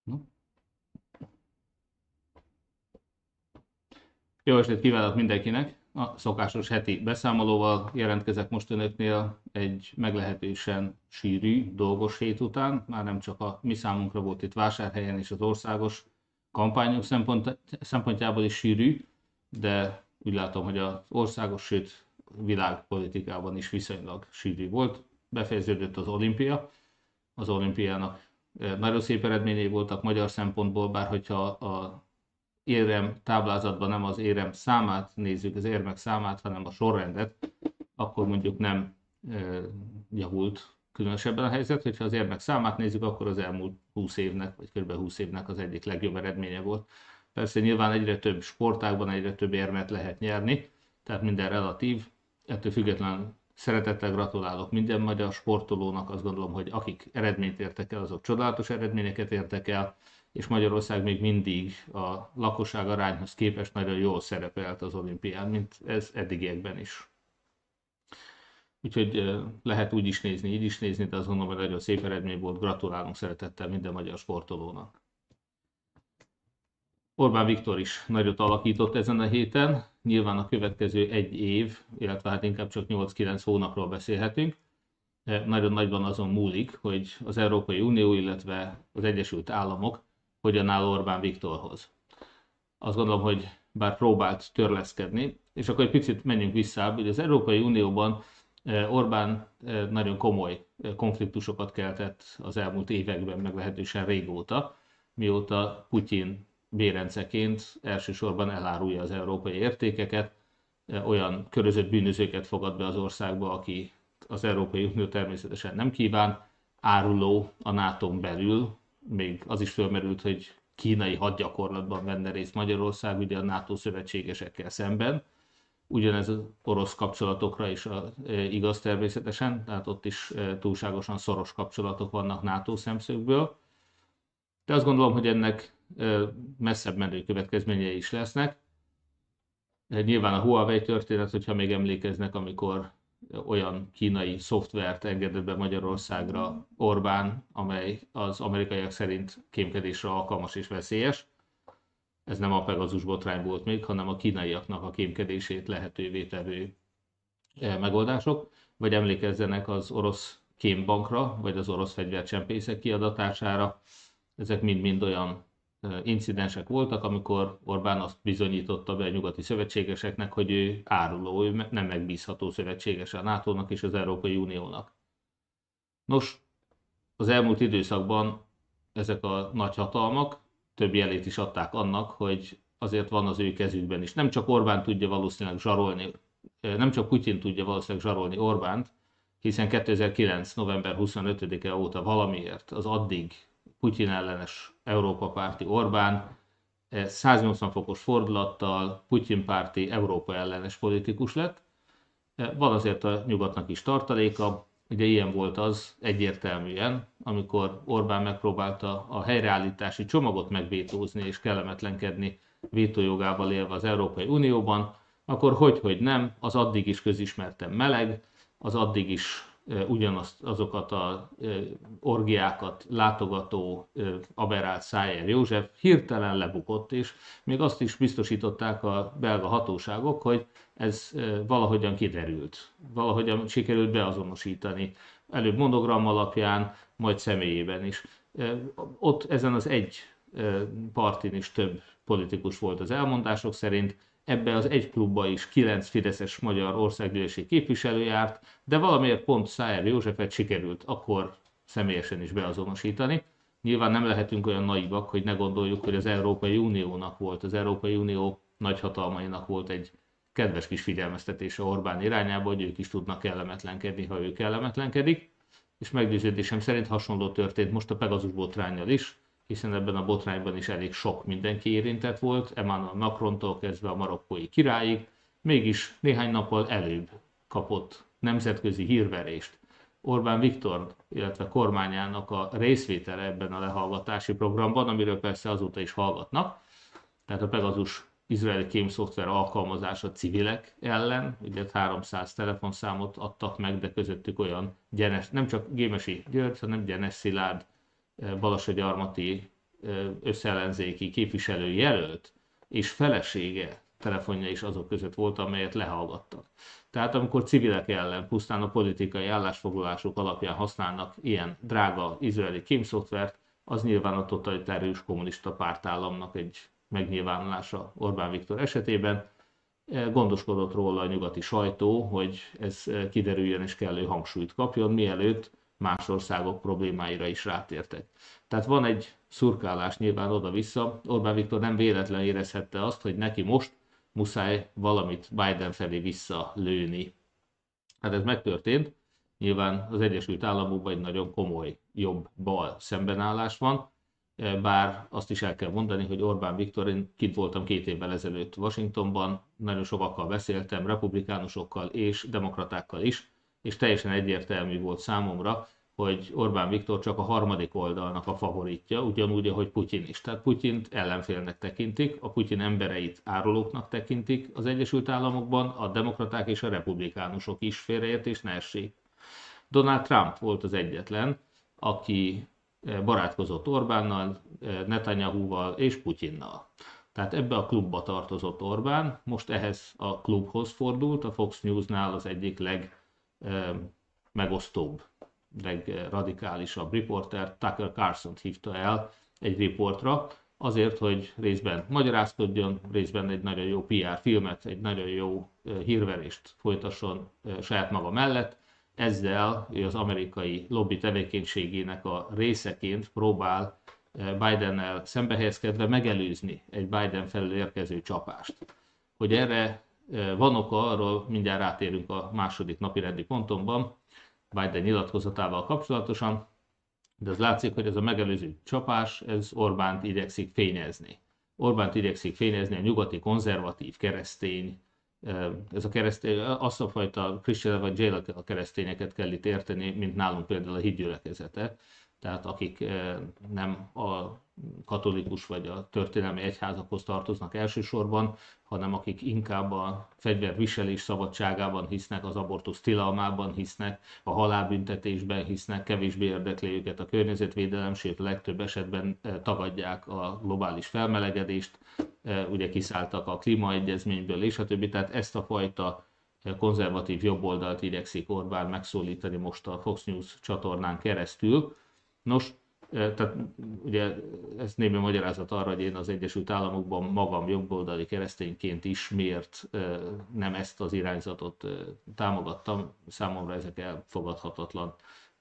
Jó estét kívánok mindenkinek! A szokásos heti beszámolóval jelentkezek most önöknél egy meglehetősen sűrű, dolgos hét után. Már nem csak a mi számunkra volt itt Vásárhelyen és az országos kampányok szempontjából is sűrű, de úgy látom, hogy az országos, sőt világpolitikában is viszonylag sűrű volt. Befejeződött az olimpia. Az olimpiának nagyon szép eredményei voltak magyar szempontból, bár hogyha a érem táblázatban nem az érem számát nézzük, az érmek számát, hanem a sorrendet, akkor mondjuk nem javult különösebben a helyzet. Hogyha az érmek számát nézzük, akkor az elmúlt 20 évnek, vagy kb. 20 évnek az egyik legjobb eredménye volt. Persze nyilván egyre több sportágban egyre több érmet lehet nyerni, tehát minden relatív. Ettől függetlenül szeretettel gratulálok minden magyar sportolónak, azt gondolom, hogy akik eredményt értek el, azok csodálatos eredményeket értek el, és Magyarország még mindig a lakosság arányhoz képest nagyon jól szerepelt az olimpián, mint ez eddigiekben is. Úgyhogy lehet úgy is nézni, így is nézni, de azt gondolom, hogy nagyon szép eredmény volt. Gratulálunk szeretettel minden magyar sportolónak. Orbán Viktor is nagyot alakított ezen a héten. Nyilván a következő egy év, illetve hát inkább csak 8-9 hónapról beszélhetünk. Nagyon nagyban azon múlik, hogy az Európai Unió, illetve az Egyesült Államok hogyan áll Orbán Viktorhoz. Azt gondolom, hogy bár próbált törleszkedni, és akkor egy picit menjünk vissza, hogy az Európai Unióban Orbán nagyon komoly konfliktusokat keltett az elmúlt években, meglehetősen régóta, mióta Putyin bérenceként elsősorban elárulja az európai értékeket, olyan körözött bűnözőket fogad be az országba, aki az Európai Unió természetesen nem kíván, áruló a NATO-n belül, még az is fölmerült, hogy kínai hadgyakorlatban venne részt Magyarország, ugye a NATO szövetségesekkel szemben. Ugyanez az orosz kapcsolatokra is igaz természetesen, tehát ott is túlságosan szoros kapcsolatok vannak NATO szemszögből. De azt gondolom, hogy ennek messzebb menő következményei is lesznek. Nyilván a Huawei történet, hogyha még emlékeznek, amikor olyan kínai szoftvert engedett be Magyarországra Orbán, amely az amerikaiak szerint kémkedésre alkalmas és veszélyes. Ez nem a Pegasus botrány volt még, hanem a kínaiaknak a kémkedését lehetővé tevő megoldások. Vagy emlékezzenek az orosz kémbankra, vagy az orosz fegyvercsempészek kiadatására. Ezek mind-mind olyan incidensek voltak, amikor Orbán azt bizonyította be a nyugati szövetségeseknek, hogy ő áruló, ő nem megbízható szövetséges a NATO-nak és az Európai Uniónak. Nos, az elmúlt időszakban ezek a nagyhatalmak több jelét is adták annak, hogy azért van az ő kezükben is. Nem csak Orbán tudja valószínűleg zsarolni, nem csak Putyin tudja valószínűleg zsarolni Orbánt, hiszen 2009. november 25-e óta valamiért az addig Putyin ellenes Európa párti Orbán 180 fokos fordulattal Putyin párti Európa ellenes politikus lett. Van azért a nyugatnak is tartaléka, ugye ilyen volt az egyértelműen, amikor Orbán megpróbálta a helyreállítási csomagot megvétózni és kellemetlenkedni vétójogával élve az Európai Unióban, akkor hogy nem, az addig is közismerten meleg, az addig is ugyanazokat az orgiákat látogató aberrált Szájer József hirtelen lebukott, és még azt is biztosították a belga hatóságok, hogy ez valahogyan kiderült, valahogyan sikerült beazonosítani, előbb monogram alapján, majd személyében is. Ott ezen az egy partin is több politikus volt az elmondások szerint, ebbe az egy klubba is 9 fideszes magyar országgyűlési képviselő járt, de valamiért pont Szájer Józsefet sikerült akkor személyesen is beazonosítani. Nyilván nem lehetünk olyan naivak, hogy ne gondoljuk, hogy az Európai Uniónak volt, az Európai Unió nagyhatalmainak volt egy kedves kis figyelmeztetése Orbán irányába, hogy ők is tudnak kellemetlenkedni, ha ő kellemetlenkedik. És meggyőződésem szerint hasonló történt most a Pegasus botránnyal is, hiszen ebben a botrányban is elég sok mindenki érintett volt, Emmanuel Macrontól kezdve a marokkói királyig, mégis néhány nappal előbb kapott nemzetközi hírverést Orbán Viktor, illetve kormányának a részvétele ebben a lehallgatási programban, amiről persze azóta is hallgatnak. Tehát a Pegasus izraeli kémszoftver alkalmazása civilek ellen, ugye 300 telefonszámot adtak meg, de közöttük olyan Gyenes, nem csak Gémesi György, hanem Gyenes Szilárd, Balassagyarmati összellenzéki képviselőjelölt és felesége telefonja is azok között volt, amelyet lehallgattak. Tehát amikor civilek ellen pusztán a politikai állásfoglalások alapján használnak ilyen drága izraeli kémszoftvert, az nyilván a totalitárius kommunista pártállamnak egy megnyilvánulása Orbán Viktor esetében. Gondoskodott róla a nyugati sajtó, hogy ez kiderüljön és kellő hangsúlyt kapjon, mielőtt más országok problémáira is rátértek. Tehát van egy szurkálás nyilván oda-vissza. Orbán Viktor nem véletlen érezhette azt, hogy neki most muszáj valamit Biden felé visszalőni. Hát ez megtörtént. Nyilván az Egyesült Államokban egy nagyon komoly jobb-bal szembenállás van, bár azt is el kell mondani, hogy Orbán Viktor, én kint voltam 2 évvel ezelőtt Washingtonban, nagyon sokakkal beszéltem, republikánusokkal és demokratákkal is, és teljesen egyértelmű volt számomra, hogy Orbán Viktor csak a harmadik oldalnak a favoritja, ugyanúgy, ahogy Putyin is. Tehát Putyint ellenfélnek tekintik, a Putyin embereit árulóknak tekintik az Egyesült Államokban, a demokraták és a republikánusok is, félreértés ne essék. Donald Trump volt az egyetlen, aki barátkozott Orbánnal, Netanyahuval és Putyinnal. Tehát ebbe a klubba tartozott Orbán, most ehhez a klubhoz fordult, a Fox News-nál az egyik legmegosztóbb, legradikálisabb riporter, Tucker Carlson-t hívta el egy riportra, azért, hogy részben magyarázkodjon, részben egy nagyon jó PR filmet, egy nagyon jó hírverést folytasson saját maga mellett. Ezzel ő az amerikai lobby tevékenységének a részeként próbál Bidennel szembehelyezkedve megelőzni egy Biden felől érkező csapást. Hogy erre van oka, arról mindjárt rátérünk a második napirendi pontomban, Biden nyilatkozatával kapcsolatosan, de az látszik, hogy ez a megelőző csapás, ez Orbánt igyekszik fényezni. Orbánt igyekszik fényezni a nyugati konzervatív keresztény, ez a keresztény, azt a fajta Christian evangelical keresztényeket kell itt érteni, mint nálunk például a hitgyülekezete, tehát akik nem a katolikus vagy a történelmi egyházakhoz tartoznak elsősorban, hanem akik inkább a fegyverviselés szabadságában hisznek, az abortusz tilalmában hisznek, a halálbüntetésben hisznek, kevésbé érdekli őket a környezetvédelem, sőt legtöbb esetben tagadják a globális felmelegedést, ugye kiszálltak a klímaegyezményből és a többi, tehát ezt a fajta konzervatív jobboldalt igyekszik Orbán megszólítani most a Fox News csatornán keresztül. Nos, tehát ugye ez némi magyarázat arra, hogy én az Egyesült Államokban magam jobboldali keresztényként is miért nem ezt az irányzatot támogattam. Számomra ezek elfogadhatatlan,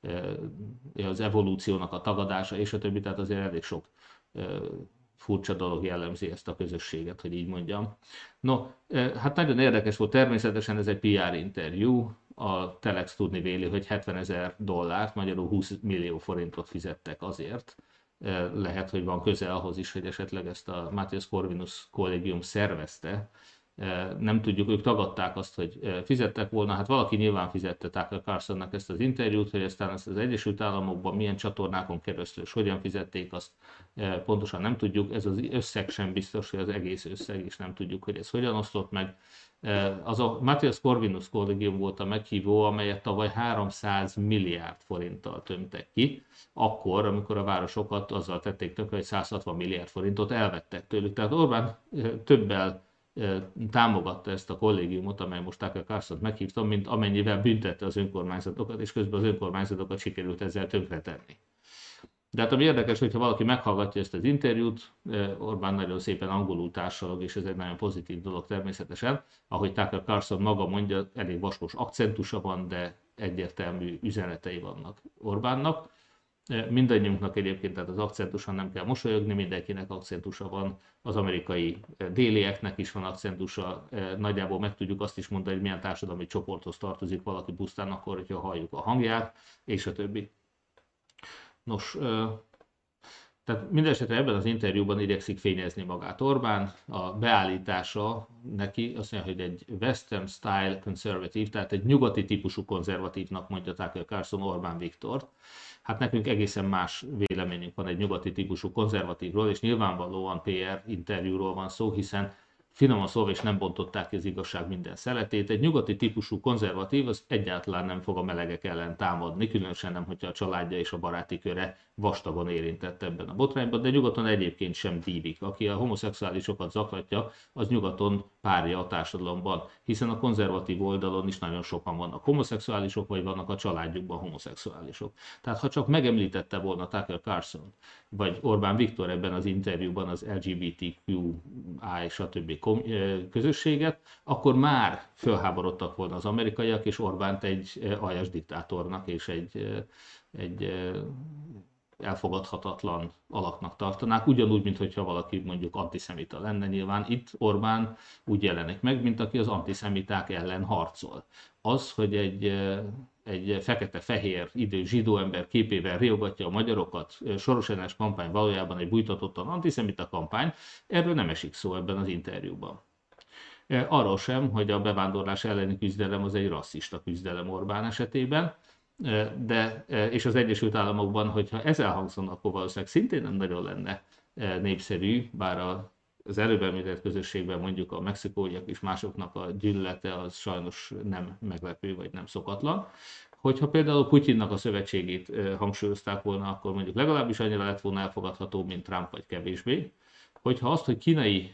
az evolúciónak a tagadása és a többi, tehát azért elég sok furcsa dolog jellemzi ezt a közösséget, hogy így mondjam. No, hát nagyon érdekes volt, természetesen ez egy PR interjú, a Telex tudni véli, hogy $70,000, magyarul 20 millió forintot fizettek azért. Lehet, hogy van köze ahhoz is, hogy esetleg ezt a Matthias Corvinus kollégium szervezte. Nem tudjuk, ők tagadták azt, hogy fizettek volna. Hát valaki nyilván fizette Tucker Carlsonnak ezt az interjút, hogy aztán ezt az Egyesült Államokban milyen csatornákon keresztül és hogyan fizették, azt pontosan nem tudjuk. Ez az összeg sem biztos, hogy az egész összeg, és nem tudjuk, hogy ez hogyan osztott meg. Az a Matthias Corvinus kollégium volt a meghívó, amelyet tavaly 300 milliárd forinttal tömtek ki, akkor, amikor a városokat azzal tették tönkre, hogy 160 milliárd forintot elvettek tőlük. Tehát Orbán többel támogatta ezt a kollégiumot, amely most Tucker Carlsont meghívtam, mint amennyivel büntette az önkormányzatokat, és közben az önkormányzatokat sikerült ezzel tönkretenni. De hát ami érdekes, hogyha valaki meghallgatja ezt az interjút, Orbán nagyon szépen angolul társalog, és ez egy nagyon pozitív dolog természetesen. Ahogy Tucker Carlson maga mondja, elég vaskos akcentusa van, de egyértelmű üzenetei vannak Orbánnak. Mindannyiunknak egyébként, tehát az akcentuson nem kell mosolyogni, mindenkinek akcentusa van, az amerikai délieknek is van akcentusa, nagyjából meg tudjuk azt is mondani, hogy milyen társadalmi csoporthoz tartozik valaki pusztán akkor, hogyha halljuk a hangját, és a többi. Nos, tehát mindesetre ebben az interjúban igyekszik fényezni magát Orbán, a beállítása neki azt mondja, hogy egy Western style conservative, tehát egy nyugati típusú konzervatívnak mondja Tucker Carlson Orbán Viktort. Hát nekünk egészen más véleményünk van egy nyugati típusú konzervatívról, és nyilvánvalóan PR interjúról van szó, hiszen finoman szólva is nem bontották ki az igazság minden szeletét. Egy nyugati típusú konzervatív az egyáltalán nem fog a melegek ellen támadni, különösen nem, hogyha a családja és a baráti köre vastagon érintett ebben a botrányban, de nyugaton egyébként sem dívik. Aki a homoszexuálisokat zaklatja, az nyugaton párja a társadalomban, hiszen a konzervatív oldalon is nagyon sokan vannak homoszexuálisok, vagy vannak a családjukban homoszexuálisok. Tehát ha csak megemlítette volna Tucker Carlson, vagy Orbán Viktor ebben az interjúban az LGBTQI stb. Közösséget, akkor már fölháborodtak volna az amerikaiak, és Orbánt egy aljas diktátornak és egy elfogadhatatlan alaknak tartanák, ugyanúgy, mintha valaki mondjuk antiszemita lenne. Nyilván itt Orbán úgy jelenik meg, mint aki az antiszemiták ellen harcol. Az, hogy egy fekete-fehér idős zsidó ember képével riogatja a magyarokat, Soros ellenes kampány valójában egy bújtatottan antiszemita kampány, erről nem esik szó ebben az interjúban. Arról sem, hogy a bevándorlás elleni küzdelem az egy rasszista küzdelem Orbán esetében, és az Egyesült Államokban, hogyha ez elhangzana, akkor valószínűleg szintén nem nagyon lenne népszerű, bár az előbb említett közösségben mondjuk a mexikóiak és másoknak a gyűlölete az sajnos nem meglepő vagy nem szokatlan. Hogyha például Putyinnak a szövetségét hangsúlyozták volna, akkor mondjuk legalábbis annyira lett volna elfogadható, mint Trump, vagy kevésbé. Hogyha azt, hogy kínai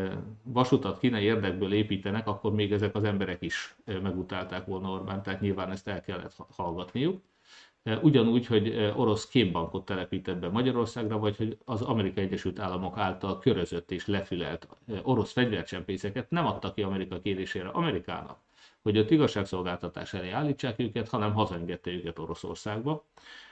vasutat kínai érdekből építenek, akkor még ezek az emberek is megutálták volna Orbánt, tehát nyilván ezt el kellett hallgatniuk. Ugyanúgy, hogy orosz kémbankot telepített be Magyarországra, vagy hogy az Amerikai Egyesült Államok által körözött és lefülelt orosz fegyvercsempészeket nem adta ki Amerika kérésére Amerikának, hogy ott igazságszolgáltatás elé állítsák őket, hanem hazaengedte őket Oroszországba.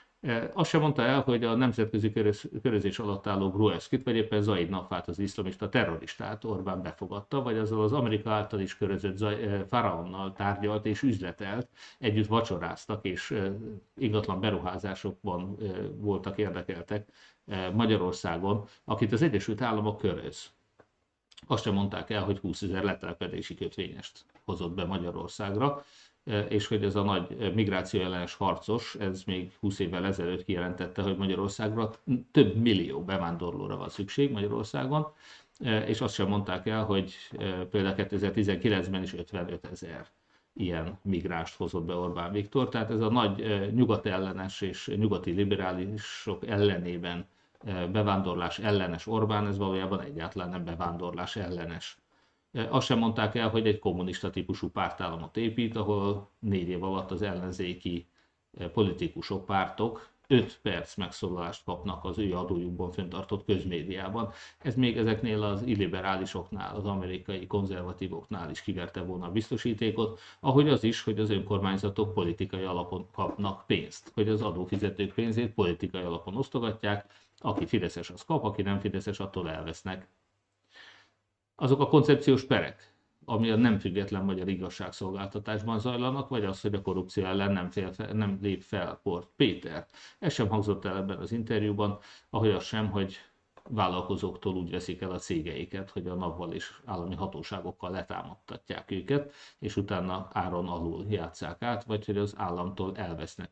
Azt sem mondta el, hogy a nemzetközi körözés alatt álló Gruevskit, vagy éppen Zaid Nafát, az iszlamista terroristát Orbán befogadta, vagy azzal az Amerika által is körözött Faraonnal tárgyalt és üzletelt, együtt vacsoráztak, és ingatlan beruházásokban voltak érdekeltek Magyarországon, akit az Egyesült Államok köröz. Azt sem mondták el, hogy 20 000 letelepedési kötvényest hozott be Magyarországra, és hogy ez a nagy migráció ellenes harcos, ez még 20 évvel ezelőtt kijelentette, hogy Magyarországra több millió bevándorlóra van szükség Magyarországon, és azt sem mondták el, hogy például 2019-ben is 55 000 ilyen migránst hozott be Orbán Viktor, tehát ez a nagy nyugatellenes és nyugati liberálisok ellenében bevándorlás ellenes Orbán, ez valójában egyáltalán nem bevándorlás ellenes. Azt sem mondták el, hogy egy kommunista típusú pártállamot épít, ahol 4 év alatt az ellenzéki politikusok, pártok 5 perc megszólalást kapnak az ő adójukban fenntartott közmédiában. Ez még ezeknél az illiberálisoknál, az amerikai konzervatívoknál is kiverte volna a biztosítékot, ahogy az is, hogy az önkormányzatok politikai alapon kapnak pénzt, hogy az adófizetők pénzét politikai alapon osztogatják, aki fideszes, az kap, aki nem fideszes, attól elvesznek. Azok a koncepciós perek, ami a nem független magyar igazságszolgáltatásban zajlanak, vagy az, hogy a korrupció ellen nem lép fel Port Péter. Ez sem hangzott el ebben az interjúban, ahogy az sem, hogy vállalkozóktól úgy veszik el a cégeiket, hogy a NAV-val és állami hatóságokkal letámadtatják őket, és utána áron alul játsszák át, vagy hogy az államtól elvesznek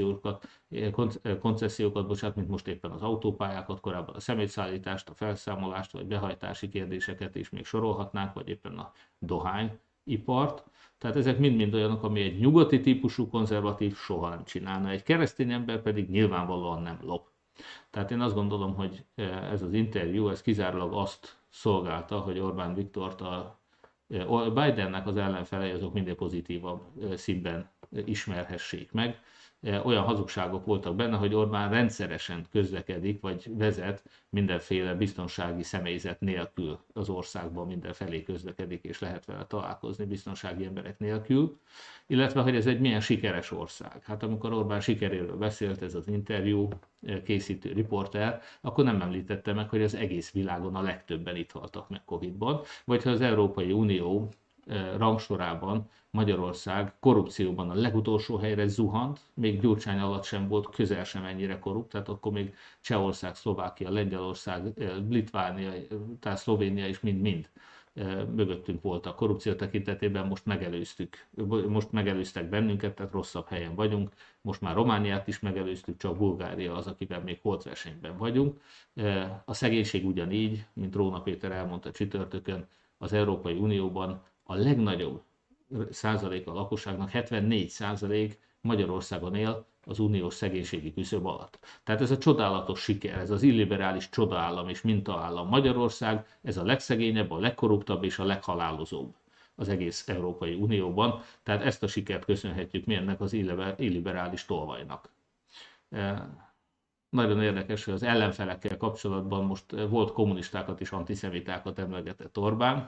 koncesziókat, mint most éppen az autópályákat, korábban a szemétszállítást, a felszámolást, vagy behajtási kérdéseket is még sorolhatnánk, vagy éppen a dohányipart. Tehát ezek mind-mind olyanok, ami egy nyugati típusú konzervatív soha nem csinálna, egy keresztény ember pedig nyilvánvalóan nem lop. Tehát én azt gondolom, hogy ez az interjú, ez kizárólag azt szolgálta, hogy Orbán Viktort a Bidennek az ellenfelei azok minél pozitívabb színben ismerhessék meg. Olyan hazugságok voltak benne, hogy Orbán rendszeresen közlekedik, vagy vezet mindenféle biztonsági személyzet nélkül az országban, mindenfelé közlekedik, és lehet vele találkozni biztonsági emberek nélkül, illetve hogy ez egy milyen sikeres ország. Hát amikor Orbán sikeréről beszélt ez az interjú készítő riporter, akkor nem említette meg, hogy az egész világon a legtöbben itt haltak meg Covid-ban, vagy ha az Európai Unió rangsorában Magyarország korrupcióban a legutolsó helyre zuhant, még Gyurcsány alatt sem volt közel sem ennyire korrupt, tehát akkor még Csehország, Szlovákia, Lengyelország, Litvánia, tehát Szlovénia is mind-mind mögöttünk volt a korrupció tekintetében, most megelőztek bennünket, tehát rosszabb helyen vagyunk, most már Romániát is megelőztük, csak Bulgária az, akivel még holtversenyben vagyunk. A szegénység ugyanígy, mint Róna Péter elmondta csütörtökön, az Európai Unióban a legnagyobb százalék a lakosságnak, 74% Magyarországon él az uniós szegénységi küszöb alatt. Tehát ez a csodálatos siker, ez az illiberális csodaállam és mintaállam Magyarország, ez a legszegényebb, a legkorruptabb és a leghalálozóbb az egész Európai Unióban. Tehát ezt a sikert köszönhetjük mi ennek az illiberális tolvajnak. Nagyon érdekes, hogy az ellenfelekkel kapcsolatban most volt kommunistákat és antiszemitákat emlegetett Orbán,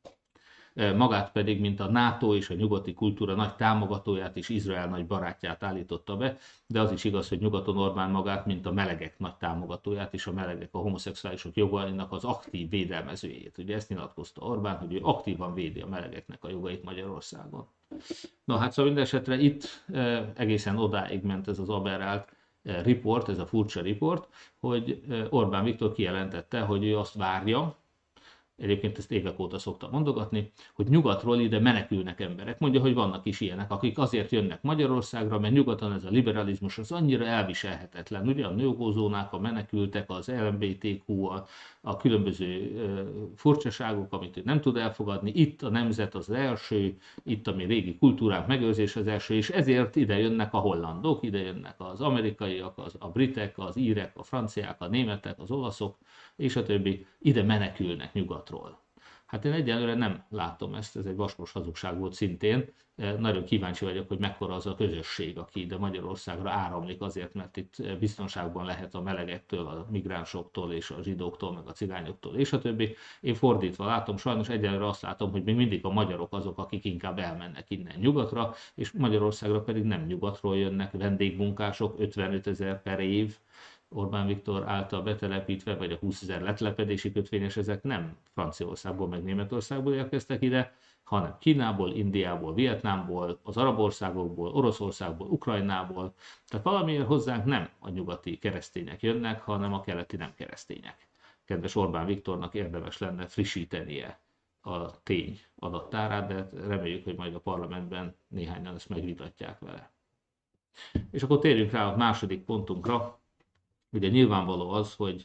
magát pedig, mint a NATO és a nyugati kultúra nagy támogatóját és Izrael nagy barátját állította be, de az is igaz, hogy nyugaton Orbán magát, mint a melegek nagy támogatóját és a melegek, a homoszexuálisok jogainak az aktív védelmezőjét. Ugye ezt nyilatkozta Orbán, hogy ő aktívan védi a melegeknek a jogait Magyarországon. No hát szóval minden esetre itt egészen odáig ment ez az aberrált report, ez a furcsa report, hogy Orbán Viktor kijelentette, hogy ő azt várja, egyébként ezt évek óta szoktam mondogatni, hogy nyugatról ide menekülnek emberek. Mondja, hogy vannak is ilyenek, akik azért jönnek Magyarországra, mert nyugaton ez a liberalizmus az annyira elviselhetetlen. Ugye a nőgózónák, a menekültek, az LMBTQ, a különböző furcsaságok, amit ő nem tud elfogadni. Itt a nemzet az első, itt a mi régi kultúránk megőrzés az első, és ezért ide jönnek a hollandok, ide jönnek az amerikaiak, a britek, az írek, a franciák, a németek, az olaszok, és a többi, ide menekülnek nyugatról. Hát én egyelőre nem látom ezt, ez egy vaskos hazugság volt szintén. Nagyon kíváncsi vagyok, hogy mekkora az a közösség, aki ide Magyarországra áramlik azért, mert itt biztonságban lehet a melegektől, a migránsoktól és a zsidóktól, meg a cigányoktól és a többi. Én fordítva látom, sajnos egyelőre azt látom, hogy még mindig a magyarok azok, akik inkább elmennek innen nyugatra, és Magyarországra pedig nem nyugatról jönnek vendégmunkások, 55 000 per év, Orbán Viktor által betelepítve, vagy a 20 000 letelepedési kötvényes, ezek nem Franciaországból, meg Németországból érkeztek ide, hanem Kínából, Indiából, Vietnámból, az arab országokból, Oroszországból, Ukrajnából. Tehát valamiért hozzánk nem a nyugati keresztények jönnek, hanem a keleti nem keresztények. Kedves Orbán Viktornak érdemes lenne frissítenie a tény adattárát, de reméljük, hogy majd a parlamentben néhányan ezt megvitatják vele. És akkor térjünk rá a második pontunkra. Ugye nyilvánvaló az, hogy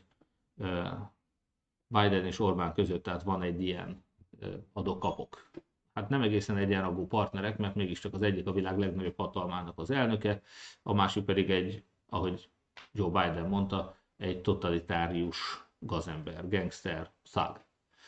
Biden és Orbán között tehát van egy ilyen adok-kapok. Hát nem egészen egyenrangú partnerek, mert mégiscsak az egyik a világ legnagyobb hatalmának az elnöke, a másik pedig egy, ahogy Joe Biden mondta, egy totalitárius gazember, gangster, thug,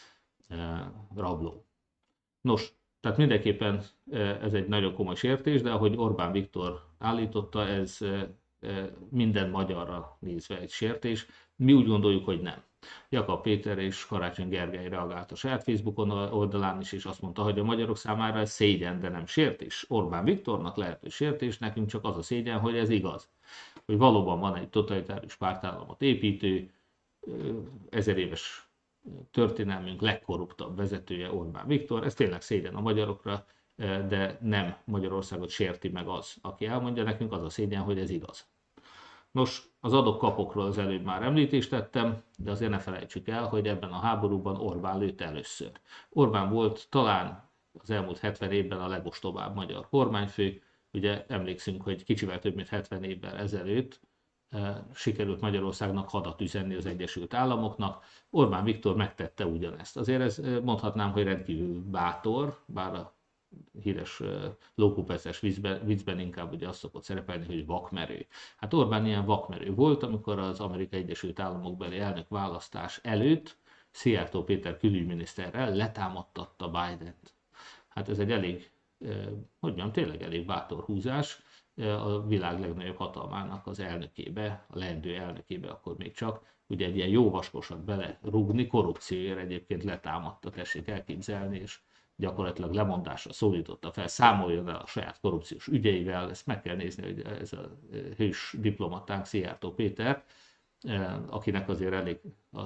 rabló. Nos, tehát mindenképpen ez egy nagyon komoly sértés, de ahogy Orbán Viktor állította, ez minden magyarra nézve egy sértés. Mi úgy gondoljuk, hogy nem. Jakab Péter és Karácsony Gergely reagált a saját Facebookon oldalán is, és azt mondta, hogy a magyarok számára ez szégyen, de nem sértés. Orbán Viktornak lehet, hogy sértés, nekünk csak az a szégyen, hogy ez igaz. Hogy valóban van egy totalitárius pártállamot építő, 1000 éves történelmünk legkorruptabb vezetője Orbán Viktor. Ez tényleg szégyen a magyarokra, de nem Magyarországot sérti meg az, aki elmondja nekünk, az a szégyen, hogy ez igaz. Nos, az adok-kapokról az előbb már említést tettem, de azért ne felejtsük el, hogy ebben a háborúban Orbán lőtt először. Orbán volt talán az elmúlt 70 évben a legostobább magyar kormányfő. Ugye emlékszünk, hogy kicsivel több mint 70 évvel ezelőtt sikerült Magyarországnak hadat üzenni az Egyesült Államoknak. Orbán Viktor megtette ugyanezt. Azért ez mondhatnám, hogy rendkívül bátor, bár a híres lókuperces viccben inkább ugye azt szokott szerepelni, hogy vakmerő. Hát Orbán ilyen vakmerő volt, amikor az Amerikai Egyesült Államok beli elnök választás előtt Szijjártó Péter külügyminiszterrel letámadtatta Bident. Hát ez egy elég, hogy mondjam, tényleg elég bátor húzás a világ legnagyobb hatalmának az elnökébe, a leendő elnökébe akkor még csak, ugye egy ilyen jó vaskosat belerúgni, korrupcióért egyébként letámadta, tessék elképzelni, és gyakorlatilag lemondásra szólította fel, számoljon el a saját korrupciós ügyeivel, ezt meg kell nézni, hogy ez a hős diplomatánk Szijjártó Péter, akinek azért elég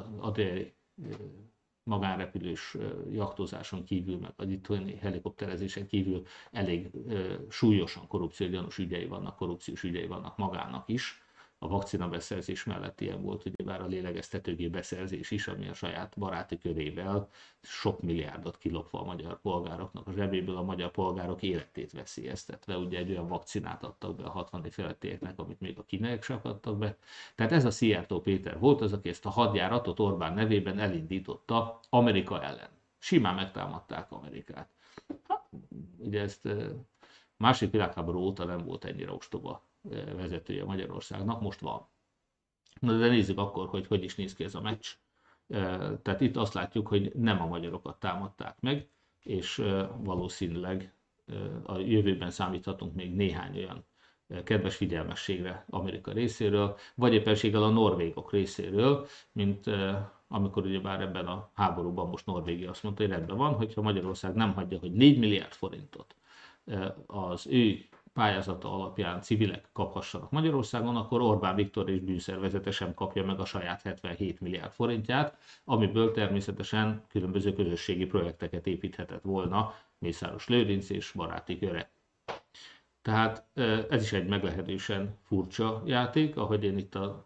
magánrepülős jachtozáson kívül, meg a itteni helikopterezésen kívül elég súlyosan korrupciós ügyei vannak magának is. A vakcina beszerzés mellett ilyen volt, ugyebár a lélegeztetőgép beszerzés is, ami a saját baráti körével sok milliárdot kilopva a magyar polgároknak a zsebéből, a magyar polgárok életét veszélyeztetve. Ugye egy olyan vakcinát adtak be a 60 év felettieknek, amit még a kínaiak sem adtak be. Tehát ez a Szijjártó Péter volt az, aki ezt a hadjáratot Orbán nevében elindította Amerika ellen. simán megtámadták Amerikát. Hát, ugye ezt második világháború óta nem volt ennyire ostoba vezetője Magyarországnak, most van. Na de nézzük akkor, hogy is néz ki ez a meccs. Tehát itt azt látjuk, hogy nem a magyarokat támadták meg, és valószínűleg a jövőben számíthatunk még néhány olyan kedves figyelmességre Amerika részéről, vagy éppenséggel a norvégok részéről, mint amikor ugyebár ebben a háborúban most Norvégia azt mondta, hogy rendben van, hogyha Magyarország nem hagyja, hogy 4 milliárd forintot az ő pályázata alapján civilek kaphassanak Magyarországon, akkor Orbán Viktor és bűnszervezete sem kapja meg a saját 77 milliárd forintját, amiből természetesen különböző közösségi projekteket építhetett volna Mészáros Lőrinc és Baráti Göre. Tehát ez is egy meglehetősen furcsa játék, ahogy én itt a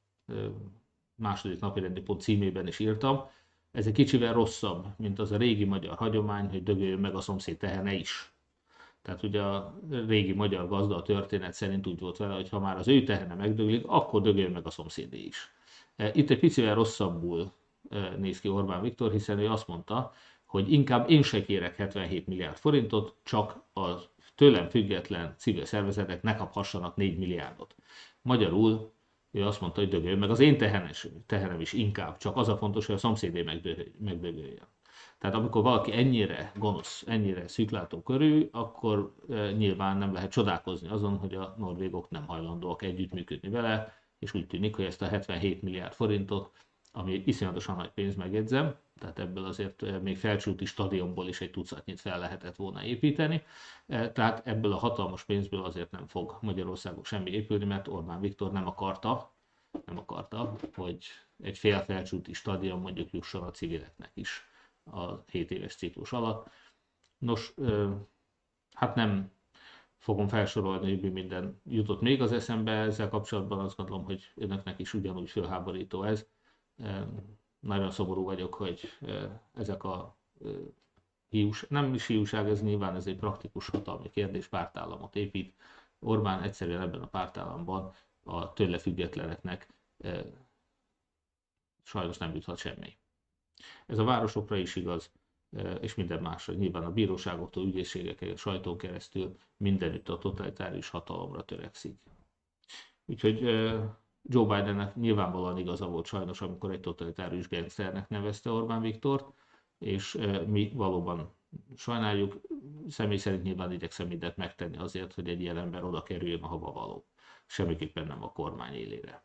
második napirendi pont címében is írtam. Ez egy kicsivel rosszabb, mint az a régi magyar hagyomány, hogy dögöljön meg a szomszéd tehene is. Tehát ugye a régi magyar gazda a történet szerint úgy volt vele, hogy ha már az ő tehene megdöglik, akkor dögöljön meg a szomszédé is. Itt egy picivel rosszabbul néz ki Orbán Viktor, hiszen ő azt mondta, hogy inkább én se kérek 77 milliárd forintot, csak az tőlem független civil szervezetek ne kaphassanak 4 milliárdot. Magyarul ő azt mondta, hogy dögöljön meg az én tehenem is inkább, csak az a fontos, hogy a szomszédé megdögöljön. Tehát amikor valaki ennyire gonosz, ennyire szűklátókörű, akkor nyilván nem lehet csodálkozni azon, hogy a norvégok nem hajlandóak együttműködni vele, és úgy tűnik, hogy ezt a 77 milliárd forintot, ami iszonyatosan nagy pénz, megjegyzem, tehát ebből azért még Felcsúti stadionból is egy tucatnyit fel lehetett volna építeni, tehát ebből a hatalmas pénzből azért nem fog Magyarországon semmi épülni, mert Orbán Viktor nem akarta, hogy egy fél Felcsúti stadion mondjuk jusson a civileknek is a 7 éves ciklus alatt. Nos, hát nem fogom felsorolni, hogy mi minden jutott még az eszembe ezzel kapcsolatban, azt gondolom, hogy önöknek is ugyanúgy fölháborító ez. Nagyon szomorú vagyok, hogy ezek a nem is hiúság, ez nyilván ez egy praktikus hatalmi kérdés, pártállamot épít. Orbán egyszerűen ebben a pártállamban a tőle függetleneknek sajnos nem juthat semmi. Ez a városokra is igaz, és minden másra. Nyilván a bíróságoktól, ügyészségekkel, a sajtón keresztül mindenütt a totalitárius hatalomra törekszik. Úgyhogy Joe Bidennek nyilvánvalóan igaza volt sajnos, amikor egy totalitárius gangsternek nevezte Orbán Viktort, és mi valóban sajnáljuk, személy szerint nyilván igyekszem mindent megtenni azért, hogy egy ilyen ember oda kerüljön, ahova való. Semmiképpen nem a kormány élére.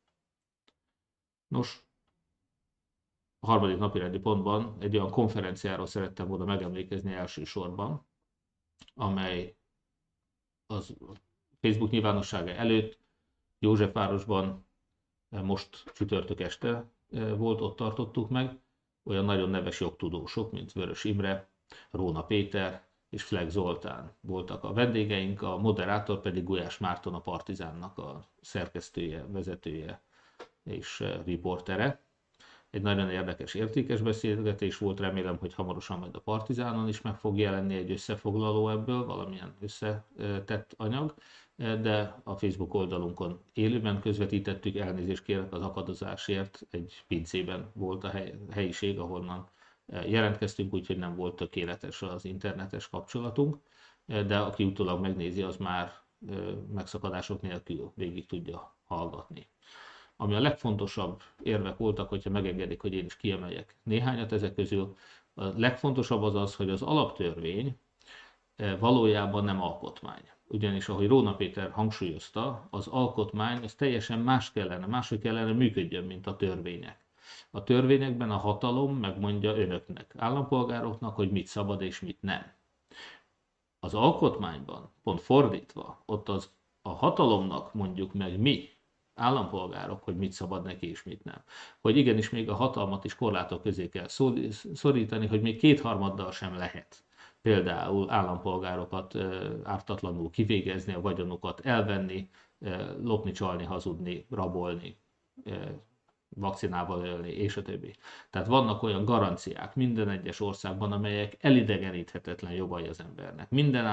Nos, a harmadik napirendi pontban egy olyan konferenciáról szerettem volna megemlékezni elsősorban, amely az Facebook nyilvánossága előtt Józsefvárosban most csütörtök este volt, ott tartottuk meg, olyan nagyon neves jogtudósok, mint Vörös Imre, Róna Péter és Fleck Zoltán voltak a vendégeink, a moderátor pedig Gulyás Márton, a Partizánnak a szerkesztője, vezetője és riportere. Egy nagyon érdekes, értékes beszélgetés volt, remélem, hogy hamarosan majd a Partizánon is meg fog jelenni egy összefoglaló ebből, valamilyen összetett anyag, de a Facebook oldalunkon élőben közvetítettük, elnézést kérek az akadozásért, egy pincében volt a helyiség, ahonnan jelentkeztünk, úgyhogy nem volt tökéletes az internetes kapcsolatunk, de aki utólag megnézi, az már megszakadások nélkül végig tudja hallgatni. Ami a legfontosabb érvek voltak, hogyha megengedik, hogy én is kiemeljek néhányat ezek közül. A legfontosabb az az, hogy az alaptörvény valójában nem alkotmány. Ugyanis, ahogy Róna Péter hangsúlyozta, az alkotmány az teljesen máshogy kellene működjön, mint a törvények. A törvényekben a hatalom megmondja önöknek, állampolgároknak, hogy mit szabad és mit nem. Az alkotmányban, pont fordítva, ott a hatalomnak mondjuk meg mi, állampolgárok, hogy mit szabad neki és mit nem. Hogy igenis még a hatalmat is korlátok közé kell szorítani, hogy még kétharmaddal sem lehet például állampolgárokat ártatlanul kivégezni, a vagyonukat elvenni, lopni, csalni, hazudni, rabolni, vakcinával ölni, és a többi. Tehát vannak olyan garanciák minden egyes országban, amelyek elidegeníthetetlen jogai az embernek,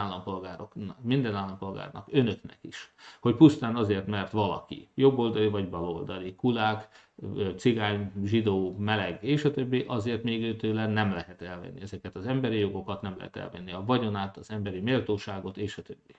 minden állampolgárnak, önöknek is, hogy pusztán azért, mert valaki jobboldali vagy baloldali, kulák, cigány, zsidó, meleg, és a többi, azért még őtőle nem lehet elvenni ezeket az emberi jogokat, nem lehet elvenni a vagyonát, az emberi méltóságot, és a többi.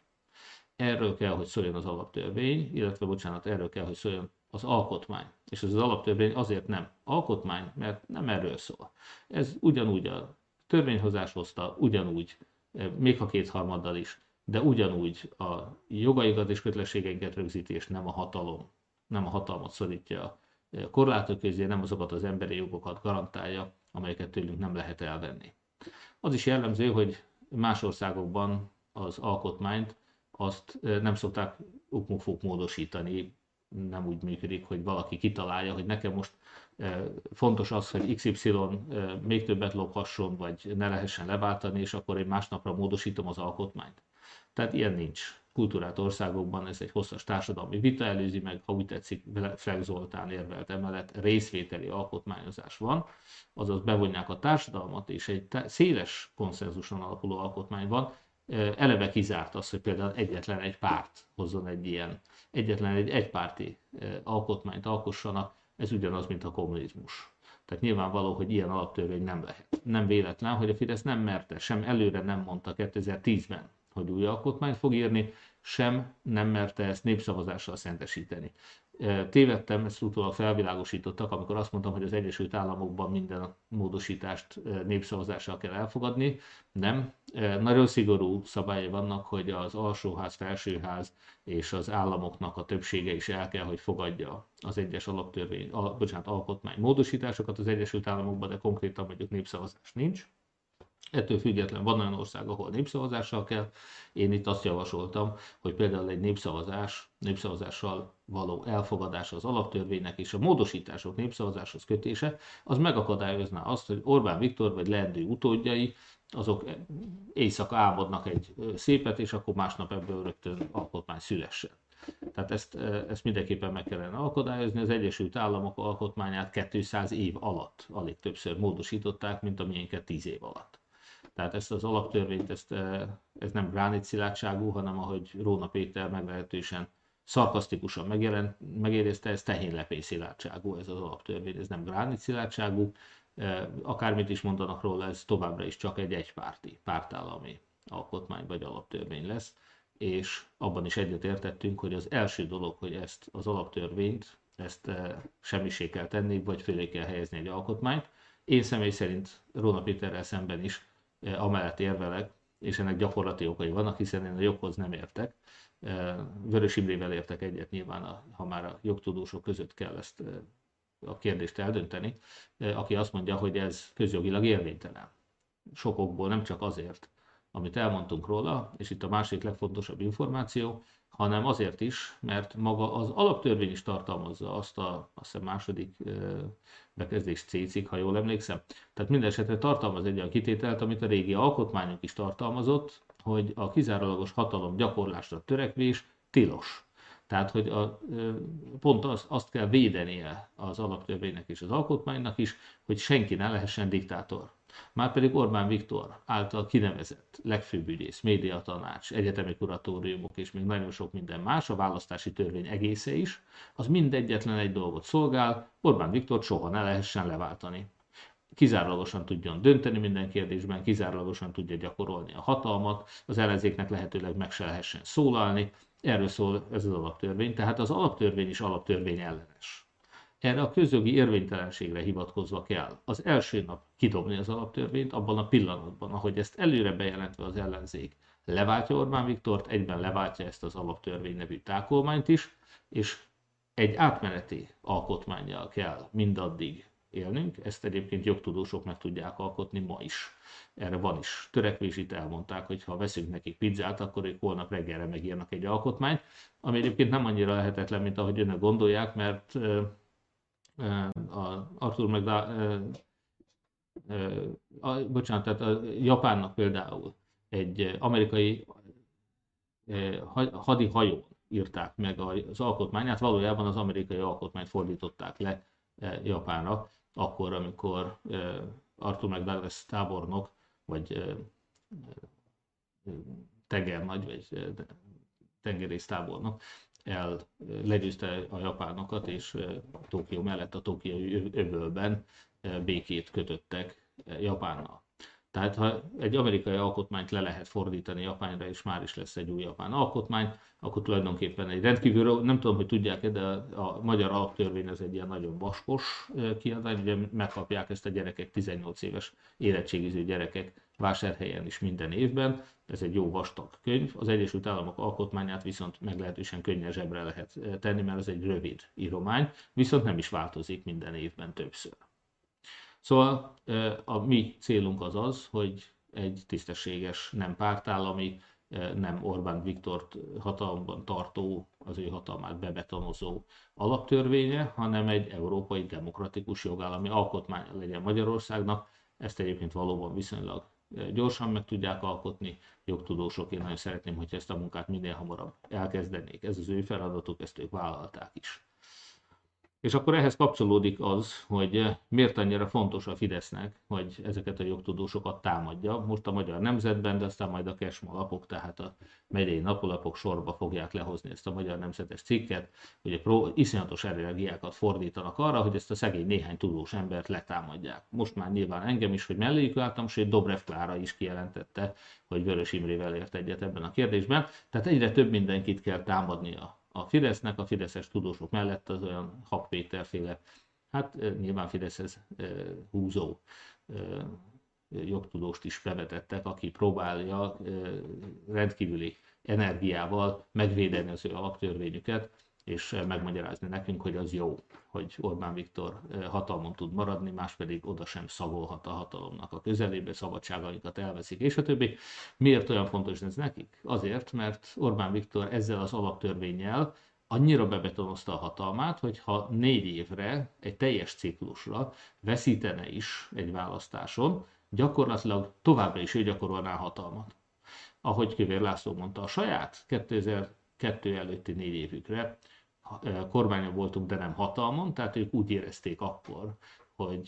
Erről kell, hogy szóljon az alaptörvény, illetve bocsánat, erről kell, hogy szóljon az alkotmány. És ez az alaptörvény azért nem alkotmány, mert nem erről szól. Ez ugyanúgy a törvényhozás hozta, ugyanúgy, még ha kétharmaddal is, de ugyanúgy a jogaikat és kötelességeinket rögzíti, és nem a hatalom, nem a hatalmat szorítja korlátok közé, nem azokat az emberi jogokat garantálja, amelyeket tőlünk nem lehet elvenni. Az is jellemző, hogy más országokban az alkotmányt azt nem szokták ukmukfuk módosítani, nem úgy működik, hogy valaki kitalálja, hogy nekem most fontos az, hogy XY még többet lophasson, vagy ne lehessen leváltani, és akkor én másnapra módosítom az alkotmányt. Tehát ilyen nincs. Kultúrált országokban ez egy hosszas társadalmi vita előzi meg, ha úgy tetszik, Freg Zoltán érvelt emellett részvételi alkotmányozás van, azaz bevonják a társadalmat, és egy széles konszenzuson alapuló alkotmány van. Eleve kizárt az, hogy például egyetlen egy párt hozzon egyetlen egy egypárti alkotmányt alkossanak, ez ugyanaz, mint a kommunizmus. Tehát nyilvánvaló, hogy ilyen alaptörvény nem lehet. Nem véletlen, hogy a Fidesz nem merte, sem előre nem mondta 2010-ben, hogy új alkotmányt fog írni, sem nem merte ezt népszavazással szentesíteni. Tévedtem, ezt utólag felvilágosítottak, amikor azt mondtam, hogy az Egyesült Államokban minden módosítást népszavazással kell elfogadni. Nem. Nagyon szigorú szabályai vannak, hogy az alsóház, felsőház és az államoknak a többsége is el kell, hogy fogadja az egyes alkotmány módosításokat az Egyesült Államokban, de konkrétan mondjuk népszavazás nincs. Ettől független van olyan ország, ahol népszavazással kell. Én itt azt javasoltam, hogy például egy népszavazással való elfogadása az alaptörvénynek és a módosítások népszavazáshoz kötése, az megakadályozná azt, hogy Orbán Viktor vagy leendő utódjai, azok éjszaka álmodnak egy szépet, és akkor másnap ebből rögtön alkotmány szülessen. Tehát ezt mindenképpen meg kellene akadályozni. Az Egyesült Államok alkotmányát 200 év alatt alig többször módosították, mint a miénket 10 év alatt. Tehát ezt az alaptörvényt, ez nem gránitszilárdságú, hanem ahogy Róna Péter meglehetősen szarkasztikusan megérezte, ez tehénlepény szilárdságú ez az alaptörvény, ez nem gránitszilárdságú. Akármit is mondanak róla, ez továbbra is csak egy egypárti, pártállami alkotmány vagy alaptörvény lesz, és abban is egyetértettünk, hogy az első dolog, hogy ezt az alaptörvényt, ezt semmisé kell tenni, vagy fölé kell helyezni egy alkotmányt. Én személy szerint Róna Péterrel szemben is amellett érvelek, és ennek gyakorlati okai vannak, hiszen én a joghoz nem értek. Vörös Imrével értek egyet nyilván, ha már a jogtudósok között kell ezt a kérdést eldönteni, aki azt mondja, hogy ez közjogilag érvénytelen. Sokokból, nem csak azért, amit elmondtunk róla, és itt a másik legfontosabb információ, hanem azért is, mert maga az alaptörvény is tartalmazza azt hiszem második bekezdés C cikk, ha jól emlékszem. Tehát minden esetre tartalmaz egy olyan kitételt, amit a régi alkotmányunk is tartalmazott, hogy a kizárólagos hatalom gyakorlásra törekvés tilos. Tehát, hogy pont azt kell védenie az alaptörvénynek és az alkotmánynak is, hogy senki ne lehessen diktátor. Márpedig Orbán Viktor által kinevezett legfőbb ügyész, médiatanács, egyetemi kuratóriumok és még nagyon sok minden más, a választási törvény egésze is, az mind egyetlen egy dolgot szolgál, Orbán Viktor soha ne lehessen leváltani. Kizárólagosan tudjon dönteni minden kérdésben, kizárólagosan tudja gyakorolni a hatalmat, az ellenzéknek lehetőleg meg se lehessen szólalni, erről szól ez az alaptörvény, tehát az alaptörvény is alaptörvény ellenes. Erre a közjogi érvénytelenségre hivatkozva kell az első nap kidobni az alaptörvényt, abban a pillanatban, ahogy ezt előre bejelentve az ellenzék leváltja Orbán Viktort, egyben leváltja ezt az alaptörvény nevű tákolmányt is, és egy átmeneti alkotmánnyal kell mindaddig élnünk, ezt egyébként jogtudósok meg tudják alkotni ma is. Erre van is törekvés, itt elmondták, hogy ha veszünk nekik pizzát, akkor ők holnap reggelre megírnak egy alkotmányt, ami egyébként nem annyira lehetetlen, mint ahogy önök gondolják, mert Arthur tehát a Japánnak például egy amerikai hadihajón írták meg az alkotmányát, valójában az amerikai alkotmányt fordították le Japánra, akkor, amikor Arthur McDouglas tábornok, vagy tengernagy, vagy tengerész tábornok legyőzte a japánokat, és Tokió mellett a Tokiói öbölben békét kötöttek Japánnal. Tehát ha egy amerikai alkotmányt le lehet fordítani japánra, és már is lesz egy új japán alkotmány, akkor tulajdonképpen egy rendkívül, nem tudom, hogy tudják-e, de a magyar alaptörvény ez egy ilyen nagyon vaskos kiadvány, ugye megkapják ezt a gyerekek, 18 éves érettségiző gyerekek Vásárhelyen is minden évben. Ez egy jó vastag könyv. Az Egyesült Államok alkotmányát viszont meglehetősen könnyen zsebre lehet tenni, mert ez egy rövid íromány, viszont nem is változik minden évben többször. Szóval a mi célunk az az, hogy egy tisztességes, nem pártállami, nem Orbán Viktort hatalomban tartó, az ő hatalmát bebetonozó alaptörvénye, hanem egy európai demokratikus jogállami alkotmány legyen Magyarországnak. Ezt egyébként valóban viszonylag gyorsan meg tudják alkotni jogtudósok. Én nagyon szeretném, hogyha ezt a munkát minél hamarabb elkezdenék. Ez az ő feladatuk, ezt ők vállalták is. És akkor ehhez kapcsolódik az, hogy miért annyira fontos a Fidesznek, hogy ezeket a jogtudósokat támadja. Most a Magyar Nemzetben, de aztán majd a Kesma lapok, tehát a megyei napolapok sorba fogják lehozni ezt a Magyar Nemzetes cikket, hogy iszonyatos energiákat fordítanak arra, hogy ezt a szegény néhány tudós embert letámadják. Most már nyilván engem is, hogy melléjük álltam, sőt Dobrev Klára is kijelentette, hogy Vörös Imrével ért egyet ebben a kérdésben. Tehát egyre több mindenkit kell támadnia a Fidesznek, a fideszes tudósok mellett az olyan Hak Péter-féle, hát nyilván Fideszhez húzó jogtudóst is bevetettek, aki próbálja rendkívüli energiával megvédeni az ő alaptörvényüket, és megmagyarázni nekünk, hogy az jó, hogy Orbán Viktor hatalmon tud maradni, más pedig oda sem szagolhat a hatalomnak a közelébe, szabadságaikat elveszik, és a többi. Miért olyan fontos ez nekik? Azért, mert Orbán Viktor ezzel az alaptörvénnyel annyira bebetonozta a hatalmát, hogy ha 4 évre, egy teljes ciklusra veszítene is egy választáson, gyakorlatilag továbbra is ő gyakorolná hatalmat. Ahogy Kövér László mondta, a saját 2002 előtti 4 évükre kormányon voltunk, de nem hatalmon, tehát ők úgy érezték akkor, hogy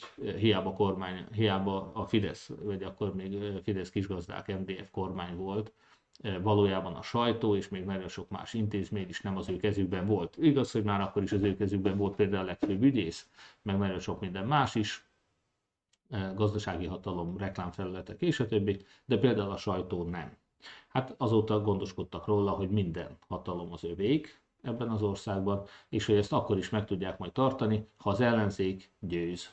hiába a Fidesz, vagy akkor még Fidesz kisgazdák, MDF kormány volt, valójában a sajtó és még nagyon sok más intézmény is nem az ő kezükben volt. Igaz, hogy már akkor is az ő kezükben volt például a legfőbb ügyész, meg nagyon sok minden más is, gazdasági hatalom, reklámfelületek és a többi, de például a sajtó nem. Hát azóta gondoskodtak róla, hogy minden hatalom az övék ebben az országban, és hogy ezt akkor is meg tudják majd tartani, ha az ellenzék győz.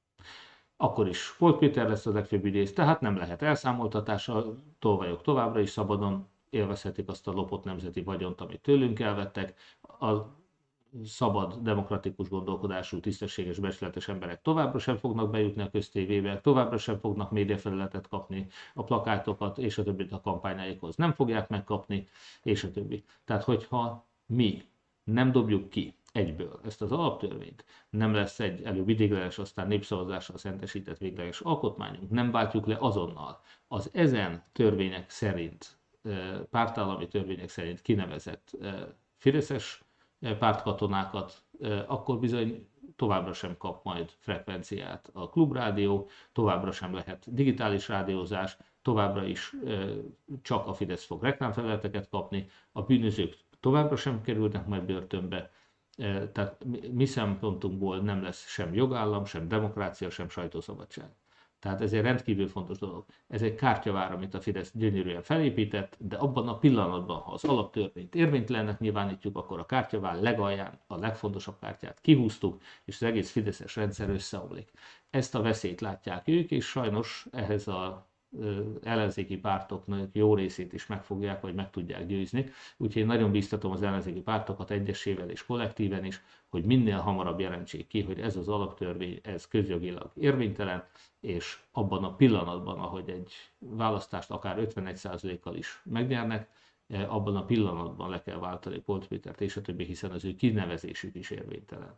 Akkor is Volt Péter lesz a legfőbb ügyész, tehát nem lehet elszámoltatással, tolvajok továbbra is szabadon élvezhetik azt a lopott nemzeti vagyont, amit tőlünk elvettek. A szabad, demokratikus gondolkodású, tisztességes, becsületes emberek továbbra sem fognak bejutni a köztévébe, továbbra sem fognak médiafelületet kapni, a plakátokat és a többit a kampányáikhoz nem fogják megkapni, és a többi. Tehát, hogyha mi nem dobjuk ki egyből ezt az alaptörvényt, nem lesz egy előbb ideiglenes, aztán népszavazással szentesített végleges alkotmányunk, nem váltjuk le azonnal az ezen törvények szerint, pártállami törvények szerint kinevezett fideszes pártkatonákat, akkor bizony továbbra sem kap majd frekvenciát a klubrádió, továbbra sem lehet digitális rádiózás, továbbra is csak a Fidesz fog reklámfelületeket kapni, a bűnözők továbbra sem kerülnek majd börtönbe, tehát mi szempontunkból nem lesz sem jogállam, sem demokrácia, sem sajtószabadság. Tehát ez egy rendkívül fontos dolog. Ez egy kártyavár, amit a Fidesz gyönyörűen felépített, de abban a pillanatban, ha az alaptörvényt érvénytelennek nyilvánítjuk, akkor a kártyavár legalján a legfontosabb kártyát kihúztuk, és az egész fideszes rendszer összeomlik. Ezt a veszélyt látják ők, és sajnos ehhez a ellenzéki pártoknak jó részét is megfogják, vagy meg tudják győzni. Úgyhogy én nagyon bíztatom az ellenzéki pártokat egyesével és kollektíven is, hogy minél hamarabb jelentsék ki, hogy ez az alaptörvény, ez közjogilag érvénytelen, és abban a pillanatban, ahogy egy választást akár 51%-kal is megnyernek, abban a pillanatban le kell váltani Polt Pétert és a többi, hiszen az ő kinevezésük is érvénytelen.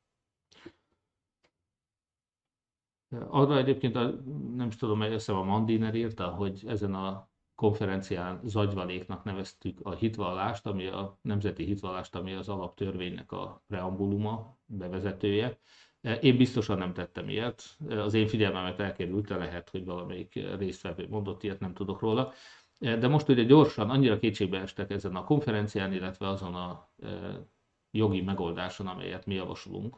Arra egyébként nem is tudom, hogy a Mandiner írta, hogy ezen a konferencián zagyvaléknak neveztük a hitvallást, ami a nemzeti hitvallást, ami az alaptörvénynek a preambuluma, bevezetője. Én biztosan nem tettem ilyet. Az én figyelmemet elkerülte, lehet, hogy valamelyik résztvevő mondott ilyet, nem tudok róla. De most ugye gyorsan annyira kétségbe estek ezen a konferencián, illetve azon a jogi megoldáson, amelyet mi javasolunk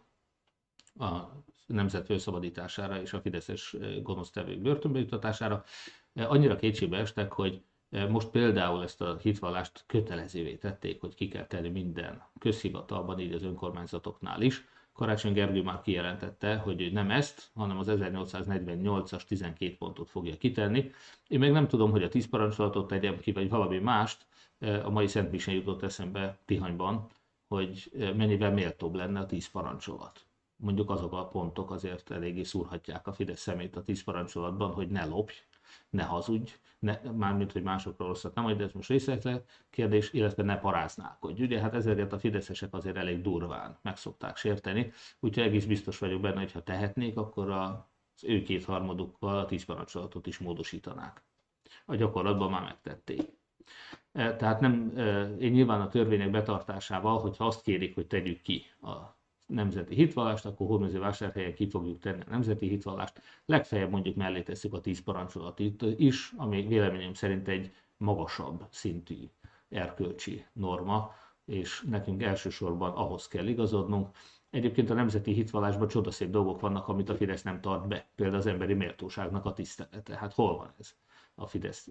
a nemzet felszabadítására és a fideszes gonosztevők börtönbe jutatására, annyira kétségbe estek, hogy most például ezt a hitvallást kötelezővé tették, hogy ki kell tenni minden közhivatalban, így az önkormányzatoknál is. Karácsony Gergely már kijelentette, hogy ő nem ezt, hanem az 1848-as 12 pontot fogja kitenni. Én még nem tudom, hogy a 10 parancsolatot tegyem ki, vagy valami mást. A mai Szent Misén jutott eszembe Tihanyban, hogy mennyivel méltóbb lenne a 10 parancsolat. Mondjuk azok a pontok azért eléggé szúrhatják a Fidesz szemét a 10 parancsolatban, hogy ne lopj, ne hazudj, mármint, hogy másokra rosszat nem, de ez most részletlen kérdés, illetve ne paráználkodj. Ugye, hát ezért a fideszesek azért elég durván meg szokták sérteni, úgyhogy egész biztos vagyok benne, hogy ha tehetnék, akkor az ő kétharmadukkal a 10 parancsolatot is módosítanák. A gyakorlatban már megtették. Tehát nem, én nyilván a törvények betartásával, hogyha azt kérik, hogy tegyük ki a nemzeti hitvallást, akkor Hódmezővásárhelyen ki fogjuk tenni a nemzeti hitvallást. Legfeljebb mondjuk mellé tesszük a 10 parancsolatot is, ami véleményem szerint egy magasabb szintű erkölcsi norma, és nekünk elsősorban ahhoz kell igazodnunk. Egyébként a nemzeti hitvallásban csodaszép dolgok vannak, amit a Fidesz nem tart be. Például az emberi méltóságnak a tisztelete. Hát hol van ez a Fidesz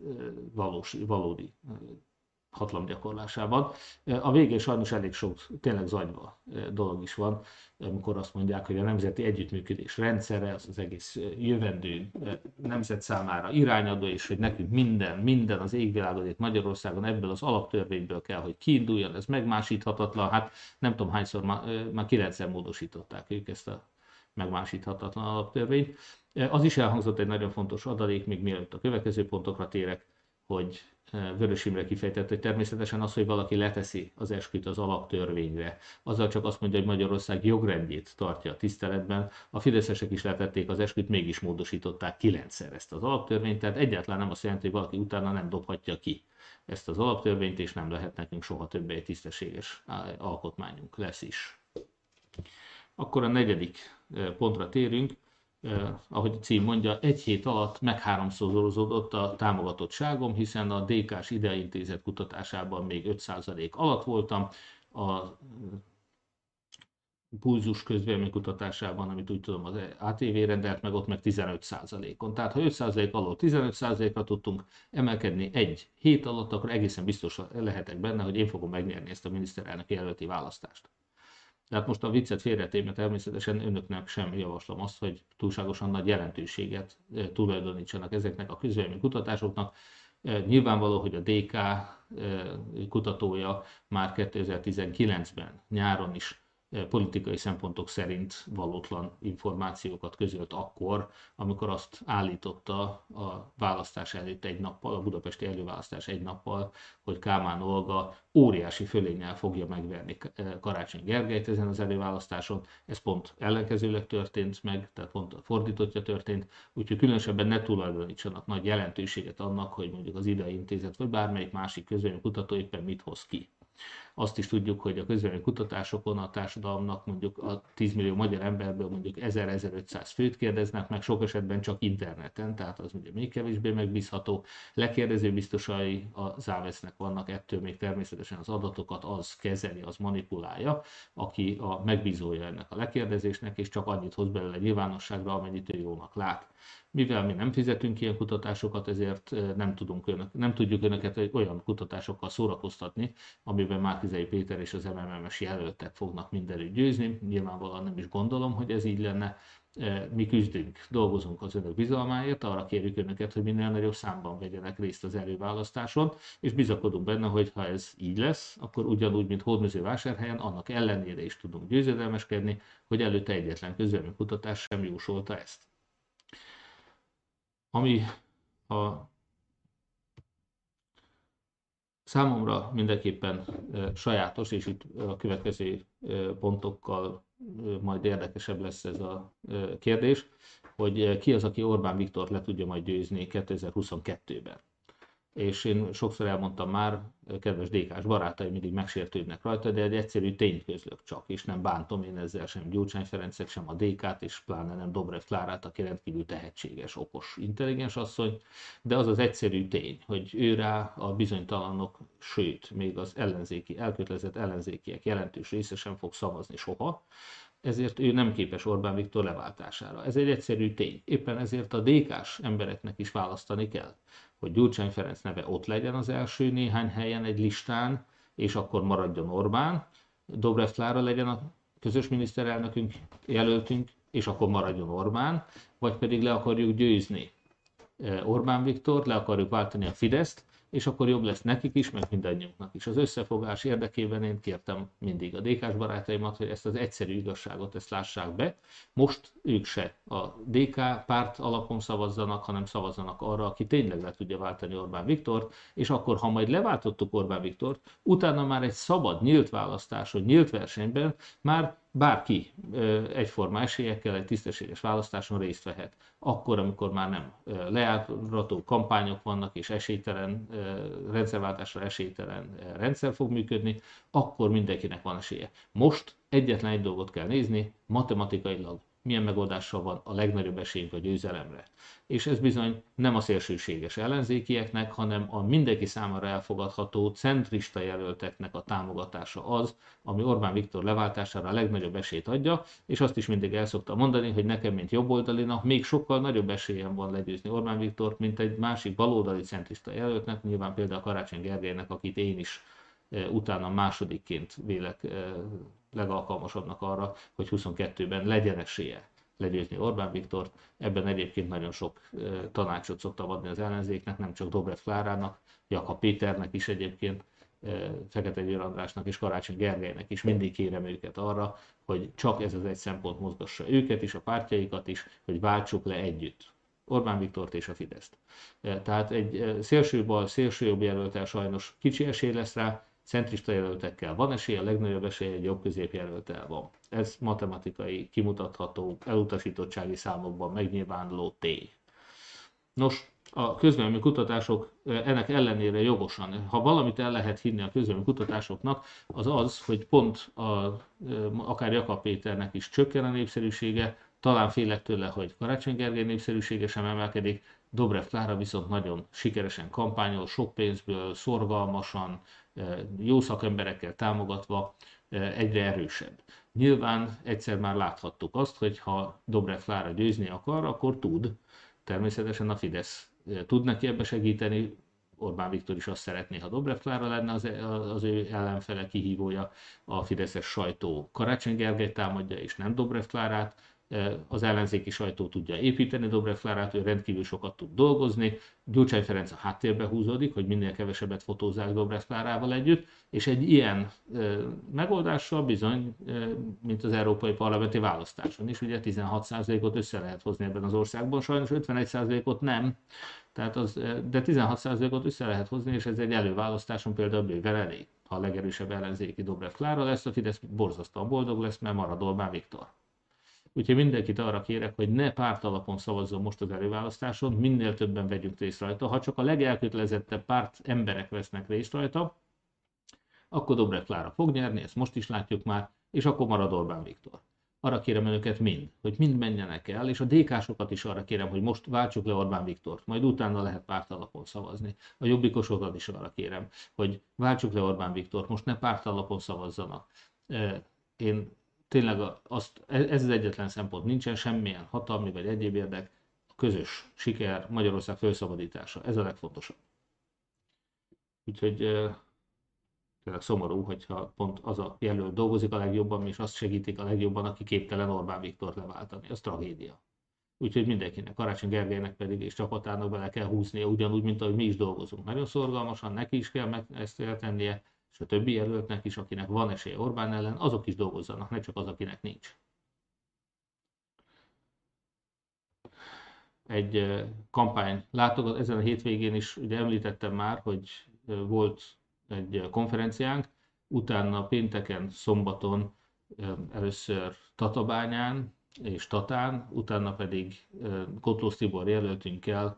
valódi hatalomgyakorlásában. A végén sajnos elég sok tényleg zagyva dolog is van, amikor azt mondják, hogy a nemzeti együttműködés rendszere, az egész jövendő nemzet számára irányadó, és hogy nekünk minden az égvilágon itt Magyarországon ebből az alaptörvényből kell, hogy kiinduljon, ez megmásíthatatlan. Hát nem tudom hányszor, már 9-szer módosították ők ezt a megmásíthatatlan alaptörvényt. Az is elhangzott egy nagyon fontos adalék, még mielőtt a következő pontokra térek, hogy Vörös Imre kifejtett, hogy természetesen az, hogy valaki leteszi az esküt az alaptörvényre, azzal csak azt mondja, hogy Magyarország jogrendjét tartja a tiszteletben. A fideszesek is letették az esküt, mégis módosították 9-szer ezt az alaptörvényt, tehát egyáltalán nem azt jelenti, hogy valaki utána nem dobhatja ki ezt az alaptörvényt, és nem lehet nekünk soha többé egy tisztességes alkotmányunk, lesz is. Akkor a negyedik pontra térünk. Ahogy a cím mondja, egy hét alatt megháromszorozódott a támogatottságom, hiszen a DK-s Ideintézet kutatásában még 5% alatt voltam, a Pulzus közvélemény kutatásában, amit úgy tudom az ATV rendelt meg, ott meg 15%-on. Tehát ha 5% alól 15%-ra tudtunk emelkedni egy hét alatt, akkor egészen biztos lehetek benne, hogy én fogom megnyerni ezt a miniszterelnöki jelölti választást. Tehát most a viccet félretéve természetesen önöknek sem javaslom azt, hogy túlságosan nagy jelentőséget tulajdonítsanak ezeknek a közvélemény kutatásoknak. Nyilvánvaló, hogy a DK kutatója már 2019-ben nyáron is politikai szempontok szerint valótlan információkat közölt akkor, amikor azt állította a választás előtt egy nappal, a budapesti előválasztás egy nappal, hogy Kálmán Olga óriási fölénnyel fogja megverni Karácsony Gergelyt ezen az előválasztáson. Ez pont ellenkezőleg történt meg, tehát pont a fordítottja történt, úgyhogy különösebben ne tulajdonítsanak nagy jelentőséget annak, hogy mondjuk az Ideintézet vagy bármelyik másik közvéleménykutató éppen mit hoz ki. Azt is tudjuk, hogy a közvéleménykutatásokon a társadalomnak mondjuk a 10 millió magyar emberből mondjuk 1000-1500 főt kérdeznek meg, sok esetben csak interneten, tehát az ugye még kevésbé megbízható. Lekérdező biztosai a Závesznek vannak, ettől még természetesen az adatokat az kezeli, az manipulálja, aki a megbízója ennek a lekérdezésnek, és csak annyit hoz belőle nyilvánosságra, amennyit ő jónak lát. Mivel mi nem fizetünk ilyen kutatásokat, ezért nem tudjuk önöket olyan kutatásokkal szórakoztatni, amiben Márki-Zay Péter és az MMM-es jelöltek fognak mindenütt győzni. Nyilvánvalóan nem is gondolom, hogy ez így lenne. Mi küzdünk, dolgozunk az önök bizalmáért, arra kérjük önöket, hogy minél nagyobb számban vegyenek részt az előválasztáson, és bizakodunk benne, hogy ha ez így lesz, akkor ugyanúgy, mint Hódmezővásárhelyen, annak ellenére is tudunk győzedelmeskedni, hogy előtte egyetlen közvéleménykutatás sem jósolta ezt. Ami a számomra mindenképpen sajátos, és itt a következő pontokkal majd érdekesebb lesz ez a kérdés, hogy ki az, aki Orbán Viktort le tudja majd győzni 2022-ben. és én sokszor elmondtam már, kedves DK-s barátaim mindig megsértődnek rajta, de egy egyszerű tényt közlök csak, és nem bántom én ezzel sem Gyurcsány Ferencet, sem a DK-t, és pláne nem Dobrev Klárát, aki rendkívül tehetséges, okos, intelligens asszony, de az az egyszerű tény, hogy ő rá a bizonytalanok, sőt, még az elkötelezett ellenzékiek jelentős része sem fog szavazni soha, ezért ő nem képes Orbán Viktor leváltására. Ez egy egyszerű tény. Éppen ezért a DK-s embereknek is választani kell, hogy Gyurcsány Ferenc neve ott legyen az első néhány helyen egy listán, és akkor maradjon Orbán, Dobrev Klára legyen a közös miniszterelnökünk, jelöltünk, és akkor maradjon Orbán, vagy pedig le akarjuk győzni Orbán Viktor, le akarjuk váltani a Fideszt, és akkor jobb lesz nekik is, meg mindannyiunknak is. Az összefogás érdekében én kértem mindig a DK-s barátaimat, hogy ezt az egyszerű igazságot ezt lássák be. Most ők se a DK párt alapon szavazzanak, hanem szavazzanak arra, aki tényleg le tudja váltani Orbán Viktort, és akkor, ha majd leváltottuk Orbán Viktort, utána már egy szabad, nyílt választáson, nyílt versenyben már bárki egyforma esélyekkel egy tisztességes választáson részt vehet. Akkor, amikor már nem lejárató kampányok vannak, és esélytelen, rendszerváltásra esélytelen rendszer fog működni, akkor mindenkinek van esélye. Most egyetlen egy dolgot kell nézni, matematikailag milyen megoldással van a legnagyobb esélyünk a győzelemre. És ez bizony nem a szélsőséges ellenzékieknek, hanem a mindenki számára elfogadható centrista jelölteknek a támogatása az, ami Orbán Viktor leváltására a legnagyobb esélyt adja, és azt is mindig el szoktam mondani, hogy nekem, mint jobboldalinak, még sokkal nagyobb esélyem van legyőzni Orbán Viktort, mint egy másik baloldali centrista jelöltnek, nyilván például Karácsony Gergelynek, akit én is utána másodikként vélek legalkalmasabbnak arra, hogy 22-ben legyen esélye legyőzni Orbán Viktort. Ebben egyébként nagyon sok tanácsot szoktam adni az ellenzéknek, nem csak Dobrev Klárának, Jakab Péternek is egyébként, Fekete Győr Andrásnak és Karácsony Gergelynek is mindig kérem őket arra, hogy csak ez az egy szempont mozgassa őket is, a pártjaikat is, hogy váltsuk le együtt Orbán Viktort és a Fideszt. Tehát egy szélsőbal, szélsőjobb jelöltel sajnos kicsi esély lesz rá, centrista jelöltekkel van esély, a legnagyobb esély egy jobb középjelölttel van. Ez matematikai, kimutatható, elutasítottsági számokban megnyilvánuló tény. Nos, a közvélemény kutatások ennek ellenére jogosan, ha valamit el lehet hinni a közvélemény kutatásoknak, az az, hogy pont akár Jakab Péternek is csökken a népszerűsége, talán félek tőle, hogy Karácsony Gergely népszerűsége sem emelkedik, Dobrev Klára viszont nagyon sikeresen kampányol, sok pénzből, szorgalmasan, jó szakemberekkel támogatva egyre erősebb. Nyilván egyszer már láthattuk azt, hogy ha Dobrev Klára győzni akar, akkor tud. Természetesen a Fidesz tud neki ebbe segíteni, Orbán Viktor is azt szeretné, ha Dobrev Klára lenne az ő ellenfele, kihívója, a fideszes sajtó Karácsony Gergely támadja, és nem Dobrev Klárát, az ellenzéki sajtó tudja építeni Dobrev Klárát, ő rendkívül sokat tud dolgozni, Gyurcsány Ferenc a háttérbe húzódik, hogy minél kevesebbet fotózzák Dobrev Klárával együtt, és egy ilyen megoldással bizony, mint az európai parlamenti választáson is, ugye 16%-ot össze lehet hozni ebben az országban, sajnos 51%-ot nem, de 16%-ot össze lehet hozni, és ez egy előválasztáson például bőven elég. Ha a legerősebb ellenzéki Dobrev Klára lesz, a Fidesz borzasztóan boldog lesz, mert marad Orbán Viktor. Úgyhogy mindenkit arra kérek, hogy ne párt alapon szavazzon most az előválasztáson, minél többen vegyünk részt rajta. Ha csak a legelkötelezettebb párt emberek vesznek részt rajta, akkor Dobrev Klára fog nyerni, ezt most is látjuk már, és akkor marad Orbán Viktor. Arra kérem önöket hogy mind menjenek el, és a DK-sokat is arra kérem, hogy most váltsuk le Orbán Viktort, majd utána lehet párt alapon szavazni. A jobbikosokat is arra kérem, hogy váltsuk le Orbán Viktort, most ne párt alapon szavazzanak. Én tényleg ez az egyetlen szempont, nincsen semmilyen hatalmi vagy egyéb érdek, a közös siker, Magyarország felszabadítása, ez a legfontosabb. Úgyhogy tényleg szomorú, hogyha pont az a jelölt dolgozik a legjobban, és azt segítik a legjobban, aki képtelen Orbán Viktort leváltani. Az tragédia. Úgyhogy mindenkinek, Karácsony Gergelynek pedig és csapatának bele kell húznia, ugyanúgy, mint ahogy mi is dolgozunk. Nagyon szorgalmasan, neki is kell ezt eltennie, és a többi jelöltnek is, akinek van esélye Orbán ellen, azok is dolgozzanak, ne csak az, akinek nincs. Egy kampány látogat, ezen a hétvégén is ugye említettem már, hogy volt egy konferenciánk, utána pénteken, szombaton először Tatabányán és Tatán, utána pedig Kotlós Tibor jelöltünkkel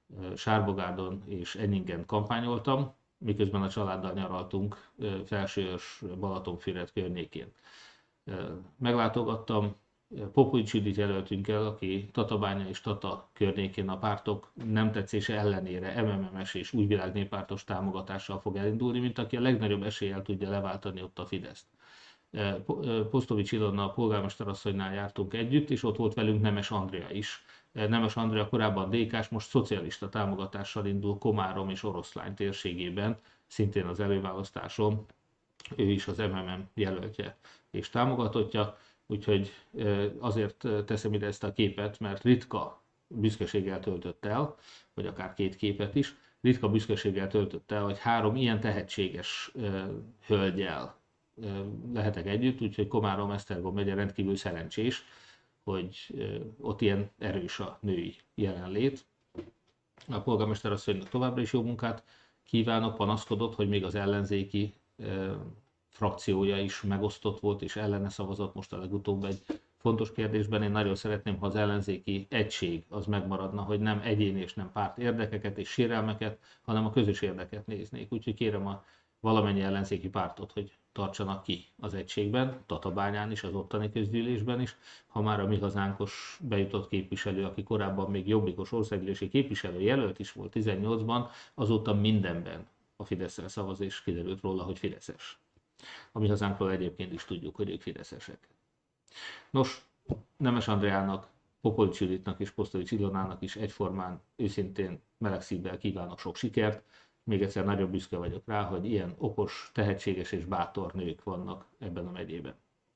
Sárbogárdon és Enningen kampányoltam, miközben a családdal nyaraltunk Felsőörs, Balatonfüred környékén. Meglátogattam, Popovics Judit jelöltünk el, aki Tatabánya és Tata környékén a pártok nem tetszése ellenére MMM-es és Újvilág néppártos támogatással fog elindulni, mint aki a legnagyobb eséllyel tudja leváltani ott a Fideszt. Posztovics Ilona a polgármesterasszonynál jártunk együtt, és ott volt velünk Nemes Andrea is. Nemes Andrea korábban DK-s, most szocialista támogatással indul Komárom és Oroszlány térségében, szintén az előválasztáson. Ő is az MMM jelöltje és támogatottja, úgyhogy azért teszem ide ezt a képet, mert ritka büszkeséggel töltött el, vagy akár két képet is, ritka büszkeséggel töltött el, hogy 3 ilyen tehetséges hölgyel lehetek együtt, úgyhogy Komárom-Esztergom megye rendkívül szerencsés, hogy ott ilyen erős a női jelenlét. A polgármester asszonynak továbbra is jó munkát kívánok, panaszkodott, hogy még az ellenzéki frakciója is megosztott volt, és ellene szavazott most a legutóbb egy fontos kérdésben. Én nagyon szeretném, ha az ellenzéki egység az megmaradna, hogy nem egyéni és nem párt érdekeket és sérelmeket, hanem a közös érdeket néznék. Úgyhogy kérem a valamennyi ellenzéki pártot, hogy tartsanak ki az egységben, Tatabányán is, az ottani közgyűlésben is. Ha már a Mi Hazánkos bejutott képviselő, aki korábban még jobbikos országgyűlési képviselő jelölt is volt 18-ban, azóta mindenben a Fideszre szavaz, és kiderült róla, hogy fideszes. A Mi Hazánkról egyébként is tudjuk, hogy ők fideszesek. Nos, Nemes Andreának, Popovics Juditnak és Posztovics Ilonának is egyformán őszintén meleg szívvel kívánok sok sikert. Még egyszer nagyon büszke vagyok rá, hogy ilyen okos, tehetséges és bátor nők vannak ebben a megyében.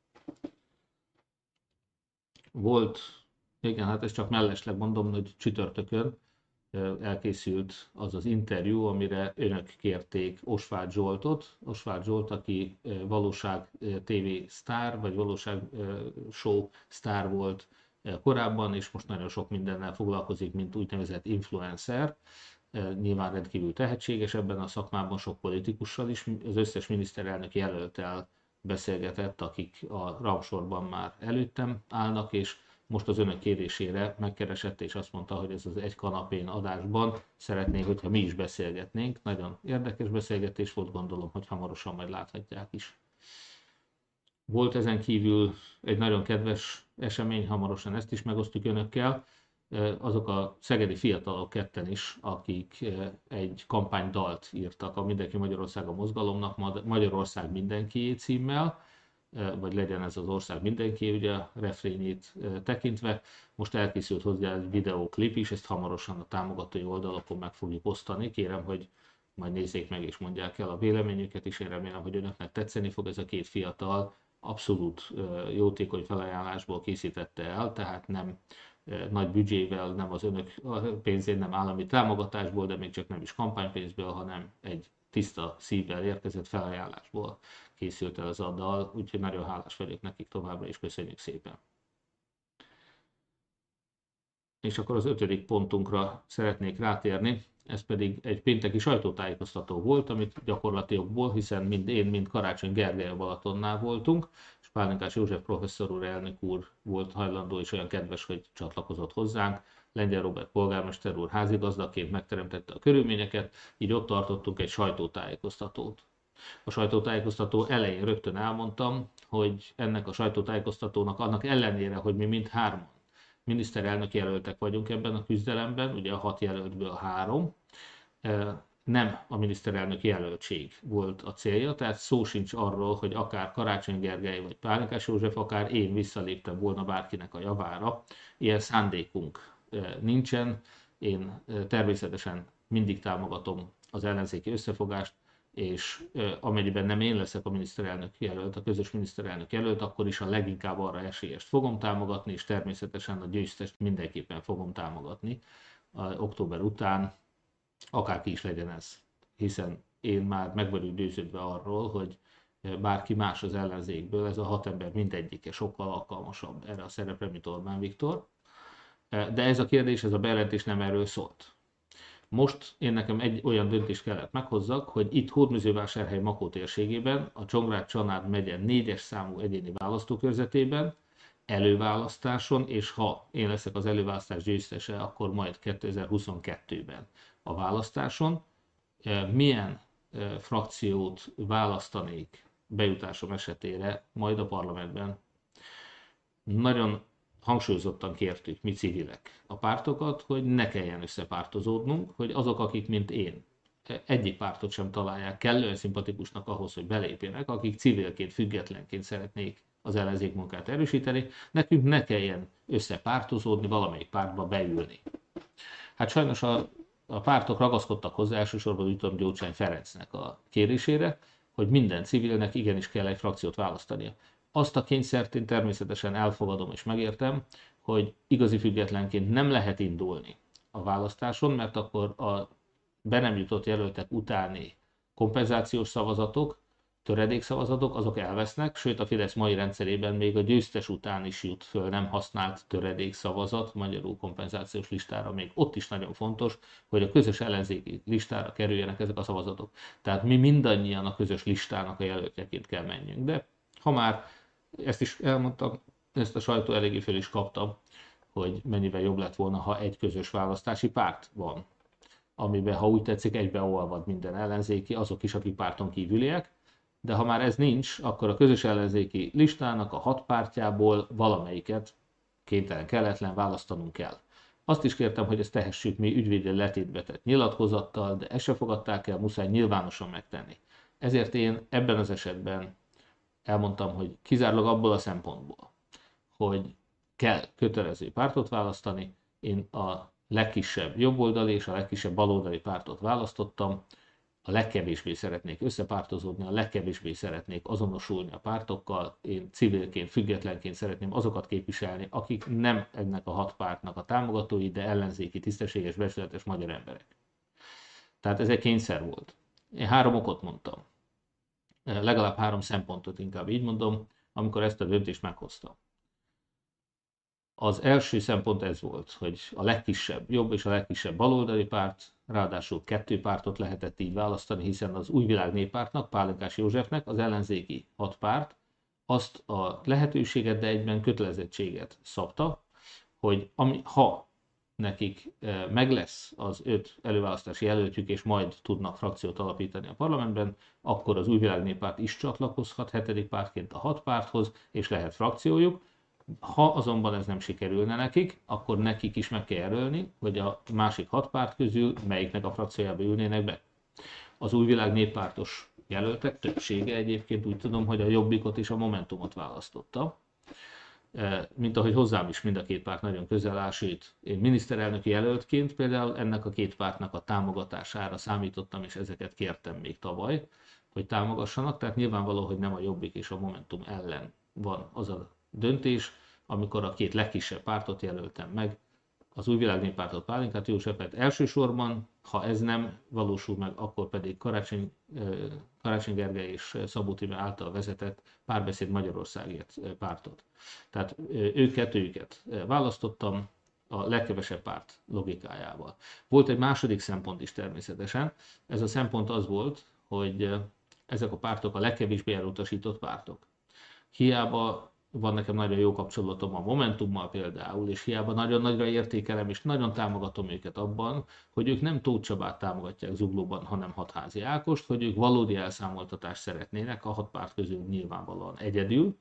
Volt, igen, hát ezt csak mellesleg mondom, hogy csütörtökön elkészült az az interjú, amire önök kérték Osváth Zsoltot. Osváth Zsolt, aki valóság TV sztár, vagy valóság show sztár volt korábban, és most nagyon sok mindennel foglalkozik, mint úgynevezett influencer. Nyilván rendkívül tehetséges ebben a szakmában, sok politikussal is, az összes miniszterelnök jelölttel beszélgetett, akik a rangsorban már előttem állnak, és most az önök kérésére megkeresett, és azt mondta, hogy ez az Egy kanapén adásban szeretnék, hogyha mi is beszélgetnénk. Nagyon érdekes beszélgetés volt, gondolom, hogy hamarosan majd láthatják is. Volt ezen kívül egy nagyon kedves esemény, hamarosan ezt is megosztjuk önökkel. Azok a szegedi fiatalok ketten is, akik egy kampánydalt írtak a Mindenki Magyarországa mozgalomnak, Magyarország mindenkié címmel, vagy legyen ez az ország mindenki, ugye a refrényét tekintve. Most elkészült hozzá egy videóklip is, ezt hamarosan a támogatói oldalakon meg fogjuk osztani. Kérem, hogy majd nézzék meg és mondják el a véleményüket is. Én remélem, hogy önöknek tetszeni fog. Ez a két fiatal abszolút jótékony felajánlásból készítette el, tehát nem nagy büdzsével, nem az önök pénzén, nem állami támogatásból, de még csak nem is kampánypénzből, hanem egy tiszta szívvel érkezett felajánlásból készült el az a dal, úgyhogy nagyon hálás vagyok nekik továbbra, és köszönjük szépen. És akkor az 5. pontunkra szeretnék rátérni, ez pedig egy pénteki sajtótájékoztató volt, amit gyakorlatilag, hiszen mind én, mind Karácsony Gergely a Balatonnál voltunk, és Pálinkás József professzor úr, elnök úr volt hajlandó és olyan kedves, hogy csatlakozott hozzánk. Lengyel Róbert polgármester úr házigazdaként megteremtette a körülményeket, így ott tartottunk egy sajtótájékoztatót. A sajtótájékoztató elején rögtön elmondtam, hogy ennek a sajtótájékoztatónak annak ellenére, hogy mi mindhárman miniszterelnök jelöltek vagyunk ebben a küzdelemben, ugye a 6 jelöltből 3, nem a miniszterelnök jelöltség volt a célja, tehát szó sincs arról, hogy akár Karácsony Gergely vagy Pálinkás József, akár én visszaléptem volna bárkinek a javára. Ilyen szándékunk nincsen. Én természetesen mindig támogatom az ellenzéki összefogást, és amennyiben nem én leszek a miniszterelnök jelölt, a közös miniszterelnök jelölt, akkor is a leginkább arra esélyest fogom támogatni, és természetesen a győztest mindenképpen fogom támogatni október után, akárki is legyen ez. Hiszen én már meg vagyok győződve arról, hogy bárki más az ellenzékből, ez a 6 ember mindegyike sokkal alkalmasabb erre a szerepre, mint Orbán Viktor. De ez a kérdés, ez a bejelentés nem erről szólt. Most én nekem egy olyan döntést kellett meghozzak, hogy itt Hódmezővásárhely Makó térségében, a Csongrád-Csanád megye 4-es számú egyéni választókörzetében előválasztáson, és ha én leszek az előválasztás győztese, akkor majd 2022-ben a választáson, milyen frakciót választanék bejutásom esetére majd a parlamentben. Nagyon hangsúlyozottan kértük mi civilek a pártokat, hogy ne kelljen összepártozódnunk, hogy azok, akik mint én egyik pártot sem találják kellően szimpatikusnak ahhoz, hogy belépjenek, akik civilként, függetlenként szeretnék az ellenzék munkát erősíteni, nekünk ne kelljen összepártozódni, valamelyik pártba beülni. Hát sajnos a pártok ragaszkodtak hozzá, elsősorban úgy tudom Gyurcsány Ferencnek a kérésére, hogy minden civilnek igenis kell egy frakciót választania. Azt a kényszert én természetesen elfogadom és megértem, hogy igazi függetlenként nem lehet indulni a választáson, mert akkor a be nem jutott jelöltek utáni kompenzációs szavazatok, töredékszavazatok, azok elvesznek, sőt a Fidesz mai rendszerében még a győztes után is jut föl nem használt töredékszavazat, magyarul kompenzációs listára, még ott is nagyon fontos, hogy a közös ellenzéki listára kerüljenek ezek a szavazatok. Tehát mi mindannyian a közös listának a jelöltjeként kell menjünk. De ha már ezt is elmondtam, ezt a sajtó eléggé föl is kapta, hogy mennyivel jobb lett volna, ha egy közös választási párt van, amiben, ha úgy tetszik, egybeolvad minden ellenzéki, azok is, akik párton kívüliek, de ha már ez nincs, akkor a közös ellenzéki listának a 6 pártjából valamelyiket kénytelen, kelletlen választanunk kell. Azt is kértem, hogy ezt tehessük mi ügyvéddel letétbe tett nyilatkozattal, de ezt se fogadták el, muszáj nyilvánosan megtenni. Ezért én ebben az esetben elmondtam, hogy kizárólag abból a szempontból, hogy kell kötelező pártot választani, én a legkisebb jobboldali és a legkisebb baloldali pártot választottam, a legkevésbé szeretnék összepártozódni, a legkevésbé szeretnék azonosulni a pártokkal, én civilként, függetlenként szeretném azokat képviselni, akik nem ennek a 6 pártnak a támogatói, de ellenzéki, tisztességes, becsületes magyar emberek. Tehát ez egy kényszer volt. Én 3 okot mondtam. Legalább 3 szempontot, inkább így mondom, amikor ezt a döntést meghoztam. Az első szempont ez volt, hogy a legkisebb jobb és a legkisebb baloldali párt, ráadásul 2 pártot lehetett így választani, hiszen az Új Világ Néppártnak, Pálinkás Józsefnek, az ellenzéki 6 párt azt a lehetőséget, de egyben kötelezettséget szabta, hogy ha nekik meg lesz az 5 előválasztási jelöltjük, és majd tudnak frakciót alapítani a parlamentben, akkor az Új Világ Néppárt is csatlakozhat 7. pártként a 6 párthoz, és lehet frakciójuk. Ha azonban ez nem sikerülne nekik, akkor nekik is meg kell jelölni, hogy a másik 6 párt közül melyiknek a frakciójába ülnének be. Az Új Világ Néppártos jelöltek többsége egyébként úgy tudom, hogy a Jobbikot és a Momentumot választotta. Mint ahogy hozzám is mind a 2 párt nagyon közel áll, sőt, én miniszterelnöki jelöltként például ennek a 2 pártnak a támogatására számítottam, és ezeket kértem még tavaly, hogy támogassanak, tehát nyilvánvaló, hogy nem a Jobbik és a Momentum ellen van az a döntés, amikor a 2 legkisebb pártot jelöltem meg, az Új Világ Néppártot, Pálinkát Józsefet elsősorban, ha ez nem valósul meg, akkor pedig Karácsony Gergely és Szabó Tíme által vezetett Párbeszéd Magyarországért pártot. Tehát ők kettőjüket választottam a legkevesebb párt logikájával. Volt egy második szempont is természetesen. Ez a szempont az volt, hogy ezek a pártok a legkevésbé elutasított pártok. Hiába van nekem nagyon jó kapcsolatom a Momentummal például, és hiába nagyon nagyra értékelem, és nagyon támogatom őket abban, hogy ők nem Tóth Csabát támogatják Zuglóban, hanem Hatházi Ákost, hogy ők valódi elszámoltatást szeretnének, a 6 párt közül nyilvánvalóan egyedül.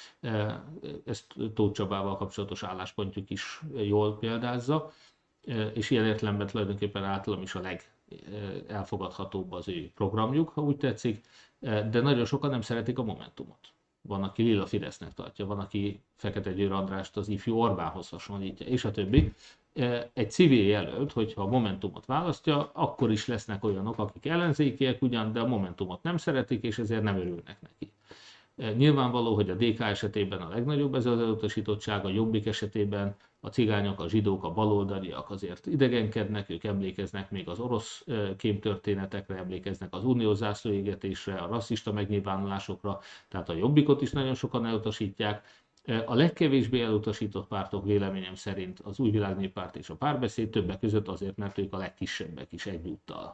Ezt Tóth Csabával kapcsolatos álláspontjuk is jól példázza, és ilyen értelemben tulajdonképpen általam is a legelfogadhatóbb az ő programjuk, ha úgy tetszik, de nagyon sokan nem szeretik a Momentumot. Van, aki Lila Fidesznek tartja, van, aki Fekete Győr Andrást az ifjú Orbánhoz hasonlítja, és a többi. Egy civil jelölt, hogyha a Momentumot választja, akkor is lesznek olyanok, akik ellenzékiek ugyan, de a Momentumot nem szeretik, és ezért nem örülnek neki. Nyilvánvaló, hogy a DK esetében a legnagyobb ez az elutasítottság, a Jobbik esetében a cigányok, a zsidók, a baloldaliak azért idegenkednek, ők emlékeznek még az orosz kémtörténetekre, emlékeznek az uniós zászlóégetésre, a rasszista megnyilvánulásokra, tehát a Jobbikot is nagyon sokan elutasítják. A legkevésbé elutasított pártok véleményem szerint az Új Világ Néppárt és a Párbeszéd, többek között azért, mert ők a legkisebbek is egyúttal.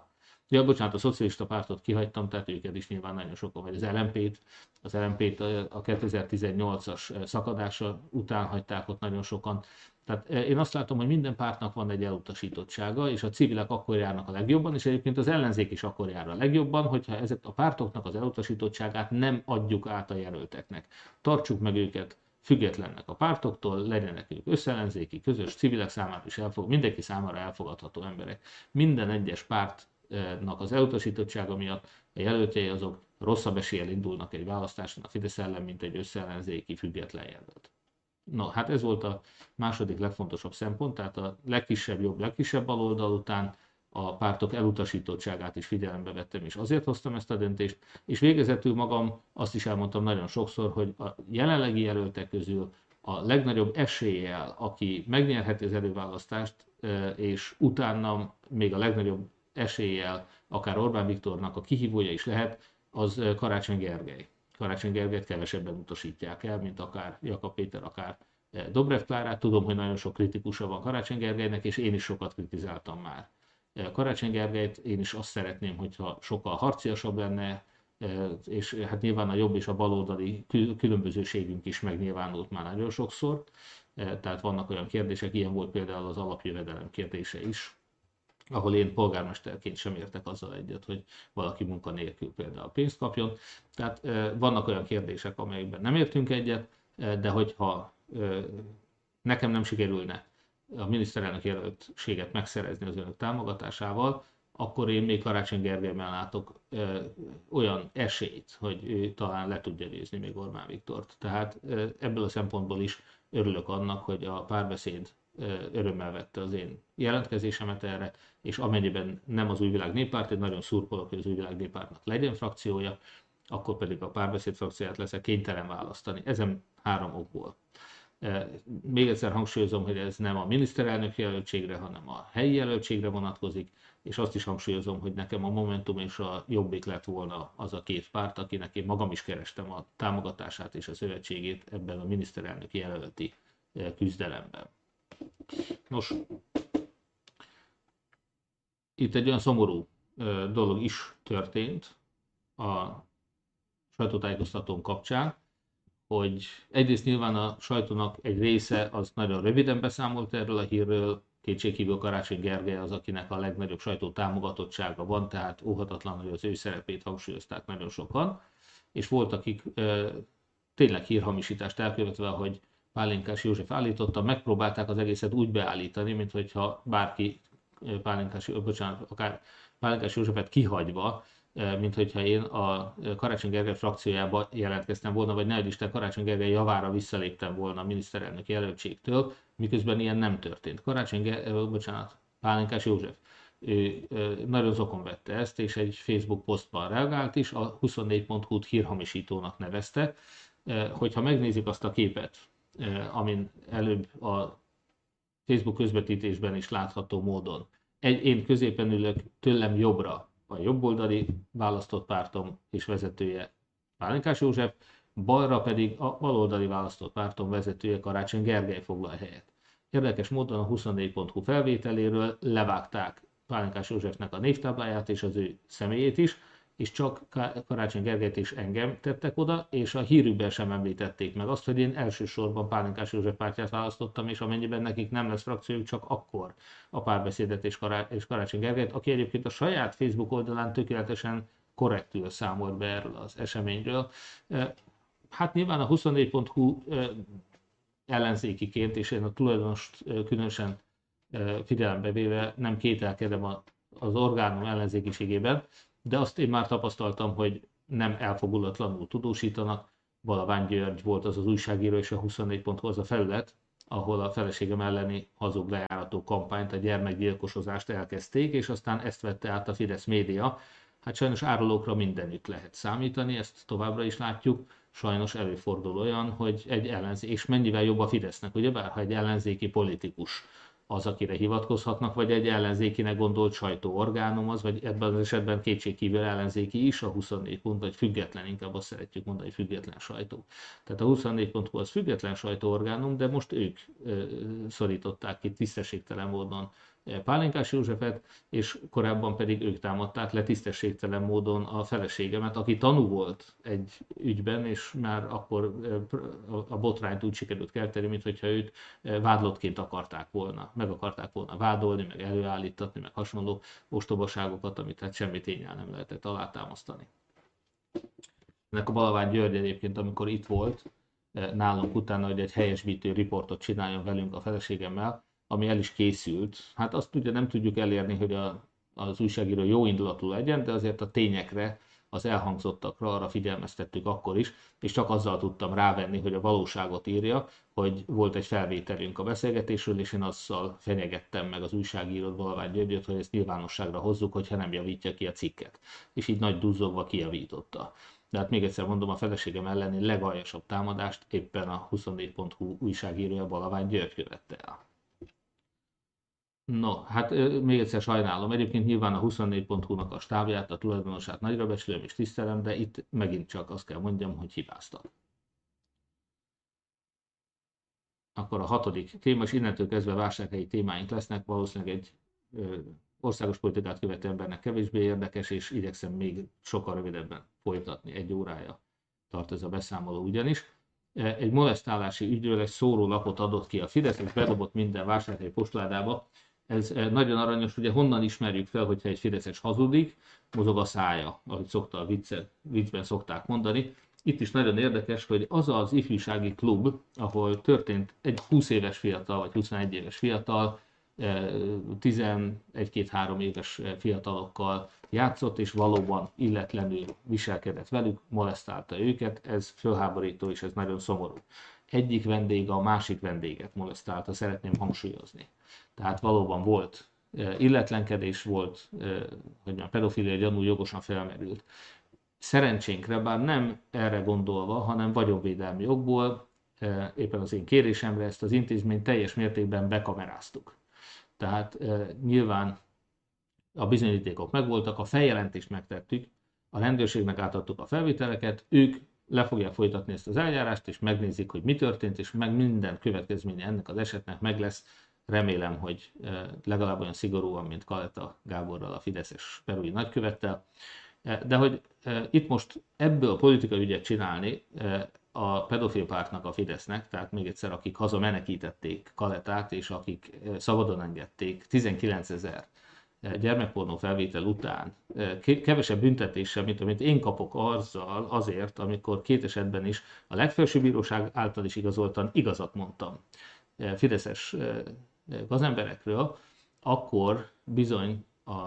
Ja, bocsánat, a szocialista pártot kihagytam, tehát őket is nyilván nagyon sokan, vagy az LMP-t a 2018-as szakadása után hagyták ott nagyon sokan. Tehát én azt látom, hogy minden pártnak van egy elutasítottsága, és a civilek akkor járnak a legjobban, és egyébként az ellenzék is akkor jár a legjobban, hogyha ezek a pártoknak az elutasítottságát nem adjuk át a jelölteknek. Tartsuk meg őket függetlennek a pártoktól, legyenek ők összellenzéki, közös, civilek számára is mindenki számára elfogadható emberek. Minden egyes pártnak az elutasítottsága miatt a jelöltjei azok rosszabb eséllyel indulnak egy választáson a Fidesz ellen, mint egy összellenzéki független jelölt. No, hát ez volt a második legfontosabb szempont, tehát a legkisebb jobb, legkisebb baloldal után a pártok elutasítottságát is figyelembe vettem, és azért hoztam ezt a döntést, és végezetül magam azt is elmondtam nagyon sokszor, hogy a jelenlegi jelöltek közül a legnagyobb eséllyel, aki megnyerheti az előválasztást, és utána még a legnagyobb eséllyel akár Orbán Viktornak a kihívója is lehet, az Karácsony Gergely. Karácsony Gergelyt kevesebben utasítják el, mint akár Jakab Péter, akár Dobrev Klárát. Tudom, hogy nagyon sok kritikusa van Karácsony Gergelynek, és én is sokat kritizáltam már Karácsony Gergelyt. Én is azt szeretném, hogyha sokkal harciasabb lenne, és hát nyilván a jobb és a baloldali különbözőségünk is megnyilvánult már nagyon sokszor. Tehát vannak olyan kérdések, ilyen volt például az alapjövedelem kérdése is, ahol én polgármesterként sem értek azzal egyet, hogy valaki munkanélkül például pénzt kapjon. Tehát vannak olyan kérdések, amelyekben nem értünk egyet, de hogyha nekem nem sikerülne a miniszterelnök jelöltséget megszerezni az önök támogatásával, akkor én még Karácsony Gergelyben látok olyan esélyt, hogy ő talán le tudja győzni még Orbán Viktort. Tehát ebből a szempontból is örülök annak, hogy a Párbeszéd örömmel vette az én jelentkezésemet erre, és amennyiben nem az Új Világ Néppárt, én nagyon szurkolok, hogy az Új Világ Néppártnak legyen frakciója, akkor pedig a Párbeszéd frakcióját leszek kénytelen választani. Ezen 3 okból. Még egyszer hangsúlyozom, hogy ez nem a miniszterelnök jelöltségre, hanem a helyi jelöltségre vonatkozik, és azt is hangsúlyozom, hogy nekem a Momentum és a Jobbik lett volna az a 2 párt, akinek én magam is kerestem a támogatását és a szövetségét ebben a miniszterelnök jelölti küzdelemben. Nos, itt egy olyan szomorú dolog is történt a sajtótájékoztatón kapcsán, hogy egyrészt nyilván a sajtónak egy része az nagyon röviden beszámolt erről a hírről, kétségkívül Karácsony Gergely az, akinek a legnagyobb sajtó támogatottsága van, tehát óhatatlan, hogy az ő szerepét hangsúlyozták nagyon sokan, és volt, akik tényleg hírhamisítást elkövetve, ahogy Pálinkás József állította, megpróbálták az egészet úgy beállítani, mint hogyha bárki akár Pálinkás Józsefet kihagyva, mint hogyha én a Karácsony Gergely frakciójába jelentkeztem volna, vagy ne Isten Karácsony Gergely javára visszaléptem volna a miniszterelnök jelöltségtől, miközben ilyen nem történt. Pálinkás József, ő nagyon zokon vette ezt, és egy Facebook posztban reagált is, a 24.hu-t hírhamisítónak nevezte. Hogyha megnézik azt a képet, amin előbb a Facebook közvetítésben is látható módon, én középen ülök, tőlem jobbra a jobboldali választott pártom és vezetője Pálinkás József, balra pedig a baloldali választott pártom vezetője Karácsony Gergely foglal helyet. Érdekes módon a 24.hu felvételéről levágták Pálinkás Józsefnek a névtábláját és az ő személyét is, és csak Karácsony Gergelyt és engem tettek oda, és a hírükben sem említették meg azt, hogy én elsősorban Pálinkás József pártját választottam, és amennyiben nekik nem lesz frakciójuk, csak akkor a Párbeszédet és Karácsony Gergelyt, aki egyébként a saját Facebook oldalán tökéletesen korrektül számolt be erről az eseményről. Hát nyilván a 24.hu ellenzékiként, és én a tulajdonost különösen figyelembe véve nem kételkedem az orgánum ellenzékiségében, de azt én már tapasztaltam, hogy nem elfogulatlanul tudósítanak. Balavány György volt az újságíró, és a 24.hu az a felület, ahol a feleségem elleni hazug lejárató kampányt, a gyermekgyilkosozást elkezdték, és aztán ezt vette át a Fidesz média. Hát sajnos árulókra mindenütt lehet számítani, ezt továbbra is látjuk. Sajnos előfordul olyan, hogy egy ellenzék, és mennyivel jobb a Fidesznek, ugyebár, ha egy ellenzéki politikus az, akire hivatkozhatnak, vagy egy ellenzékinek gondolt sajtóorgánum az, vagy ebben az esetben kétségkívül ellenzéki is a 24 pont, vagy független, inkább azt szeretjük mondani, hogy független sajtó. Tehát a 24.hu az független sajtóorgánum, de most ők szorították ki tisztességtelen módon Pálinkás Józsefet, és korábban pedig ők támadták le tisztességtelen módon a feleségemet, aki tanú volt egy ügyben, és már akkor a botrányt úgy sikerült kelteni, mintha őt vádlottként akarták volna, meg akarták volna vádolni, meg előállítatni, meg hasonló ostobaságokat, amit hát semmi tényel nem lehetett alátámasztani. Ennek a Balavány György egyébként, amikor itt volt nálunk utána, hogy egy helyesbítő riportot csináljon velünk a feleségemmel, ami el is készült. Hát azt ugye nem tudjuk elérni, hogy az újságíró jó indulatú legyen, de azért a tényekre, az elhangzottakra arra figyelmeztettük akkor is, és csak azzal tudtam rávenni, hogy a valóságot írja, hogy volt egy felvételünk a beszélgetésről, és én azzal fenyegettem meg az újságírót, Balavány Györgyöt, hogy ezt nyilvánosságra hozzuk, hogyha nem javítja ki a cikket. És így nagy duzzogva kijavította. De hát még egyszer mondom, a feleségem elleni legaljasabb támadást éppen a 24.hu újságírója Balavány György követte el. No, hát még egyszer sajnálom. Egyébként nyilván a 24.hu-nak a stábját, a tulajdonosát nagyra becsülöm és tisztelem, de itt megint csak azt kell mondjam, hogy hibáztak. Akkor a 6. téma, és innentől kezdve vásárhelyi témáink lesznek, valószínűleg egy országos politikát követő embernek kevésbé érdekes, és igyekszem még sokkal rövidebben folytatni, 1 órája tart ez a beszámoló ugyanis. Egy molesztálási ügyről egy szórólapot adott ki a Fidesz, és bedobott minden vásárhelyi postaládába. Ez nagyon aranyos, ugye honnan ismerjük fel, hogyha egy fideszes hazudik, mozog a szája, ahogy szokta a viccben szokták mondani. Itt is nagyon érdekes, hogy az az ifjúsági klub, ahol történt egy 20 éves fiatal, vagy 21 éves fiatal, 11-2-3 éves fiatalokkal játszott, és valóban illetlenül viselkedett velük, molesztálta őket, ez fölháborító, és ez nagyon szomorú. Egyik vendég a másik vendéget molesztálta, szeretném hangsúlyozni. Tehát valóban volt illetlenkedés, volt, hogy a pedofilia gyanú jogosan felmerült. Szerencsénkre, bár nem erre gondolva, hanem vagyonvédelmi okból, éppen az én kérésemre ezt az intézményt teljes mértékben bekameráztuk. Tehát nyilván a bizonyítékok megvoltak, a feljelentést megtettük, a rendőrségnek átadtuk a felvételeket, ők le fogják folytatni ezt az eljárást, és megnézik, hogy mi történt, és meg minden következménye ennek az esetnek meg lesz. Remélem, hogy legalább olyan szigorúan, mint Kaleta Gáborral, a fideszes perui nagykövettel. De hogy itt most ebből politikai ügyet csinálni, a pedofil pártnak, a Fidesznek, tehát még egyszer, akik hazamenekítették Kaletát, és akik szabadon engedték 19 000 gyermekpornó felvétel után, kevesebb büntetéssel, mint amit én kapok azzal azért, amikor 2 esetben is a legfelsőbb bíróság által is igazoltan igazat mondtam fideszes gazemberekről, akkor bizony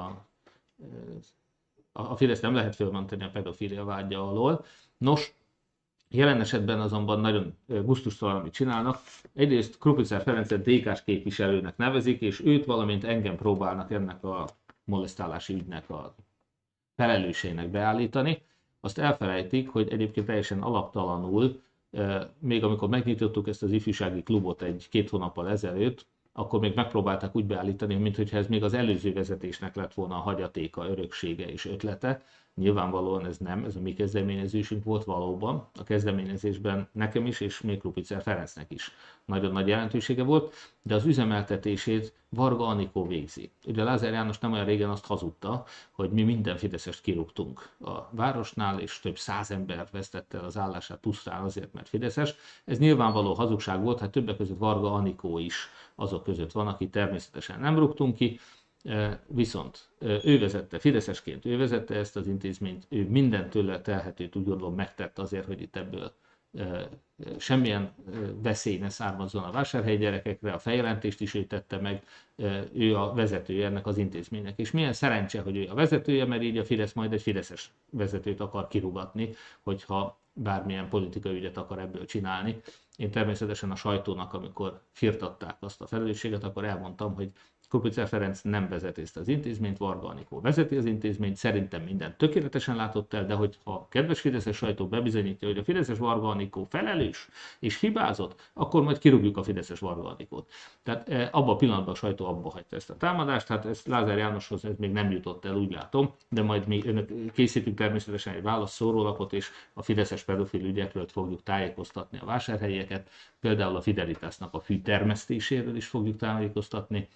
a Fidesz nem lehet fölmenteni a pedofília vádja alól. Nos, jelen esetben azonban nagyon gusztustalan, amit csinálnak. Egyrészt Krupicer Ferencet DK-s képviselőnek nevezik, és őt valamint engem próbálnak ennek a molesztálási ügynek a felelősének beállítani. Azt elfelejtik, hogy egyébként teljesen alaptalanul, még amikor megnyitottuk ezt az ifjúsági klubot 1-2 hónappal ezelőtt, akkor még megpróbálták úgy beállítani, mintha ez még az előző vezetésnek lett volna a hagyatéka, öröksége és ötlete. Nyilvánvalóan ez nem, ez a mi kezdeményezésünk volt valóban. A kezdeményezésben nekem is, és még Krupicer Ferencnek is nagyon nagy jelentősége volt, de az üzemeltetését Varga Anikó végzi. Ugye Lázár János nem olyan régen azt hazudta, hogy mi minden fideszest kirúgtunk a városnál, és több 100 ember vesztette el az állását pusztán azért, mert fideszes. Ez nyilvánvaló hazugság volt, hát többek között Varga Anikó is azok között van, aki természetesen nem rúgtunk ki, viszont ő vezette, fideszesként ő vezette ezt az intézményt, ő mindent tőle telhetőt úgy gondolom megtett azért, hogy itt ebből semmilyen veszély ne származzon a vásárhelyi gyerekekre, a feljelentést is ő tette meg, ő a vezetője ennek az intézménynek. És milyen szerencse, hogy ő a vezetője, mert így a Fidesz majd egy fideszes vezetőt akar kirúgatni, hogyha bármilyen politikai ügyet akar ebből csinálni. Én természetesen a sajtónak, amikor firtatták azt a felelősséget, akkor elmondtam, hogy Krupicer Ferenc nem vezeti ezt az intézményt, Varga Anikó vezeti az intézményt, szerintem mindent tökéletesen látott el, de hogyha a kedves fideszes sajtó bebizonyítja, hogy a fideszes Varga Anikó felelős és hibázott, akkor majd kirúgjuk a fideszes Varga Anikót. Tehát abban a pillanatban a sajtó abba hagyta ezt a támadást, hát ezt Lázár Jánoshoz ez még nem jutott el, úgy látom, de majd mi készítünk természetesen egy válaszszórólapot, és a fideszes pedofil ügyekről fogjuk tájékoztatni a vásárhelyieket, például a Fidelitásnak a fűtermesztéséről is fogjuk tájékoztatni. Ugye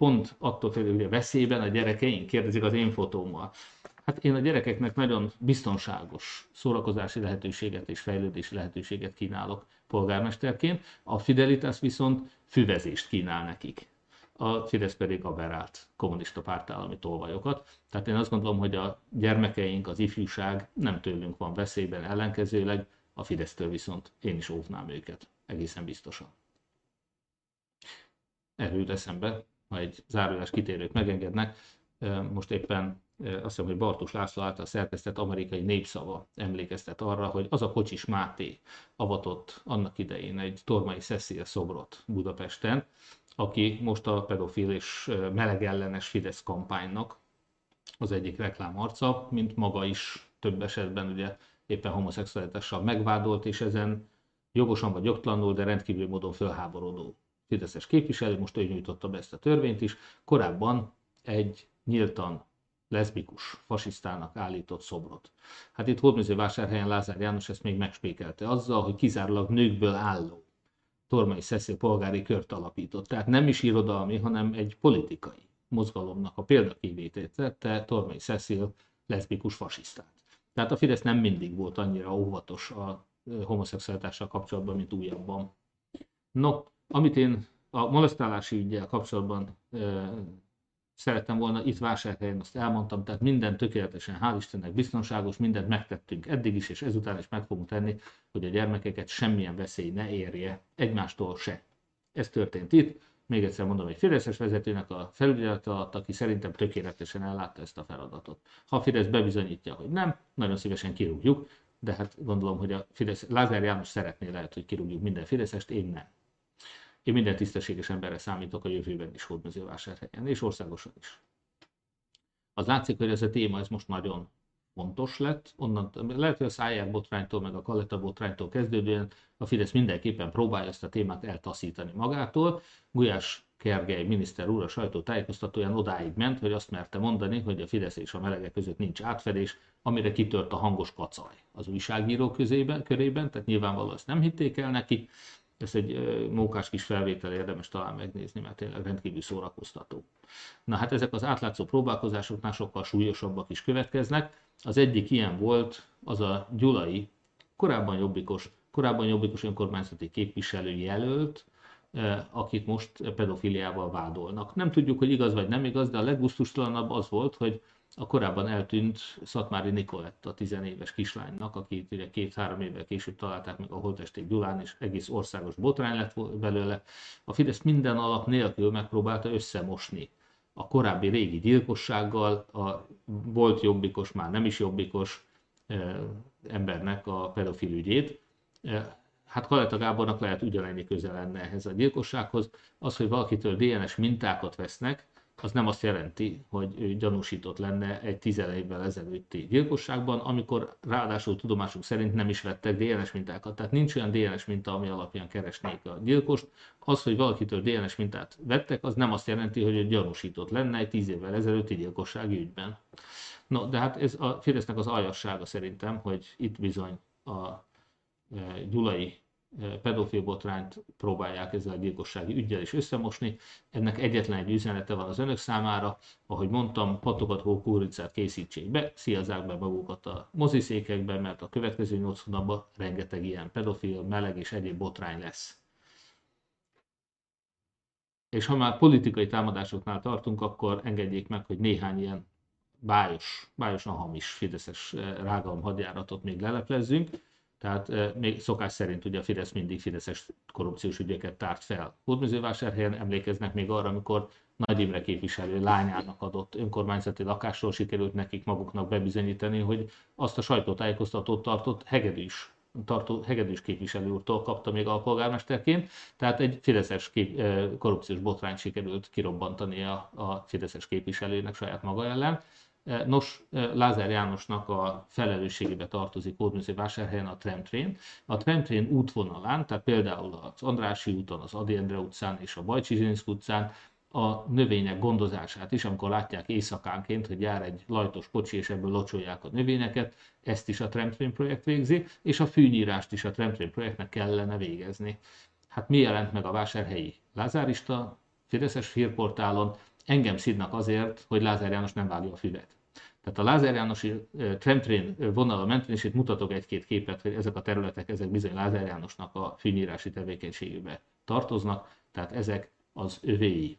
pont attól félő, hogy a veszélyben a gyerekeink, kérdezik az én fotómmal. Hát én a gyerekeknek nagyon biztonságos szórakozási lehetőséget és fejlődési lehetőséget kínálok polgármesterként, a Fidelitas viszont füvezést kínál nekik. A Fidesz pedig aberrált kommunista pártállami tolvajokat. Tehát én azt gondolom, hogy a gyermekeink, az ifjúság nem tőlünk van veszélyben, ellenkezőleg a Fidesztől viszont én is óvnám őket, egészen biztosan. Erről jut eszembe, ha egy zárójeles kitérőt megengednek, most éppen azt hiszem, hogy Bartus László által szerkesztett amerikai népszava emlékeztet arra, hogy az a Kocsis Máté avatott annak idején egy Tormai Cecil szobrot Budapesten, aki most a pedofil és melegellenes Fidesz kampánynak az egyik reklámarca, mint maga is több esetben ugye éppen homoszexualitással megvádolt, és ezen jogosan vagy jogtalanul, de rendkívül módon fölháborodó fideszes képviselő, most ő nyújtotta be ezt a törvényt is, korábban egy nyíltan leszbikus fasisztának állított szobrot. Hát itt Hódmezővásárhelyen Lázár János ezt még megspékelte azzal, hogy kizárólag nőkből álló Tormai Cecil polgári kört alapított. Tehát nem is irodalmi, hanem egy politikai mozgalomnak a példakivételét tette Tormai Cecil leszbikus fasisztát. Tehát a Fidesz nem mindig volt annyira óvatos a homoszexualitással kapcsolatban, mint újabban. No, amit én a molesztálási üggyel kapcsolatban szerettem volna itt Vásárhelyen, azt elmondtam, tehát minden tökéletesen, hál' Istennek biztonságos, mindent megtettünk eddig is, és ezután is meg fogunk tenni, hogy a gyermekeket semmilyen veszély ne érje, egymástól se. Ez történt itt, még egyszer mondom, egy fideszes vezetőnek a felügyelet alatt, aki szerintem tökéletesen ellátta ezt a feladatot. Ha a Fidesz bebizonyítja, hogy nem, nagyon szívesen kirúgjuk, de hát gondolom, hogy a Fidesz, Lázár János szeretné lehet, hogy kirúgjuk minden fideszest, én nem. Én minden tisztességes emberre számítok a jövőben is Hódmezővásárhelyen, és országosan is. Az látszik, hogy ez a téma ez most nagyon fontos lett. Onnan, lehet, hogy a Szájer botránytól, meg a Kaleta botránytól kezdődően a Fidesz mindenképpen próbálja ezt a témát eltaszítani magától. Gulyás Gergely miniszter úr a sajtótájékoztatóján odáig ment, hogy azt merte mondani, hogy a Fidesz és a melegek között nincs átfedés, amire kitört a hangos kacaj az újságírók körében, tehát nyilvánvalóan ezt nem hitték el neki. Ez egy mókás kis felvétel, érdemes talán megnézni, mert tényleg rendkívül szórakoztató. Na hát ezek az átlátszó próbálkozásoknál sokkal súlyosabbak is következnek. Az egyik ilyen volt az a gyulai, korábban jobbikos önkormányzati képviselő jelölt, akit most pedofiliával vádolnak. Nem tudjuk, hogy igaz vagy nem igaz, de a leggusztustalanabb az volt, hogy a korábban eltűnt Szatmári Nikolett, a 10 éves kislánynak, akit ugye 2-3 évvel később találták meg a Holttesték Gyulán, és egész országos botrány lett belőle. A Fidesz minden alap nélkül megpróbálta összemosni a korábbi régi gyilkossággal, a volt jobbikos, már nem is jobbikos embernek a pedofil ügyét. Hát Kaleta Gábornak lehet ugyanennyi köze lenne ehhez a gyilkossághoz. Az, hogy valakitől DNS mintákat vesznek, az nem azt jelenti, hogy ő gyanúsított lenne egy 10 évvel ezelőtti gyilkosságban, amikor ráadásul tudomásunk szerint nem is vettek DNS mintákat. Tehát nincs olyan DNS minta, ami alapján keresnék a gyilkost. Az, hogy valakitől DNS mintát vettek, az nem azt jelenti, hogy ő gyanúsított lenne egy 10 évvel ezelőtti gyilkossági ügyben. No, de hát ez a Fidesznek az aljassága szerintem, hogy itt bizony a gyulai pedofil botrányt próbálják ezzel a gyilkossági üggyel is összemosni. Ennek egyetlen egy üzenete van az önök számára, ahogy mondtam, patogató kúricát készítsék be, szíjazzák be magukat a moziszékekben, mert a következő 8 hónapban rengeteg ilyen pedofil, meleg és egyéb botrány lesz. És ha már politikai támadásoknál tartunk, akkor engedjék meg, hogy néhány ilyen bájosan hamis fideszes rágalom hadjáratot még leleplezzünk. Tehát még szokás szerint ugye a Fidesz mindig fideszes korrupciós ügyeket tárt fel. Hódmezővásárhelyen emlékeznek még arra, amikor Nagy Imre képviselő lányának adott önkormányzati lakásról sikerült nekik maguknak bebizonyítani, hogy azt a sajtótájékoztatót tartott Hegedűs képviselő úrtól kapta még alpolgármesterként, tehát egy fideszes korrupciós botrányt sikerült kirobbantani a fideszes képviselőnek saját maga ellen. Nos, Lázár Jánosnak a felelősségébe tartozik Hódmezővásárhelyen a tramtrain. A tramtrain útvonalán, tehát például az Andrássy úton, az Ady Endre utcán és a Bajcsy Zsilinszky utcán a növények gondozását is, amikor látják éjszakánként, hogy jár egy lajtos kocsi, és ebből locsolják a növényeket, ezt is a tramtrain projekt végzi, és a fűnyírást is a tramtrain projektnek kellene végezni. Hát mi jelent meg a vásárhelyi lázárista fideszes hírportálon? engem szidnak azért, hogy Lázár János nem vágja a füvet. Tehát a Lázár Jánosi tramtrain vonalon mentén, és itt mutatok egy-két képet, hogy ezek a területek, ezek bizony Lázár Jánosnak a fűnyírási tevékenységébe tartoznak, tehát ezek az övéi.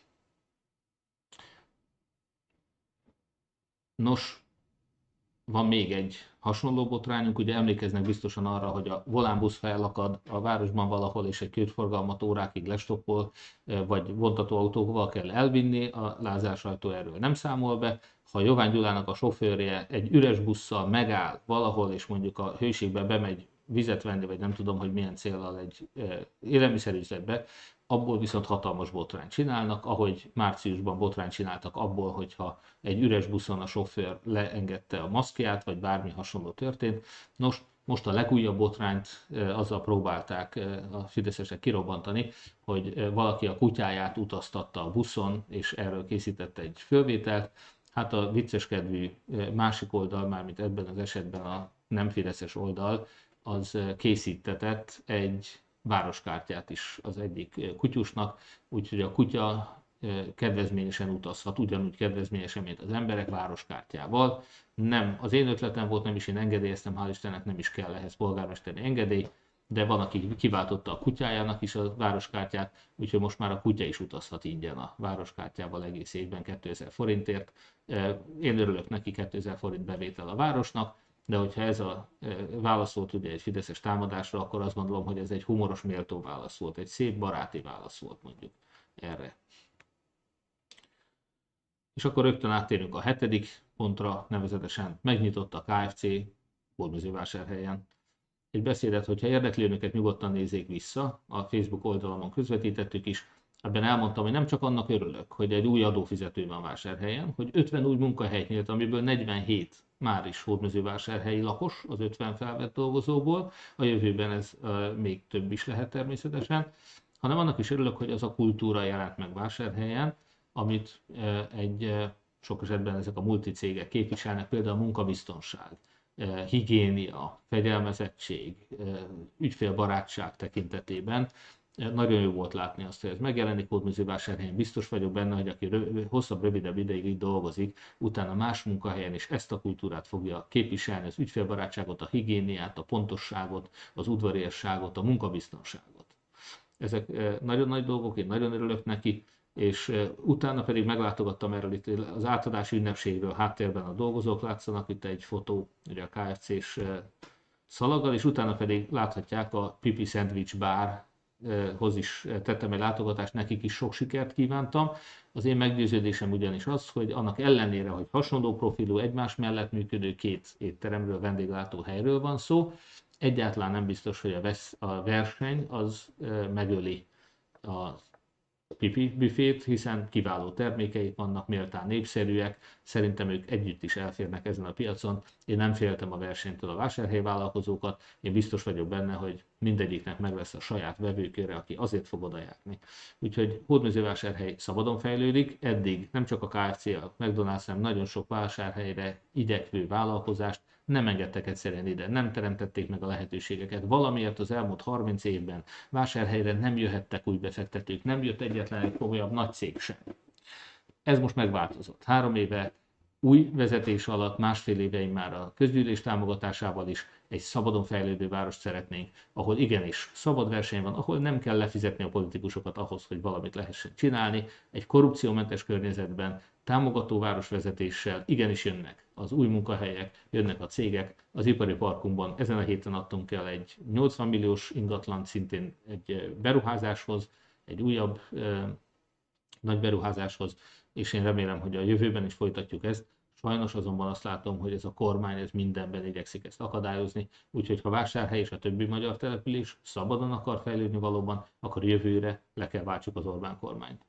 Nos, van még egy hasonló botrányunk, ugye emlékeznek biztosan arra, hogy a volánbusz felakad a városban valahol, és egy körforgalmat órákig lestoppol, vagy vontatóautóval kell elvinni, a Lázár sajtó erről nem számol be. Ha Jovány Gyulának a sofőrje egy üres busszal megáll valahol, és mondjuk a Hőségbe bemegy vizet venni, vagy nem tudom, hogy milyen céllal egy élelmiszerüzletbe, abból viszont hatalmas botrányt csinálnak, ahogy márciusban botrányt csináltak abból, hogyha egy üres buszon a sofőr leengedte a maszkját, vagy bármi hasonló történt. Nos, most a legújabb botrányt azzal próbálták a fideszesek kirobbantani, hogy valaki a kutyáját utaztatta a buszon, és erről készítette egy fölvételt. Hát a vicceskedvű másik oldal, mármint ebben az esetben a nem fideszes oldal, az készítetett egy városkártyát is az egyik kutyusnak, úgyhogy a kutya kedvezményesen utazhat, ugyanúgy kedvezményesen, mint az emberek városkártyával. Nem, az én ötletem volt, nem is én engedélyeztem, hál' Istennek nem is kell ehhez polgármesteri engedély, de van, aki kiváltotta a kutyájának is a városkártyát, úgyhogy most már a kutya is utazhat ingyen a városkártyával egész évben 2000 forintért. Én örülök neki, 2000 forint bevétel a városnak, de hogyha ez a válasz volt ugye egy fideszes támadásra, akkor azt gondolom, hogy ez egy humoros, méltó válasz volt, egy szép, baráti válasz volt mondjuk erre. És akkor rögtön áttérünk a 7. pontra, nevezetesen megnyitott a KFC Hódmezővásárhelyen. Egy beszédet, hogyha érdekli önöket, nyugodtan nézzék vissza, a Facebook oldalamon közvetítettük is. Ebben elmondtam, hogy nem csak annak örülök, hogy egy új adófizető van Vásárhelyen, hogy 50 új munkahelyet nyílt, amiből 47 már is hódmezővásárhelyi lakos, az 50 felvett dolgozóból, a jövőben ez még több is lehet természetesen, hanem annak is örülök, hogy az a kultúra jelent meg Vásárhelyen, amit sok esetben ezek a multicégek képviselnek, például a munkabiztonság, higiénia, fegyelmezettség, ügyfélbarátság tekintetében. Nagyon jó volt látni azt, hogy ez megjelenik Hódmezővásárhelyen. Biztos vagyok benne, hogy aki hosszabb, rövidebb ideig így dolgozik, utána más munkahelyen is ezt a kultúrát fogja képviselni, az ügyfélbarátságot, a higiéniát, a pontosságot, az udvariasságot, a munkabiztonságot. Ezek nagyon nagy dolgok, én nagyon örülök neki, és utána pedig meglátogattam erről itt az átadási ünnepségről, háttérben a dolgozók látszanak, itt egy fotó ugye a KFC-s szalaggal, és utána pedig láthatják a Pipi Sandwich Barhoz is tettem egy látogatást, nekik is sok sikert kívántam. Az én meggyőződésem ugyanis az, hogy annak ellenére, hogy hasonló profilú, egymás mellett működő két étteremről, vendéglátóhelyről van szó, egyáltalán nem biztos, hogy a verseny az megöli a Pipi büfét, hiszen kiváló termékeik vannak, méltán népszerűek, szerintem ők együtt is elférnek ezen a piacon. Én nem féltem a versenytől a vásárhelyi vállalkozókat, én biztos vagyok benne, hogy mindegyiknek meg lesz a saját vevőköre, aki azért fog odajárni. Úgyhogy Hódmezővásárhely szabadon fejlődik, eddig nem csak a KFC, a McDonald's, hanem nagyon sok vásárhelyre igyekvő vállalkozást nem engedtek egyszerűen ide, nem teremtették meg a lehetőségeket. Valamiért az elmúlt 30 évben Vásárhelyre nem jöhettek új befektetők, nem jött egyetlen egy komolyabb nagy cég sem. Ez most megváltozott. 3 éve új vezetés alatt, másfél éveim már a közgyűlés támogatásával is egy szabadon fejlődő várost szeretnénk, ahol igenis szabad verseny van, ahol nem kell lefizetni a politikusokat ahhoz, hogy valamit lehessen csinálni, egy korrupciómentes környezetben, támogató városvezetéssel igenis jönnek az új munkahelyek, jönnek a cégek. Az ipari parkunkban ezen a héten adtunk el egy 80 milliós ingatlant szintén egy beruházáshoz, egy újabb nagy beruházáshoz, és én remélem, hogy a jövőben is folytatjuk ezt. Sajnos azonban azt látom, hogy ez a kormány ez mindenben igyekszik ezt akadályozni, úgyhogy ha Vásárhely és a többi magyar település szabadon akar fejlődni valóban, akkor jövőre le kell váltsuk az Orbán kormányt.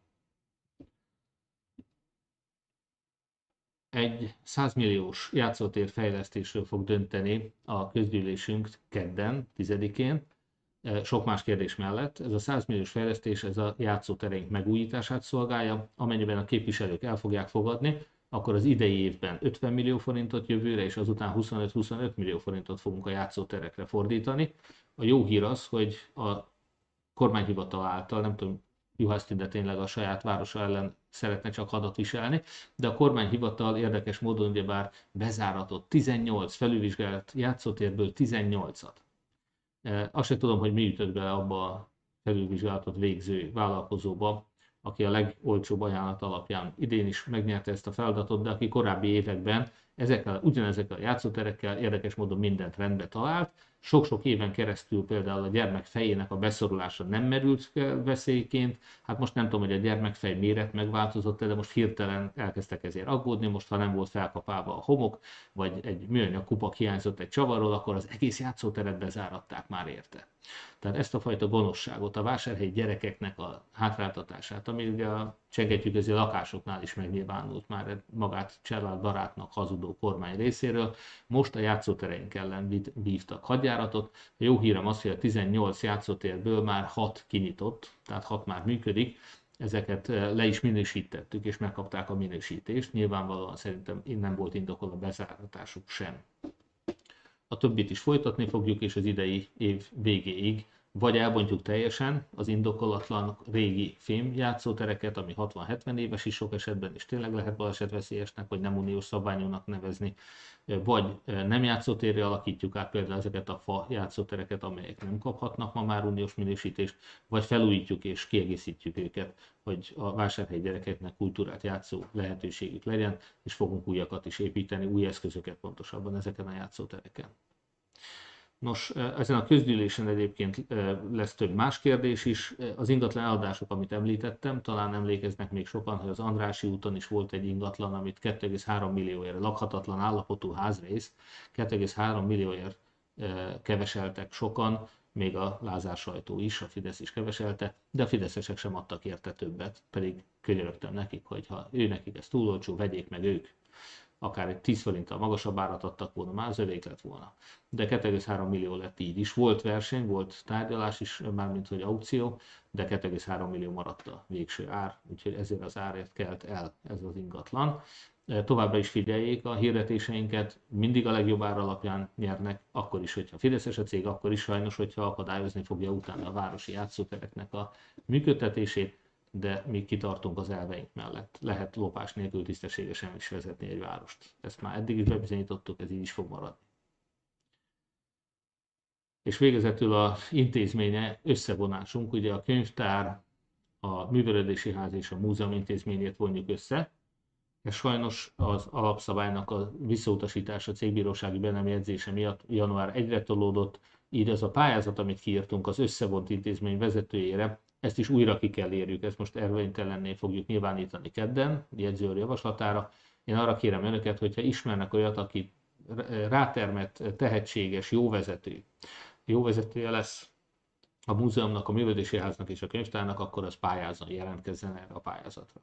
Egy 100 milliós játszótér fejlesztésről fog dönteni a közgyűlésünk kedden, 10-én, sok más kérdés mellett. Ez a 100 milliós fejlesztés ez a játszótereink megújítását szolgálja, amennyiben a képviselők el fogják fogadni, akkor az idei évben 50 millió forintot, jövőre és azután 25-25 millió forintot fogunk a játszóterekre fordítani. A jó hír az, hogy a kormányhivatal által, nem tudom, Juhász Tünde tényleg a saját városa ellen szeretne csak hadat viselni, de a kormányhivatal érdekes módon ugyebár bezáratott 18 felülvizsgált játszótérből 18-at. Azt sem tudom, hogy mi ütött bele abba a felülvizsgálatot végző vállalkozóba, aki a legolcsóbb ajánlat alapján idén is megnyerte ezt a feladatot, de aki korábbi években ugyanezekkel a játszóterekkel érdekes módon mindent rendbe talált. Sok-sok éven keresztül például a gyermek fejének a beszorulása nem merült veszélyként. Hát most nem tudom, hogy a gyermekfej méret megváltozott-e, de most hirtelen elkezdtek ezért aggódni. Most, ha nem volt felkapálva a homok, vagy egy műanyag kupak hiányzott egy csavarról, akkor az egész játszóteret bezáratták már érte. Tehát ezt a fajta gonoszságot, a vásárhelyi gyerekeknek a hátráltatását, ami ugye a csengettyűközi lakásoknál is megnyilvánult már magát családbarátnak hazudó kormány részéről, most a játszótereink ellen vívtak hadjáratot. A jó hírem az, hogy a 18 játszótérből már 6 kinyitott, tehát 6 már működik, ezeket le is minősítettük, és megkapták a minősítést. Nyilvánvalóan szerintem nem volt indokol a bezáratásuk sem. A többit is folytatni fogjuk, és az idei év végéig vagy elbontjuk teljesen az indokolatlan régi filmjátszótereket, ami 60-70 éves is sok esetben, és tényleg lehet balesetveszélyesnek, vagy nem uniós szabványúnak nevezni, vagy nem játszótérre alakítjuk át például ezeket a fa játszótereket, amelyek nem kaphatnak ma már uniós minősítést, vagy felújítjuk és kiegészítjük őket, hogy a vásárhelyi gyerekeknek kultúrát játszó lehetőségük legyen, és fogunk újakat is építeni, új eszközöket pontosabban ezeken a játszótereken. Nos, ezen a közgyűlésen egyébként lesz több más kérdés is. Az ingatlan eladások, amit említettem, talán emlékeznek még sokan, hogy az Andrássy úton is volt egy ingatlan, amit 2,3 millióért, lakhatatlan állapotú házrész, 2,3 millióért keveseltek sokan, még a Lázár sajtó is, a Fidesz is keveselte, de a fideszesek sem adtak érte többet, pedig könyörögtem nekik, hogy ha ő nekik ez túl olcsó, vegyék meg ők. Akár egy 10 forinttal magasabb árat adtak volna, már az övék lett volna. De 2,3 millió lett így is. Volt verseny, volt tárgyalás is, mármint hogy aukció, de 2,3 millió maradt a végső ár, úgyhogy ezért az árért kelt el ez az ingatlan. Továbbra is figyeljék a hirdetéseinket, mindig a legjobb ár alapján nyernek, akkor is, hogyha fideszes a cég, akkor is sajnos, hogyha akadályozni fogja utána a városi játszótereknek a működtetését, de mi kitartunk az elveink mellett. Lehet lopás nélkül tisztességesen is vezetni egy várost. Ezt már eddig is bebizonyítottuk, ez így is fog maradni. És végezetül az intézménye összevonásunk, ugye a könyvtár, a művelődési ház és a múzeum intézményét vonjuk össze. Ez sajnos az alapszabálynak a visszautasítása cégbírósági be nem jegyzése miatt január 1-re tolódott, így az a pályázat, amit kiírtunk az összevont intézmény vezetőjére, ezt is újra ki kell érjük, ezt most érvénytelenné fogjuk nyilvánítani kedden, jegyzőr javaslatára. Én arra kérem önöket, hogyha ismernek olyat, aki rátermett, tehetséges, jó vezetője lesz a múzeumnak, a művelődési háznak és a könyvtárnak, akkor az pályázzon, jelentkezzen erre a pályázatra.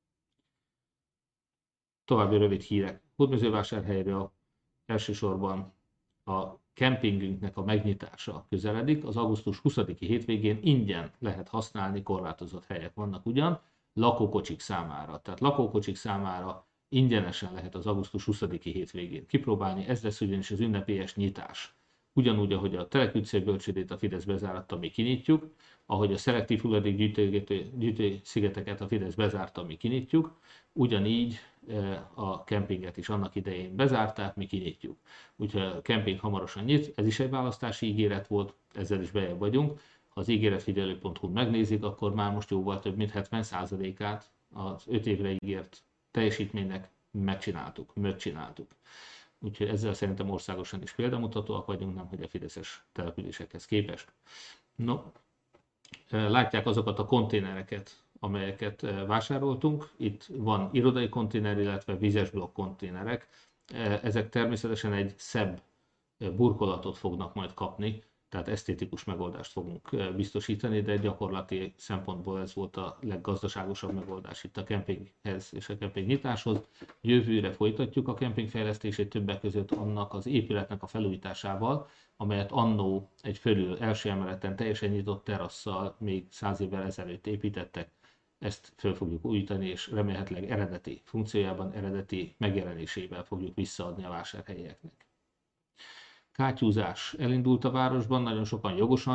További rövid hírek. Hódmezővásárhelyről elsősorban a kempingünknek a megnyitása közeledik. Az augusztus 20-i hétvégén ingyen lehet használni, korlátozott helyek vannak ugyan, lakókocsik számára. Tehát lakókocsik számára ingyenesen lehet az augusztus 20-i hétvégén kipróbálni, ez lesz ugyanis az ünnepélyes nyitás. Ugyanúgy, ahogy a Telek utcai bölcsődét a Fidesz bezáratta, mi kinyitjuk, ahogy a szelektív hulladékgyűjtő szigeteket a Fidesz bezárta, mi kinyitjuk, ugyanígy a kempinget is annak idején bezárták, mi kinyitjuk. Úgyhogy a kemping hamarosan nyit, ez is egy választási ígéret volt, ezzel is bejebb vagyunk. Ha az ígéretfigyelő.hu-n megnézik, akkor már most jóval több mint 70%-át az 5 évre ígért teljesítménynek megcsináltuk. Úgyhogy ezzel szerintem országosan is példamutatóak vagyunk, nem hogy a fideszes településekhez képest. No, látják azokat a konténereket, amelyeket vásároltunk. Itt van irodai konténer, illetve vizes blokk konténerek. Ezek természetesen egy szebb burkolatot fognak majd kapni, tehát esztétikus megoldást fogunk biztosítani, de gyakorlati szempontból ez volt a leggazdaságosabb megoldás itt a kempinghez és a kempingnyitáshoz. Jövőre folytatjuk a kempingfejlesztését többek között annak az épületnek a felújításával, amelyet annó egy fölül első emeleten teljesen nyitott terasszal még 100 évvel ezelőtt építettek. Ezt föl fogjuk újítani, és remélhetőleg eredeti funkciójában, eredeti megjelenésével fogjuk visszaadni a vásárhelyieknek. Kátyúzás elindult a városban, nagyon sokan jogosan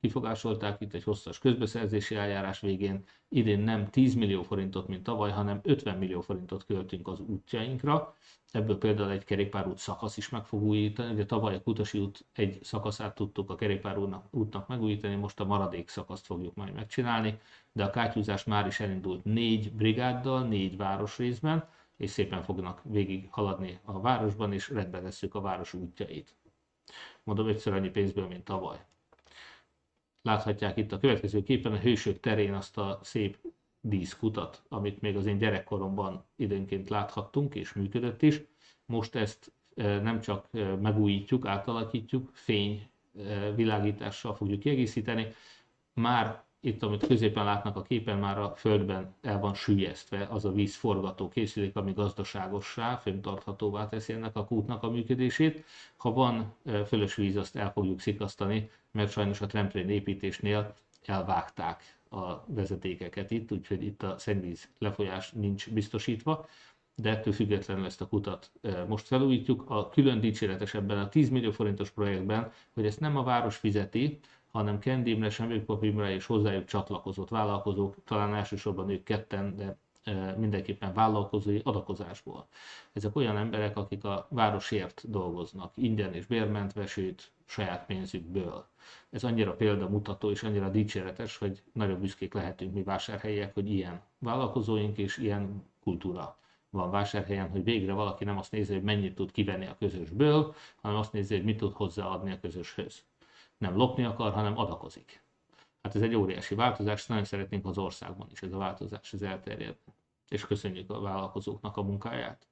kifogásolták itt egy hosszas közbeszerzési eljárás végén. Idén nem 10 millió forintot, mint tavaly, hanem 50 millió forintot költünk az útjainkra. Ebből például egy kerékpárút szakasz is meg fog újítani. Ugye tavaly a Kutasi út egy szakaszát tudtuk a kerékpárútnak megújítani, most a maradék szakaszt fogjuk majd megcsinálni, de a kátyúzás már is elindult 4 brigáddal, 4 városrészben, és szépen fognak végig haladni a városban, és rendbe tesszük a város útjait. Mondom, 5-ször annyi pénzből, mint tavaly. Láthatják itt a következő képen a Hősök terén azt a szép díszkutat, amit még az én gyerekkoromban időnként láthattunk, és működött is. Most ezt nem csak megújítjuk, átalakítjuk, fény világítással fogjuk kiegészíteni. Már itt, amit középen látnak a képen, már a földben el van süllyesztve az a vízforgató készülék, ami gazdaságossá, fenntarthatóvá teszi ennek a kútnak a működését. Ha van fölös víz, azt el fogjuk szikasztani, mert sajnos a tramplén építésnél elvágták a vezetékeket itt, úgyhogy itt a szennyvíz lefolyás nincs biztosítva, de ettől függetlenül ezt a kutat most felújítjuk. A külön dicséretes ebben a 10 millió forintos projektben, hogy ezt nem a város fizeti, hanem Kendi Imre, Semjőkpap Imre és hozzájuk csatlakozott vállalkozók, talán elsősorban ők ketten, de mindenképpen vállalkozói adakozásból. Ezek olyan emberek, akik a városért dolgoznak, ingyen és bérmentve, sőt saját pénzükből. Ez annyira példamutató és annyira dicséretes, hogy nagyon büszkék lehetünk mi vásárhelyiek, hogy ilyen vállalkozóink és ilyen kultúra van Vásárhelyen, hogy végre valaki nem azt nézi, hogy mennyit tud kivenni a közösből, hanem azt nézi, hogy mit tud hozzáadni a közöshöz. Nem lopni akar, hanem adakozik. Hát ez egy óriási változás, nagyon szeretnénk az országban is ez a változás, ez elterjedni. És köszönjük a vállalkozóknak a munkáját.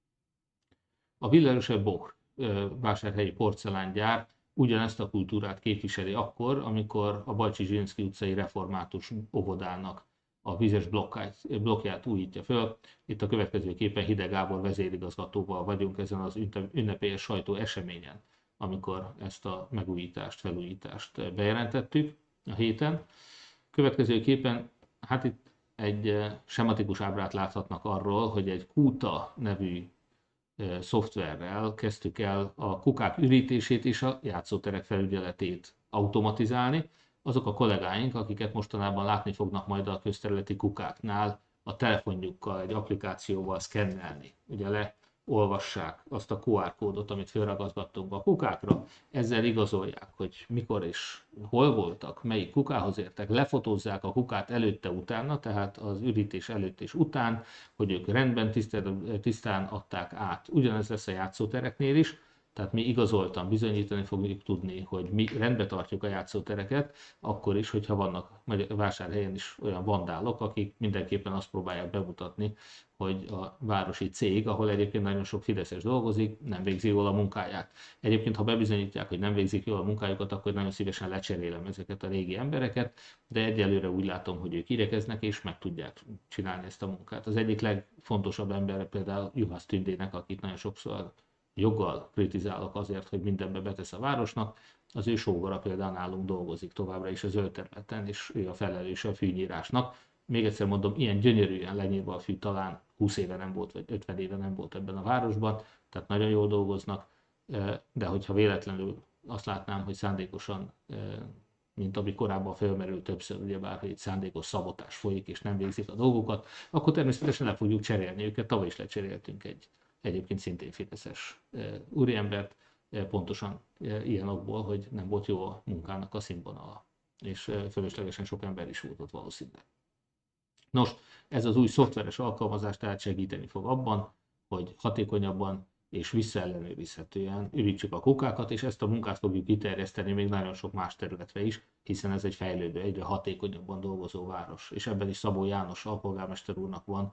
A Wilhelmsche Boch vásárhelyi porcelángyár ugyanezt a kultúrát képviseli akkor, amikor a Bajcsi Zsilinszky utcai református óvodának a vizes blokkját újítja föl. Itt a következő képen Hideg Gábor vezérigazgatóval vagyunk ezen az ünnepélyes sajtó eseményen, amikor ezt a megújítást, felújítást bejelentettük a héten. Következő képen, hát itt egy sematikus ábrát láthatnak arról, hogy egy Kuta nevű szoftverrel kezdtük el a kukák ürítését és a játszóterek felügyeletét automatizálni. Azok a kollégáink, akiket mostanában látni fognak majd a közterületi kukáknál, a telefonjukkal, egy applikációval szkennelni. Ugye leolvassák azt a QR kódot, amit felragaszgattunk a kukákra, ezzel igazolják, hogy mikor és hol voltak, melyik kukához értek, lefotózzák a kukát előtte-utána, tehát az ürítés előtt és után, hogy ők rendben, tisztán adták át. Ugyanez lesz a játszótereknél is, tehát mi igazoltan bizonyítani fogjuk tudni, hogy mi rendbe tartjuk a játszótereket, akkor is, hogyha vannak Vásárhelyen is olyan vandálok, akik mindenképpen azt próbálják bemutatni, hogy a városi cég, ahol egyébként nagyon sok fideszes dolgozik, nem végzi jól a munkáját. Egyébként, ha bebizonyítják, hogy nem végzik jól a munkájukat, akkor nagyon szívesen lecserélem ezeket a régi embereket, de egyelőre úgy látom, hogy ők igyekeznek és meg tudják csinálni ezt a munkát. Az egyik legfontosabb ember például Juhász Tündének, akit nagyon sokszor joggal kritizálok azért, hogy mindenbe betesz a városnak, az ő sógora például nálunk dolgozik továbbra is a zöld területen, és ő a felelős a fűnyírásnak. Még egyszer mondom, ilyen gyönyörűen lenyírva a fű talán 20 éve nem volt, vagy 50 éve nem volt ebben a városban, tehát nagyon jól dolgoznak, de hogyha véletlenül azt látnám, hogy szándékosan, mint ami korábban felmerült többször, ugyebár, hogy itt szándékos szabotás folyik, és nem végzik a dolgokat, akkor természetesen le fogjuk cserélni őket. Tavaly is lecseréltünk egyébként szintén fideszes úriembert, pontosan ilyen okból, hogy nem volt jó a munkának a színvonala, és fölöslegesen sok ember is volt ott valószínűleg. Nos, ez az új szoftveres alkalmazás tehát segíteni fog abban, hogy hatékonyabban és visszaellenőrizhetően ürítsük a kukákat, és ezt a munkát fogjuk kiterjeszteni még nagyon sok más területre is, hiszen ez egy fejlődő, egyre hatékonyabban dolgozó város. És ebben is Szabó János alpolgármester úrnak van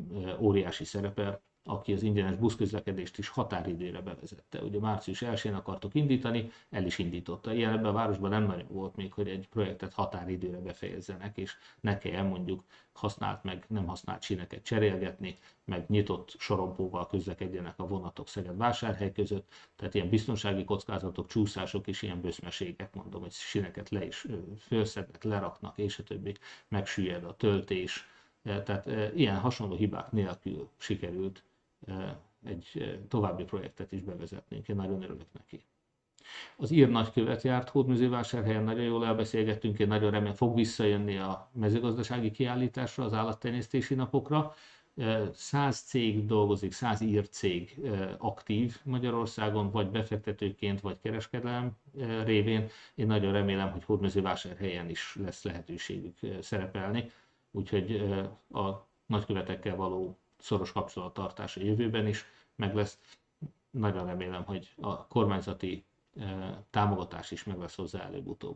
óriási szerepe, aki az ingyenes buszközlekedést is határidőre bevezette. Ugye március 1-én akartok indítani, el is indította. Ilyen ebben a városban nem nagyon volt még, hogy egy projektet határidőre befejezzenek, és ne kelljen mondjuk használt meg nem használt síneket cserélgetni, meg nyitott sorompóval közlekedjenek a vonatok Szeged-Vásárhely között. Tehát ilyen biztonsági kockázatok, csúszások és ilyen böszmeségek, mondom, hogy síneket le is fölszednek, leraknak, és a többi, megsüllyed a töltés. Tehát ilyen hasonló hibák nélkül sikerült egy további projektet is bevezetnünk. Én nagyon örülök neki. Az ír nagykövet járt Hódmezővásárhelyen, nagyon jól elbeszélgettünk, én nagyon remélem fog visszajönni a mezőgazdasági kiállításra, az állattenyésztési napokra. 100 cég dolgozik, 100 ír cég aktív Magyarországon, vagy befektetőként, vagy kereskedelem révén. Én nagyon remélem, hogy Hódmezővásárhelyen is lesz lehetőségük szerepelni, úgyhogy a nagykövetekkel való szoros kapcsolattartás a jövőben is meg lesz. Nagyon remélem, hogy a kormányzati támogatás is meg lesz hozzá előbb-utóbb.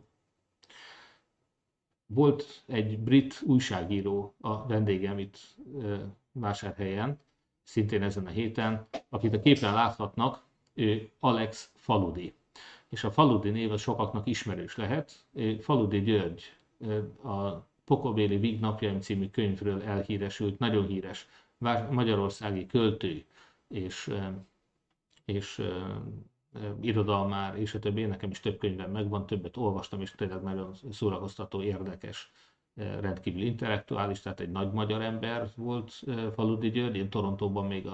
Volt egy brit újságíró a vendégem itt Vásárhelyen, szintén ezen a héten, akit a képen láthatnak, ő Alex Faludi. És a Faludi név az sokaknak ismerős lehet. Faludi György a Pokolbéli Víg napjaim című könyvről elhíresült, nagyon híres magyarországi költő és irodalmár, és a többi. Nekem is több könyvem megvan, többet olvastam, és tényleg nagyon szórakoztató, érdekes, rendkívül intellektuális, tehát egy nagy magyar ember volt Faludi György. Én Torontóban még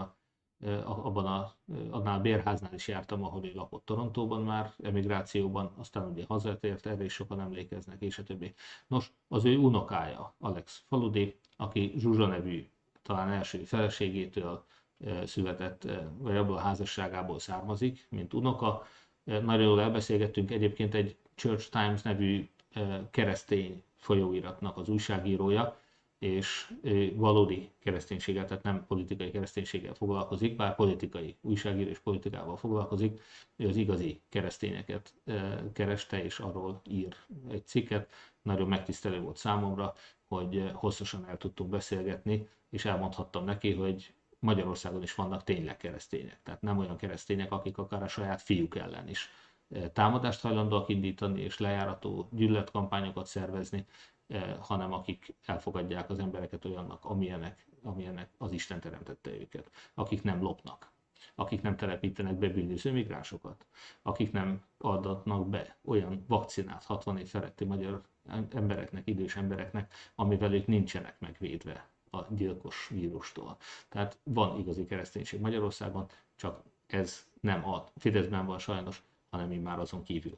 annál bérháznál is jártam, ahol ő lakott Torontóban már, emigrációban, aztán ugye hazatért, erre is sokan emlékeznek, és a többi. Nos, az ő unokája, Alex Faludi, aki Zsuzsa nevű, talán első feleségétől született, vagy abból a házasságából származik, mint unoka. Nagyon jól elbeszélgettünk, egyébként egy Church Times nevű keresztény folyóiratnak az újságírója, és valódi kereszténységgel, tehát nem politikai kereszténységgel foglalkozik, bár politikai újságíró és politikával foglalkozik, ő az igazi keresztényeket kereste, és arról ír egy cikket. Nagyon megtisztelő volt számomra, hogy hosszasan el tudtunk beszélgetni, és elmondhattam neki, hogy Magyarországon is vannak tényleg keresztények, tehát nem olyan keresztények, akik akár a saját fiúk ellen is támadást hajlandóak indítani és lejárató gyűlöletkampányokat szervezni, hanem akik elfogadják az embereket olyannak, amilyenek az Isten teremtette őket, akik nem lopnak, akik nem telepítenek be bűnöző migránsokat, akik nem adatnak be olyan vakcinát 60 év feletti magyar embereknek, idős embereknek, amivel ők nincsenek megvédve a gyilkos vírustól. Tehát van igazi kereszténység Magyarországon, csak ez nem a Fideszben van sajnos, hanem immár azon kívül.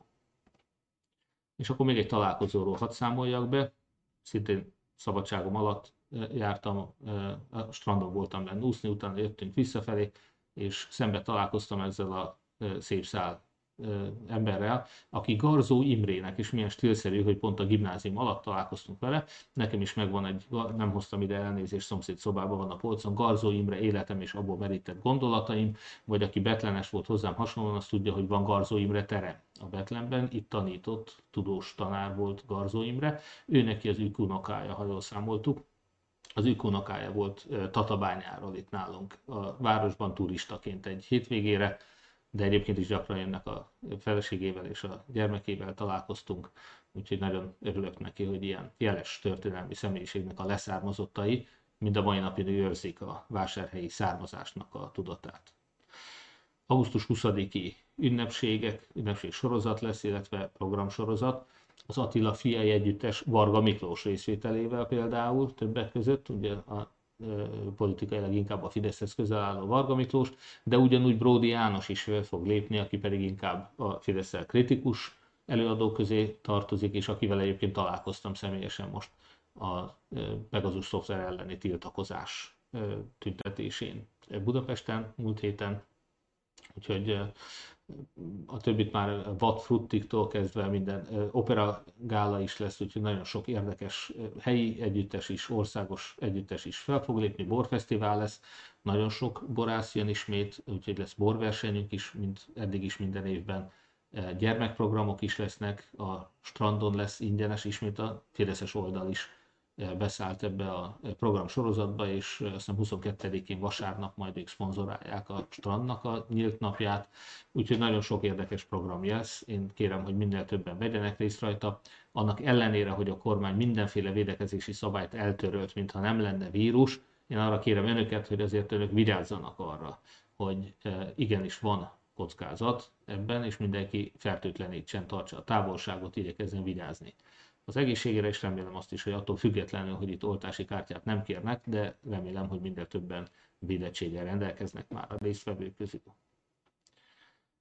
És akkor még egy találkozóról hadd számoljak be, szintén szabadságom alatt jártam, a strandon voltam benne úszni, utána jöttünk visszafelé, és szembe találkoztam ezzel a szép szál emberrel, aki Garzó Imrének, és milyen stílszerű, hogy pont a gimnázium alatt találkoztunk vele. Nekem is megvan egy, nem hoztam ide, elnézést, szomszéd szobában van a polcon, Garzó Imre életem és abból merített gondolataim, vagy aki betlenes volt hozzám hasonlóan, azt tudja, hogy van Garzó Imre terem a Betlenben, itt tanított, tudós tanár volt Garzó Imre, ő neki az unokája, ha jól számoltuk. Az unokája volt Tatabányáról itt nálunk a városban turistaként egy hétvégére, de egyébként is gyakran jönnek a feleségével és a gyermekével találkoztunk, úgyhogy nagyon örülök neki, hogy ilyen jeles történelmi személyiségnek a leszármazottai mind a mai napig őrzik a vásárhelyi származásnak a tudatát. Augusztus 20-i ünnepség sorozat lesz, illetve programsorozat. Az Attila Fiai Együttes Varga Miklós részvételével például többek között, ugye a politikailag inkább a Fideszhez közel álló Varga Miklós, de ugyanúgy Bródi János is fel fog lépni, aki pedig inkább a Fidesszel kritikus előadó közé tartozik, és akivel egyébként találkoztam személyesen most a Pegasus szoftver elleni tiltakozás tüntetésén Budapesten múlt héten. Úgyhogy a többit már Vad Fruttiktól kezdve minden opera gála is lesz, úgyhogy nagyon sok érdekes helyi együttes is, országos együttes is fel fog lépni, borfesztivál lesz, nagyon sok borász jön ismét, úgyhogy lesz borversenyünk is, mint eddig is minden évben. Gyermekprogramok is lesznek, a strandon lesz ingyenes, ismét a fideszes oldal is beszállt ebbe a program sorozatba, és azt hiszem 22-én vasárnap majd még szponzorálják a strandnak a nyílt napját, úgyhogy nagyon sok érdekes program lesz. Én kérem, hogy minél többen vegyenek részt rajta. Annak ellenére, hogy a kormány mindenféle védekezési szabályt eltörölt, mintha nem lenne vírus, én arra kérem önöket, hogy azért önök vigyázzanak arra, hogy igenis van kockázat ebben, és mindenki fertőtlenítsen, tartsa a távolságot, igyekezzen vigyázni az egészségére, és remélem azt is, hogy attól függetlenül, hogy itt oltási kártyát nem kérnek, de remélem, hogy minél többen védettséggel rendelkeznek már a résztvevők közül.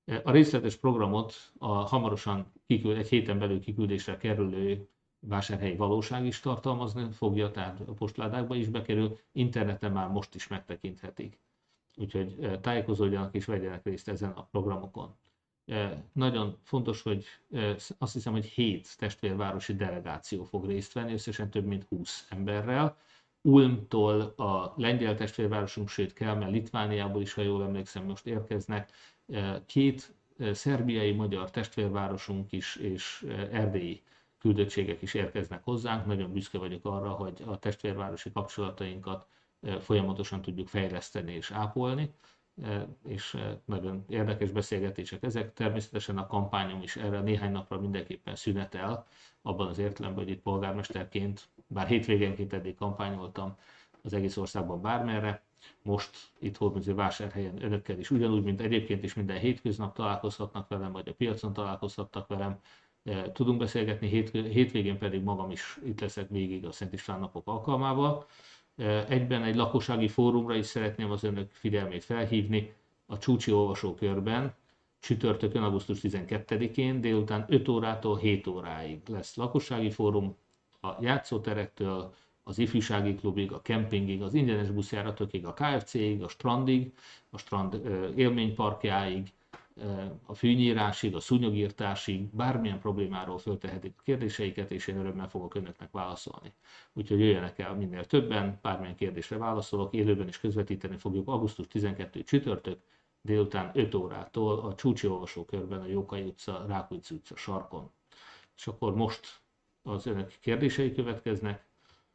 A részletes programot hamarosan egy héten belül kiküldésre kerülő vásárhelyi valóság is tartalmazni fogja, tehát a postládákba is bekerül, interneten már most is megtekinthetik. Úgyhogy tájékozódjanak és vegyenek részt ezen a programokon. Nagyon fontos, hogy azt hiszem, hogy 7 testvérvárosi delegáció fog részt venni, összesen több mint 20 emberrel. Ulmtól a lengyel testvérvárosunk, sőt Kelmen Litvániából is, ha jól emlékszem, most érkeznek. 2 szerbiai magyar testvérvárosunk is, és erdélyi küldöttségek is érkeznek hozzánk. Nagyon büszke vagyok arra, hogy a testvérvárosi kapcsolatainkat folyamatosan tudjuk fejleszteni és ápolni, és nagyon érdekes beszélgetések ezek. Természetesen a kampányom is erre néhány napra mindenképpen szünetel, abban az értelemben, hogy itt polgármesterként, bár hétvégenként eddig kampányoltam az egész országban bármerre, most itt Hódmezővásárhelyen önökkel is ugyanúgy, mint egyébként is minden hétköznap találkozhatnak velem, vagy a piacon találkozhattak velem, tudunk beszélgetni, hétvégén pedig magam is itt leszek végig a Szent István napok alkalmával. Egyben egy lakossági fórumra is szeretném az önök figyelmét felhívni, a Csúcsi olvasókörben csütörtökön, augusztus 12-én délután 5 órától 7 óráig lesz lakossági fórum, a játszóterektől az ifjúsági klubig, a kempingig, az ingyenes buszjáratokig, a KFC-ig, a strandig, a strand élményparkjáig, a fűnyírásig, a szúnyogírtásig, bármilyen problémáról föltehetik a kérdéseiket, és én örömmel fogok önöknek válaszolni. Úgyhogy jöjjenek el minél többen, bármilyen kérdésre válaszolok, élőben is közvetíteni fogjuk augusztus 12 csütörtök, délután 5 órától a Csúcsi olvasókörben, a Jókai utca, Rákóczi utca sarkon. És akkor most az önök kérdései következnek,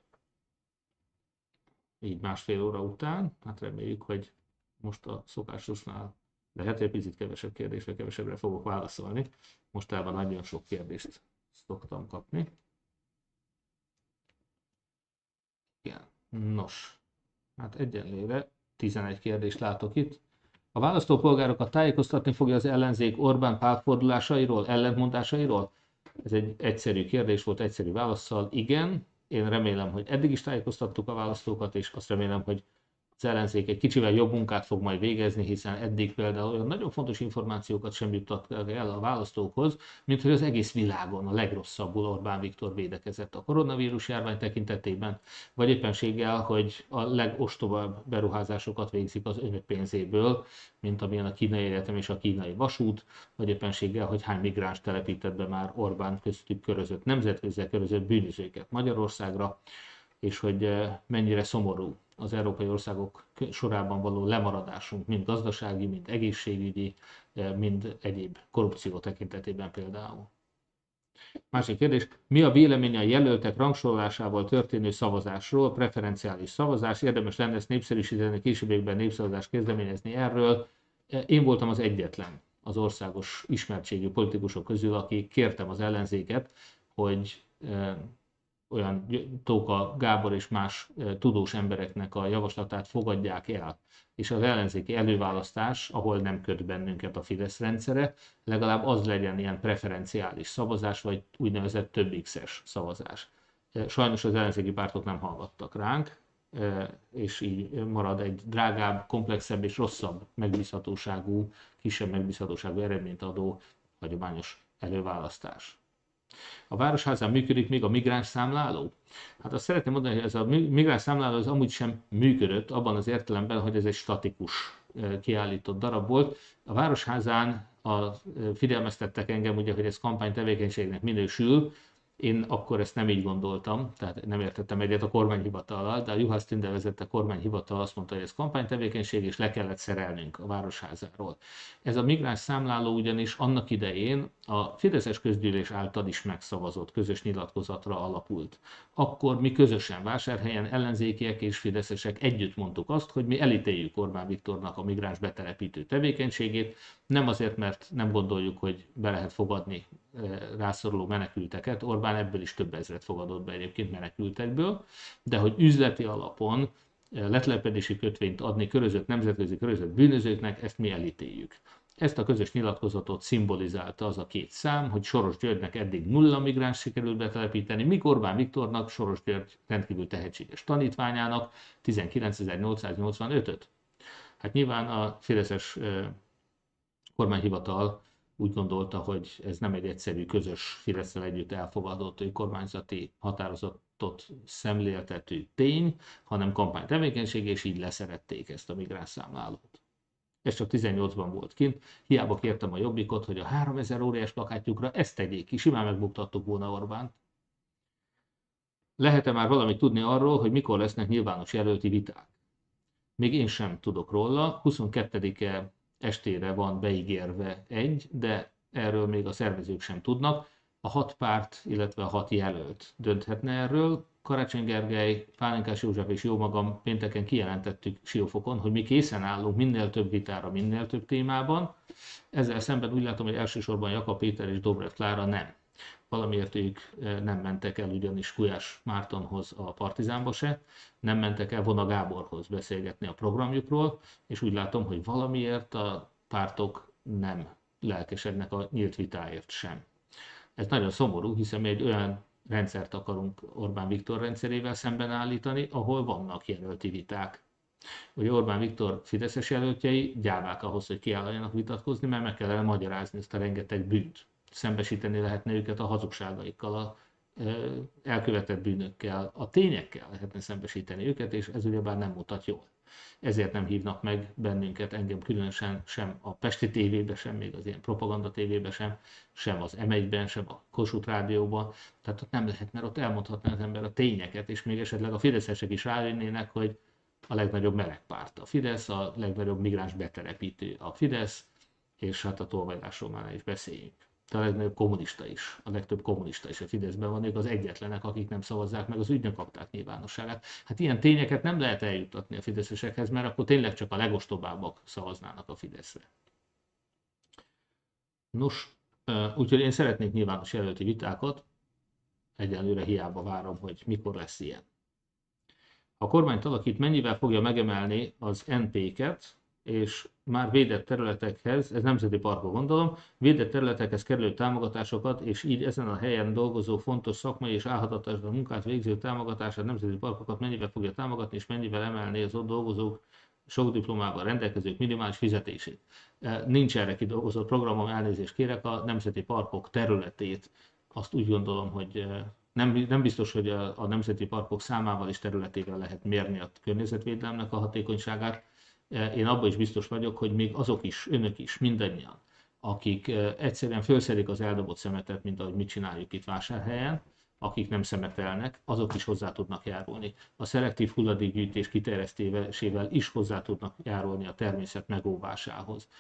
így másfél óra után, hát reméljük, hogy most a szokásosnál lehet, hogy picit kevesebb kérdésre, kevesebbre fogok válaszolni. Mostában nagyon sok kérdést szoktam kapni. Igen. Nos, hát egyenlőre 11 kérdést látok itt. A választópolgárokat tájékoztatni fogja az ellenzék Orbán pártfordulásairól, ellentmondásairól? Ez egy egyszerű kérdés volt, egyszerű válaszsal. Igen, én remélem, hogy eddig is tájékoztattuk a választókat, és azt remélem, hogy az ellenzék egy kicsivel jobb munkát fog majd végezni, hiszen eddig például olyan nagyon fontos információkat sem juttattak el a választókhoz, mint hogy az egész világon a legrosszabbul Orbán Viktor védekezett a koronavírus járvány tekintetében, vagy éppenséggel, hogy a legostobabb beruházásokat végzik az önök pénzéből, mint amilyen a kínai egyetem és a kínai vasút, vagy éppenséggel, hogy hány migráns telepített be már Orbán köztük körözött, nemzetközileg körözött bűnözőket Magyarországra, és hogy mennyire szomorú az európai országok sorában való lemaradásunk, mind gazdasági, mind egészségügyi, mind egyéb korrupció tekintetében például. Másik kérdés, mi a véleménye a jelöltek rangsorolásával történő szavazásról, preferenciális szavazás, érdemes lenne ezt népszerűsíteni, későbbiekben népszavazást kezdeményezni erről. Én voltam az egyetlen az országos ismertségű politikusok közül, aki kértem az ellenzéket, hogy olyan Tóka Gábor és más tudós embereknek a javaslatát fogadják el, és az ellenzéki előválasztás, ahol nem köt bennünket a Fidesz rendszere, legalább az legyen ilyen preferenciális szavazás, vagy úgynevezett több X-es szavazás. Sajnos az ellenzéki pártok nem hallgattak ránk, és így marad egy drágább, komplexebb és rosszabb megbízhatóságú, kisebb megbízhatóságú eredményt adó hagyományos előválasztás. A Városházán működik még a migráns számláló? Hát azt szeretném mondani, hogy ez a migráns számláló az amúgy sem működött, abban az értelemben, hogy ez egy statikus kiállított darab volt. A Városházán figyelmeztettek engem, ugye, hogy ez kampánytevékenységnek minősül. Én akkor ezt nem így gondoltam, tehát nem értettem egyet a kormányhivatallal, de a Juhász Tünde vezette kormányhivatal azt mondta, hogy ez kampánytevékenység, és le kellett szerelnünk a Városházáról. Ez a migráns számláló ugyanis annak idején a Fideszes közgyűlés által is megszavazott közös nyilatkozatra alapult. Akkor mi közösen Vásárhelyen ellenzékiek és fideszesek együtt mondtuk azt, hogy mi elítéljük Orbán Viktornak a migráns betelepítő tevékenységét, nem azért, mert nem gondoljuk, hogy be lehet fogadni rászoruló menekülteket, Orbán ebből is több ezret fogadott be egyébként menekültekből, de hogy üzleti alapon letelepedési kötvényt adni nemzetközi körözött bűnözőknek, ezt mi elítéljük. Ezt a közös nyilatkozatot szimbolizálta az a 2 szám, hogy Soros Györgynek eddig 0 migráns sikerült betelepíteni, míg Orbán Viktornak, Soros György rendkívül tehetséges tanítványának 19.885-öt. Hát nyilván a fideszes kormányhivatal úgy gondolta, hogy ez nem egy egyszerű, közös Fidesszel együtt elfogadott önkormányzati határozatot szemléltető tény, hanem kampánytevékenység, és így leszerették ezt a migránsszámlálót. Ez csak 18-ban volt kint, hiába kértem a Jobbikot, hogy a 3000 óriás plakátjukra ezt tegyék ki, simán megbuktattuk volna Orbánt. Lehet-e már valamit tudni arról, hogy mikor lesznek nyilvános jelölti viták? Még én sem tudok róla, 22-e estére van beígérve egy, de erről még a szervezők sem tudnak. A 6 párt, illetve a 6 jelölt dönthetne erről. Karácsony Gergely, Pálinkás József és jómagam pénteken kijelentettük Siófokon, hogy mi készen állunk minél több vitára, minél több témában. Ezzel szemben úgy látom, hogy elsősorban Jakab Péter és Dobrev Klára nem. Valamiért ők nem mentek el ugyanis Gulyás Mártonhoz a Partizánba se, nem mentek el Vona Gáborhoz beszélgetni a programjukról, és úgy látom, hogy valamiért a pártok nem lelkesednek a nyílt vitáért sem. Ez nagyon szomorú, hiszen mi egy olyan rendszert akarunk Orbán Viktor rendszerével szemben állítani, ahol vannak jelölti viták. Ugye Orbán Viktor fideszes jelöltjei gyávák ahhoz, hogy kiálljanak vitatkozni, mert meg kell magyarázni ezt a rengeteg bűnt. Szembesíteni lehetne őket a hazugságaikkal, a elkövetett bűnökkel, a tényekkel lehetne szembesíteni őket, és ez ugyebár nem mutat jól. Ezért nem hívnak meg bennünket, engem különösen sem a Pesti tévébe, sem még az ilyen propaganda tévébe sem az M1-ben, sem a Kossuth rádióban. Tehát ott nem lehet, mert ott elmondhatná az ember a tényeket, és még esetleg a fideszesek is rájönnének, hogy a legnagyobb melegpárt a Fidesz, a legnagyobb migráns betelepítő a Fidesz, és hát a tolvajlásról már is beszéljünk. De a legnagyobb kommunista is, a legtöbb kommunista is a Fideszben van, ők az egyetlenek, akik nem szavazzák meg az ügynökakták nyilvánosságát. Hát ilyen tényeket nem lehet eljuttatni a fideszesekhez, mert akkor tényleg csak a legostobábbak szavaznának a Fideszre. Nos, úgyhogy én szeretnék nyilvános jelölti vitákat, egyelőre hiába várom, hogy mikor lesz ilyen. A kormányt alakít, mennyivel fogja megemelni az NP-ket, és már védett területekhez, ez nemzeti parkba gondolom, védett területekhez kerülő támogatásokat, és így ezen a helyen dolgozó fontos szakmai és álhatatlan munkát végző támogatását, nemzeti parkokat mennyivel fogja támogatni, és mennyivel emelni az ott dolgozók sok diplomával rendelkezők minimális fizetését. Nincs erre kidolgozott programom, elnézést kérek, a nemzeti parkok területét azt úgy gondolom, hogy nem biztos, hogy a nemzeti parkok számával és területével lehet mérni a környezetvédelemnek a hatékonyságát. Én abban is biztos vagyok, hogy még azok is, önök is, mindannyian, akik egyszerűen felszedik az eldobott szemetet, mint ahogy mit csináljuk itt Vásárhelyen, akik nem szemetelnek, azok is hozzá tudnak járulni. A szelektív hulladékgyűjtés kiterjesztésével is hozzá tudnak járulni a természet megóvásához.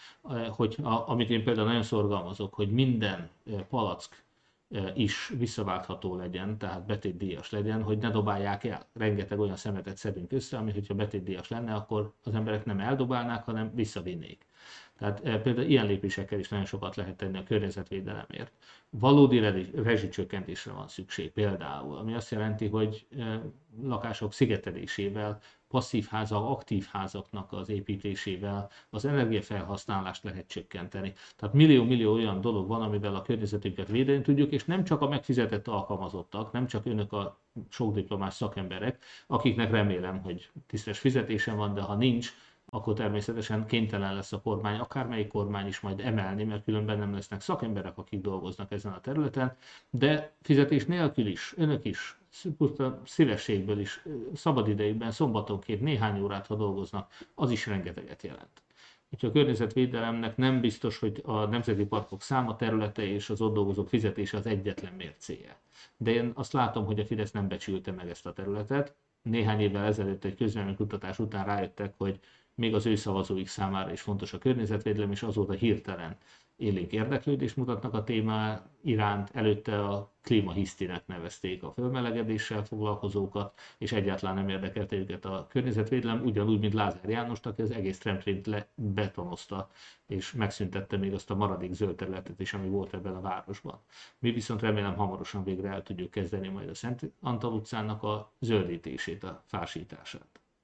Amit én például nagyon szorgalmazok, hogy minden palack is visszaváltható legyen, tehát betétdíjas legyen, hogy ne dobálják el. Rengeteg olyan szemetet szedünk össze, ami, hogyha betétdíjas lenne, akkor az emberek nem eldobálnák, hanem visszavinnék. Tehát például ilyen lépésekkel is nagyon sokat lehet tenni a környezetvédelemért. Valódi rezsicsökkentésre van szükség például, ami azt jelenti, hogy lakások szigetelésével, passzív házak, aktív házaknak az építésével az energiafelhasználást lehet csökkenteni. Tehát millió-millió olyan dolog van, amivel a környezetünket védeni tudjuk, és nem csak a megfizetett alkalmazottak, nem csak önök a sok diplomás szakemberek, akiknek remélem, hogy tisztes fizetésem van, de ha nincs, akkor természetesen kénytelen lesz a kormány, akármelyik kormány is majd emelni, mert különben nem lesznek szakemberek, akik dolgoznak ezen a területen, de fizetés nélkül is, önök is, szívességből is, szabadidejükben, szombatonként néhány órát, ha dolgoznak, az is rengeteget jelent. Úgyhogy a környezetvédelemnek nem biztos, hogy a nemzeti parkok száma, területe és az ott dolgozók fizetése az egyetlen mércéje. De én azt látom, hogy a Fidesz nem becsülte meg ezt a területet. Néhány évvel ezelőtt egy közvéleménykutatás után rájöttek, hogy még az ő szavazóik számára is fontos a környezetvédelem, és azóta hirtelen élénk érdeklődést mutatnak a téma iránt. Előtte a klímahisztinek nevezték a fölmelegedéssel foglalkozókat, és egyáltalán nem érdekelte őket a környezetvédelem, ugyanúgy, mint Lázár Jánost, aki az egész tramplint lebetonozta, és megszüntette még azt a maradék zöld területet is, ami volt ebben a városban. Mi viszont remélem hamarosan végre el tudjuk kezdeni majd a Szent Antal utcának a zöldítését, a fásítását.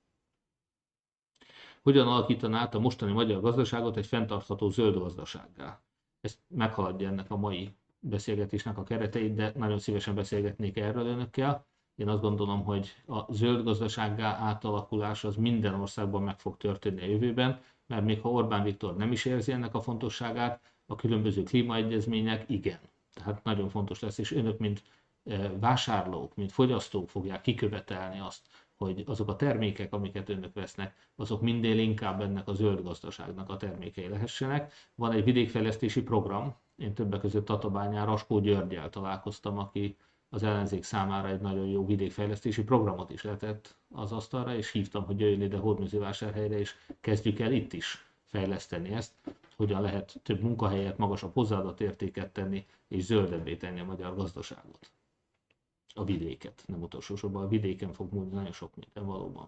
Hogyan alakítaná át a mostani magyar gazdaságot egy fenntartható zöld gazdasággá? Ez meghaladja ennek a mai beszélgetésnek a kereteit, de nagyon szívesen beszélgetnék erről önökkel. Én azt gondolom, hogy a zöld gazdasággá átalakulás az minden országban meg fog történni a jövőben. mert még ha Orbán Viktor nem is érzi ennek a fontosságát, a különböző klímaegyezmények igen. Tehát nagyon fontos lesz, és önök, mint vásárlók, mint fogyasztók fogják kikövetelni azt, hogy azok a termékek, amiket önök vesznek, azok minél inkább ennek a zöld gazdaságnak a termékei lehessenek. Van egy vidékfejlesztési program, én többek között Tatabányán Raskó Györggyel találkoztam, aki az ellenzék számára egy nagyon jó vidékfejlesztési programot is letett az asztalra, és hívtam, hogy jöjjön ide Hódmezővásárhelyre, és kezdjük el itt is fejleszteni ezt, hogyan lehet több munkahelyet, magasabb hozzáadott értéket tenni, és zöldebbé tenni a magyar gazdaságot. A vidéket, nem utolsó sorban a vidéken fog múlni nagyon sok minden valóban.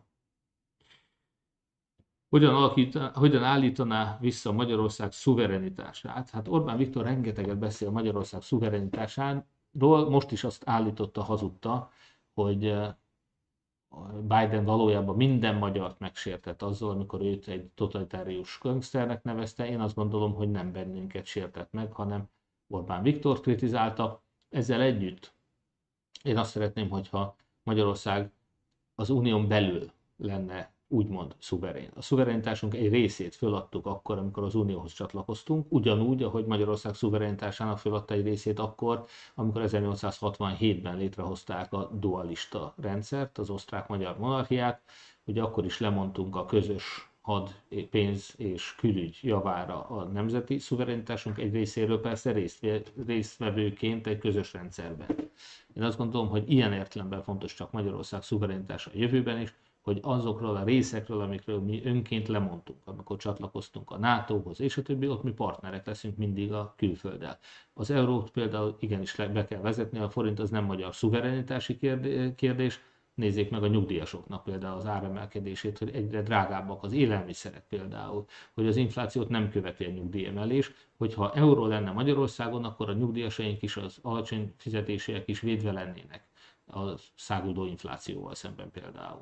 Hogyan állítaná vissza Magyarország szuverenitását? Hát Orbán Viktor rengeteget beszél Magyarország szuverenitásáról, most is azt állította, hazudta, hogy Biden valójában minden magyart megsértett azzal, amikor őt egy totalitárius gangsternek nevezte. Én azt gondolom, hogy nem bennünket sértett meg, hanem Orbán Viktort kritizálta. Ezzel együtt én azt szeretném, hogyha Magyarország az unión belül lenne úgymond szuverén. A szuverenitásunk egy részét föladtuk akkor, amikor az unióhoz csatlakoztunk, ugyanúgy, ahogy Magyarország szuverenitásának föladta egy részét akkor, amikor 1867-ben létrehozták a dualista rendszert, az osztrák-magyar monarchiát. Ugye akkor is lemondtunk a közös had, pénz és külügy javára a nemzeti szuverenitásunk egy részéről, persze résztvevőként egy közös rendszerben. Én azt gondolom, hogy ilyen értelemben fontos csak Magyarország szuverenitása a jövőben is, hogy azokról a részekről, amikről mi önként lemondtunk, amikor csatlakoztunk a NATO-hoz és a többi, ott mi partnerek leszünk mindig a külfölddel. Az eurót például igenis be kell vezetni, a forint az nem magyar szuverenitási kérdés. Nézzék meg a nyugdíjasoknak például az áremelkedését, hogy egyre drágábbak az élelmiszerek például, hogy az inflációt nem követi a nyugdíjemelés, hogyha euró lenne Magyarországon, akkor a nyugdíjasaink is, az alacsony fizetésűek is védve lennének a száguldó inflációval szemben például.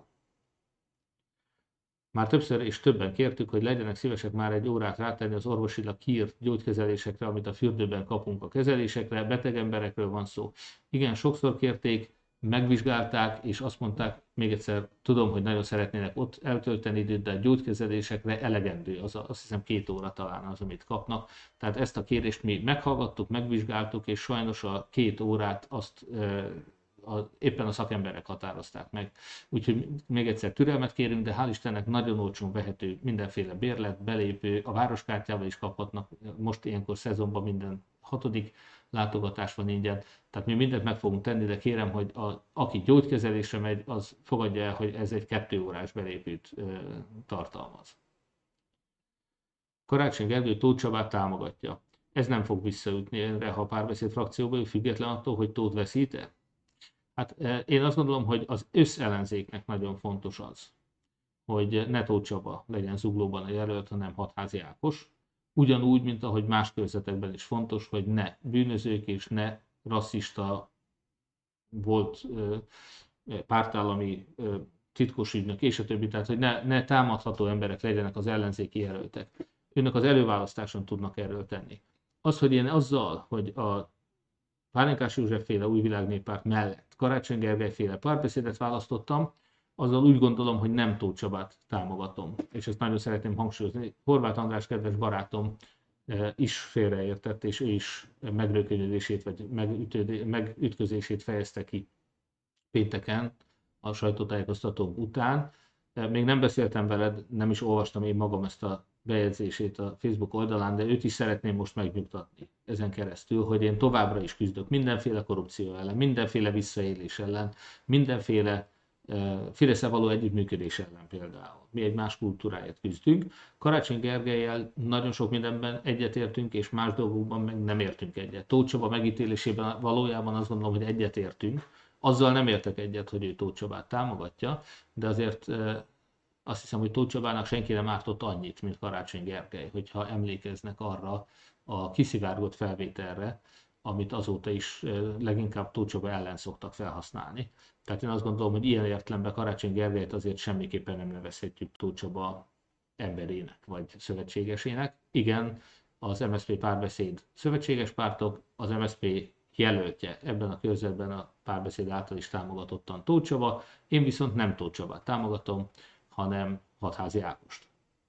Már többször és többen kértük, hogy legyenek szívesek már egy órát rátenni az orvosilag kiírt gyógykezelésekre, amit a fürdőben kapunk a kezelésekre, beteg emberekről van szó. Igen, sokszor kérték, megvizsgálták, és azt mondták, még egyszer tudom, hogy nagyon szeretnének ott eltölteni időt, de a gyógykezelésekre elegendő, azt hiszem 2 óra talán az, amit kapnak. Tehát ezt a kérést mi meghallgattuk, megvizsgáltuk, és sajnos a 2 órát azt éppen a szakemberek határozták meg. Úgyhogy még egyszer türelmet kérünk, de hál' Istennek nagyon olcsón vehető mindenféle bérlet, belépő, a városkártyával is kaphatnak, most ilyenkor szezonban minden 6. látogatás van ingyen, tehát mi mindent meg fogunk tenni, de kérem, hogy aki gyógykezelésre megy, az fogadja el, hogy ez egy 2 órás belépőt tartalmaz. Karácsony Gergely Tóth Csabát támogatja. Ez nem fog visszaütni erre, ha a Párbeszéd frakcióban, független attól, hogy Tóth veszít-e. Hát én azt gondolom, hogy az összellenzéknek nagyon fontos az, hogy ne Tóth Csaba legyen Zuglóban a jelölt, hanem Hatházi Ákos. Ugyanúgy, mint ahogy más körzetekben is fontos, hogy ne bűnözők és ne rasszista volt pártállami titkos ügynök és a többi, tehát hogy ne támadható emberek legyenek az ellenzéki jelöltek. Önök az előválasztáson tudnak erről tenni. Az, hogy én azzal, hogy a Pálinkás József féle Új Világnéppárt mellett Karácsony Gergely féle Párbeszédet választottam, azzal úgy gondolom, hogy nem Tóth Csabát támogatom. És ezt nagyon szeretném hangsúlyozni. Horváth András kedves barátom is félreértett, és ő is megrökönyödését vagy megütközését fejezte ki pénteken a sajtótájékoztató után. Még nem beszéltem veled, nem is olvastam én magam ezt a bejegyzését a Facebook oldalán, de őt is szeretném most megnyugtatni ezen keresztül, hogy én továbbra is küzdök mindenféle korrupció ellen, mindenféle visszaélés ellen, mindenféle Fidesz-el való együttműködés ellen például. Mi egy más kultúráért küzdünk. Karácsony Gergellyel nagyon sok mindenben egyetértünk, és más dolgokban meg nem értünk egyet. Tóth Csaba megítélésében valójában azt gondolom, hogy egyetértünk. Azzal nem értek egyet, hogy ő Tóth Csabát támogatja, de azért azt hiszem, hogy Tóth Csabának senki nem ártott annyit, mint Karácsony Gergely, hogyha emlékeznek arra a kiszivárgott felvételre, amit azóta is leginkább Tóth Csaba ellen szoktak felhasználni. Tehát én azt gondolom, hogy ilyen értelemben Karácsony Gergelyt azért semmiképpen nem nevezhetjük Tóth Csaba emberének vagy szövetségesének. Igen, az MSZP Párbeszéd szövetséges pártok, az MSZP jelöltje ebben a körzetben a Párbeszéd által is támogatottan Tóth Csaba, én viszont nem Tóth Csabát támogatom, hanem Hatházi Ágost.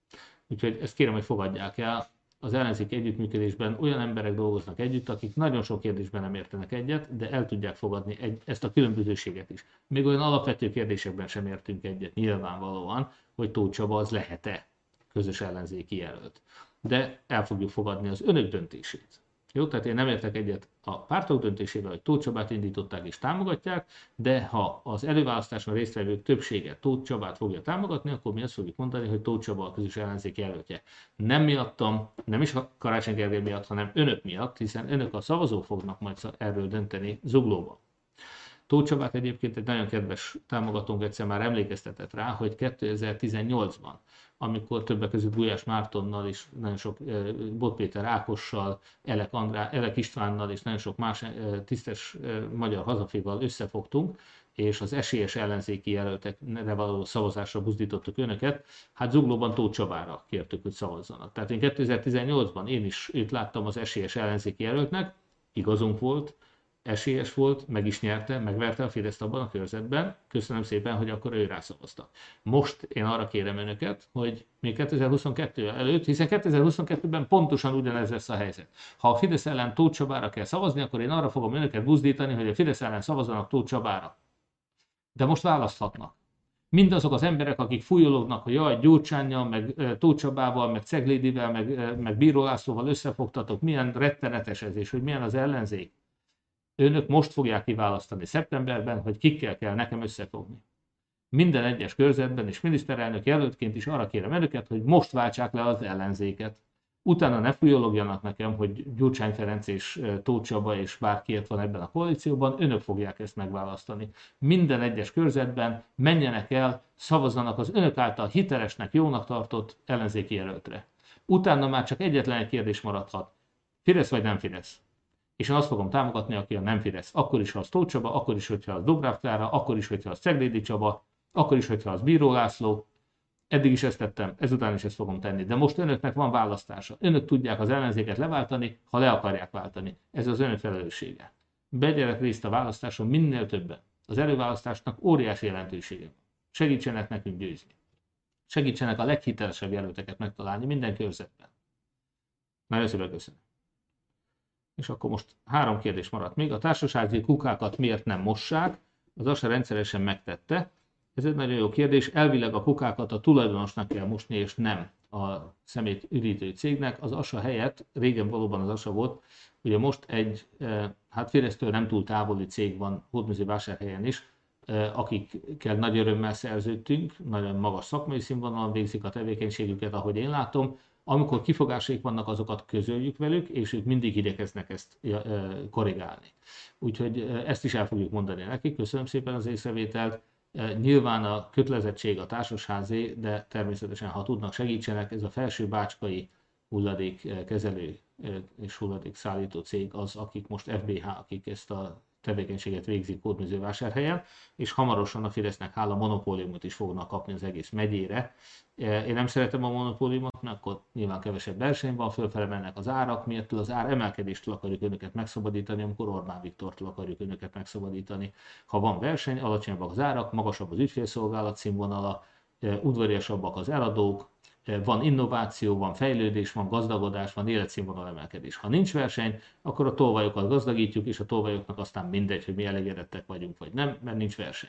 Úgyhogy ezt kérem, hogy fogadják el. Az ellenzéki együttműködésben olyan emberek dolgoznak együtt, akik nagyon sok kérdésben nem értenek egyet, de el tudják fogadni ezt a különbözőséget is. Még olyan alapvető kérdésekben sem értünk egyet nyilvánvalóan, hogy Tóth Csaba az lehet-e közös ellenzéki jelölt. De el fogjuk fogadni az önök döntését. Jó, tehát én nem értek egyet a pártok döntésével, hogy Tóth Csabát indították és támogatják, de ha az előválasztáson résztvevők többsége Tóth Csabát fogja támogatni, akkor mi azt fogjuk mondani, hogy Tóth Csaba a közös ellenzék jelöltje. Nem miattam, nem is a Karácsony Gergely miatt, hanem önök miatt, hiszen önök a szavazók fognak majd erről dönteni Zuglóban. Tóth Csabát egyébként egy nagyon kedves támogatónk egyszer már emlékeztetett rá, hogy 2018-ban, amikor többek között Gulyás Mártonnal és nagyon sok Bot Péter Ákossal, Elek Istvánnal és nagyon sok más tisztes magyar hazafival összefogtunk, és az esélyes ellenzéki jelöltekre való szavazásra buzdítottuk önöket, hát Zuglóban Tóth Csabára kértük, hogy szavazzanak. Tehát én 2018-ban én is őt láttam az esélyes ellenzéki jelöltnek, igazunk volt, esélyes volt, meg is nyerte, megverte a Fideszt abban a körzetben. Köszönöm szépen, hogy akkor ő rászavaztak. Most én arra kérem önöket, hogy még 2022 előtt, hiszen 2022-ben pontosan ugyanez lesz a helyzet. Ha a Fidesz ellen Tóth Csabára kell szavazni, akkor én arra fogom önöket buzdítani, hogy a Fidesz ellen szavazzanak Tóth Csabára. De most választhatnak. Mindazok az emberek, akik fújolognak, hogy jaj, Gyurcsánnyal, meg Tóth Csabával, meg Ceglédivel, meg Bíró Lászlóval összefogtatok, milyen rettenetes ez, és hogy milyen az ellenzék. Önök most fogják kiválasztani szeptemberben, hogy kikkel kell nekem összefogni. Minden egyes körzetben és miniszterelnök jelöltként is arra kérem önöket, hogy most váltsák le az ellenzéket. Utána ne fújologjanak nekem, hogy Gyurcsány Ferenc és Tóth Csaba és bárkiért van ebben a koalícióban, önök fogják ezt megválasztani. Minden egyes körzetben menjenek el, szavazzanak az önök által hitelesnek, jónak tartott ellenzéki jelöltre. Utána már csak egyetlen egy kérdés maradhat. Fidesz vagy nem Fidesz? És én azt fogom támogatni, aki a nem Fidesz. Akkor is, ha az Tóth Csaba, akkor is, hogyha az Dobrev Klára, akkor is, hogyha az Ceglédi Csaba, akkor is, hogyha az Bíró László. Eddig is ezt tettem, ezután is ezt fogom tenni. De most önöknek van választása. Önök tudják az ellenzéket leváltani, ha le akarják váltani. Ez az önök felelőssége. Vegyenek részt a választáson minél többen. Az előválasztásnak óriási jelentősége. Segítsenek nekünk győzni. Segítsenek a leghitelesebb jelölteket megtalálni minden körzetben. Nagyon szépen köszönöm. És akkor most 3 kérdés maradt még. A társasági kukákat miért nem mossák? Az ASA rendszeresen megtette. Ez egy nagyon jó kérdés. Elvileg a kukákat a tulajdonosnak kell mosni, és nem a szemét üdítő cégnek. Az ASA helyett, régen valóban az ASA volt, ugye most egy, hát Fidesztől nem túl távoli cég van Hódmezővásárhelyen is, akikkel nagy örömmel szerződtünk, nagyon magas szakmai színvonalon végzik a tevékenységüket, ahogy én látom. Amikor kifogásaik vannak, azokat közöljük velük, és ők mindig igyekeznek ezt korrigálni. Úgyhogy ezt is el fogjuk mondani nekik. Köszönöm szépen az észrevételt. Nyilván a kötelezettség a társasházé, de természetesen, ha tudnak, segítsenek. Ez a Felső Bácskai hulladékkezelő és hulladékszállító cég az, akik most FBH, akik ezt a tevékenységet végzik Hódmezővásárhelyen, és hamarosan a Fidesznek hála monopóliumot is fognak kapni az egész megyére. Én nem szeretem a monopóliumot, mert akkor nyilván kevesebb verseny van, fölfele mennek az árak, miatt az ár emelkedéstől akarjuk önöket megszabadítani, amikor Orbán Viktortól akarjuk önöket megszabadítani. Ha van verseny, alacsonyabbak az árak, magasabb az ügyfélszolgálat színvonala, udvariasabbak az eladók, van innováció, van fejlődés, van gazdagodás, van életszínvonal emelkedés. Ha nincs verseny, akkor a tolvajokat gazdagítjuk, és a tolvajoknak aztán mindegy, hogy mi elégedettek vagyunk, vagy nem, mert nincs verseny.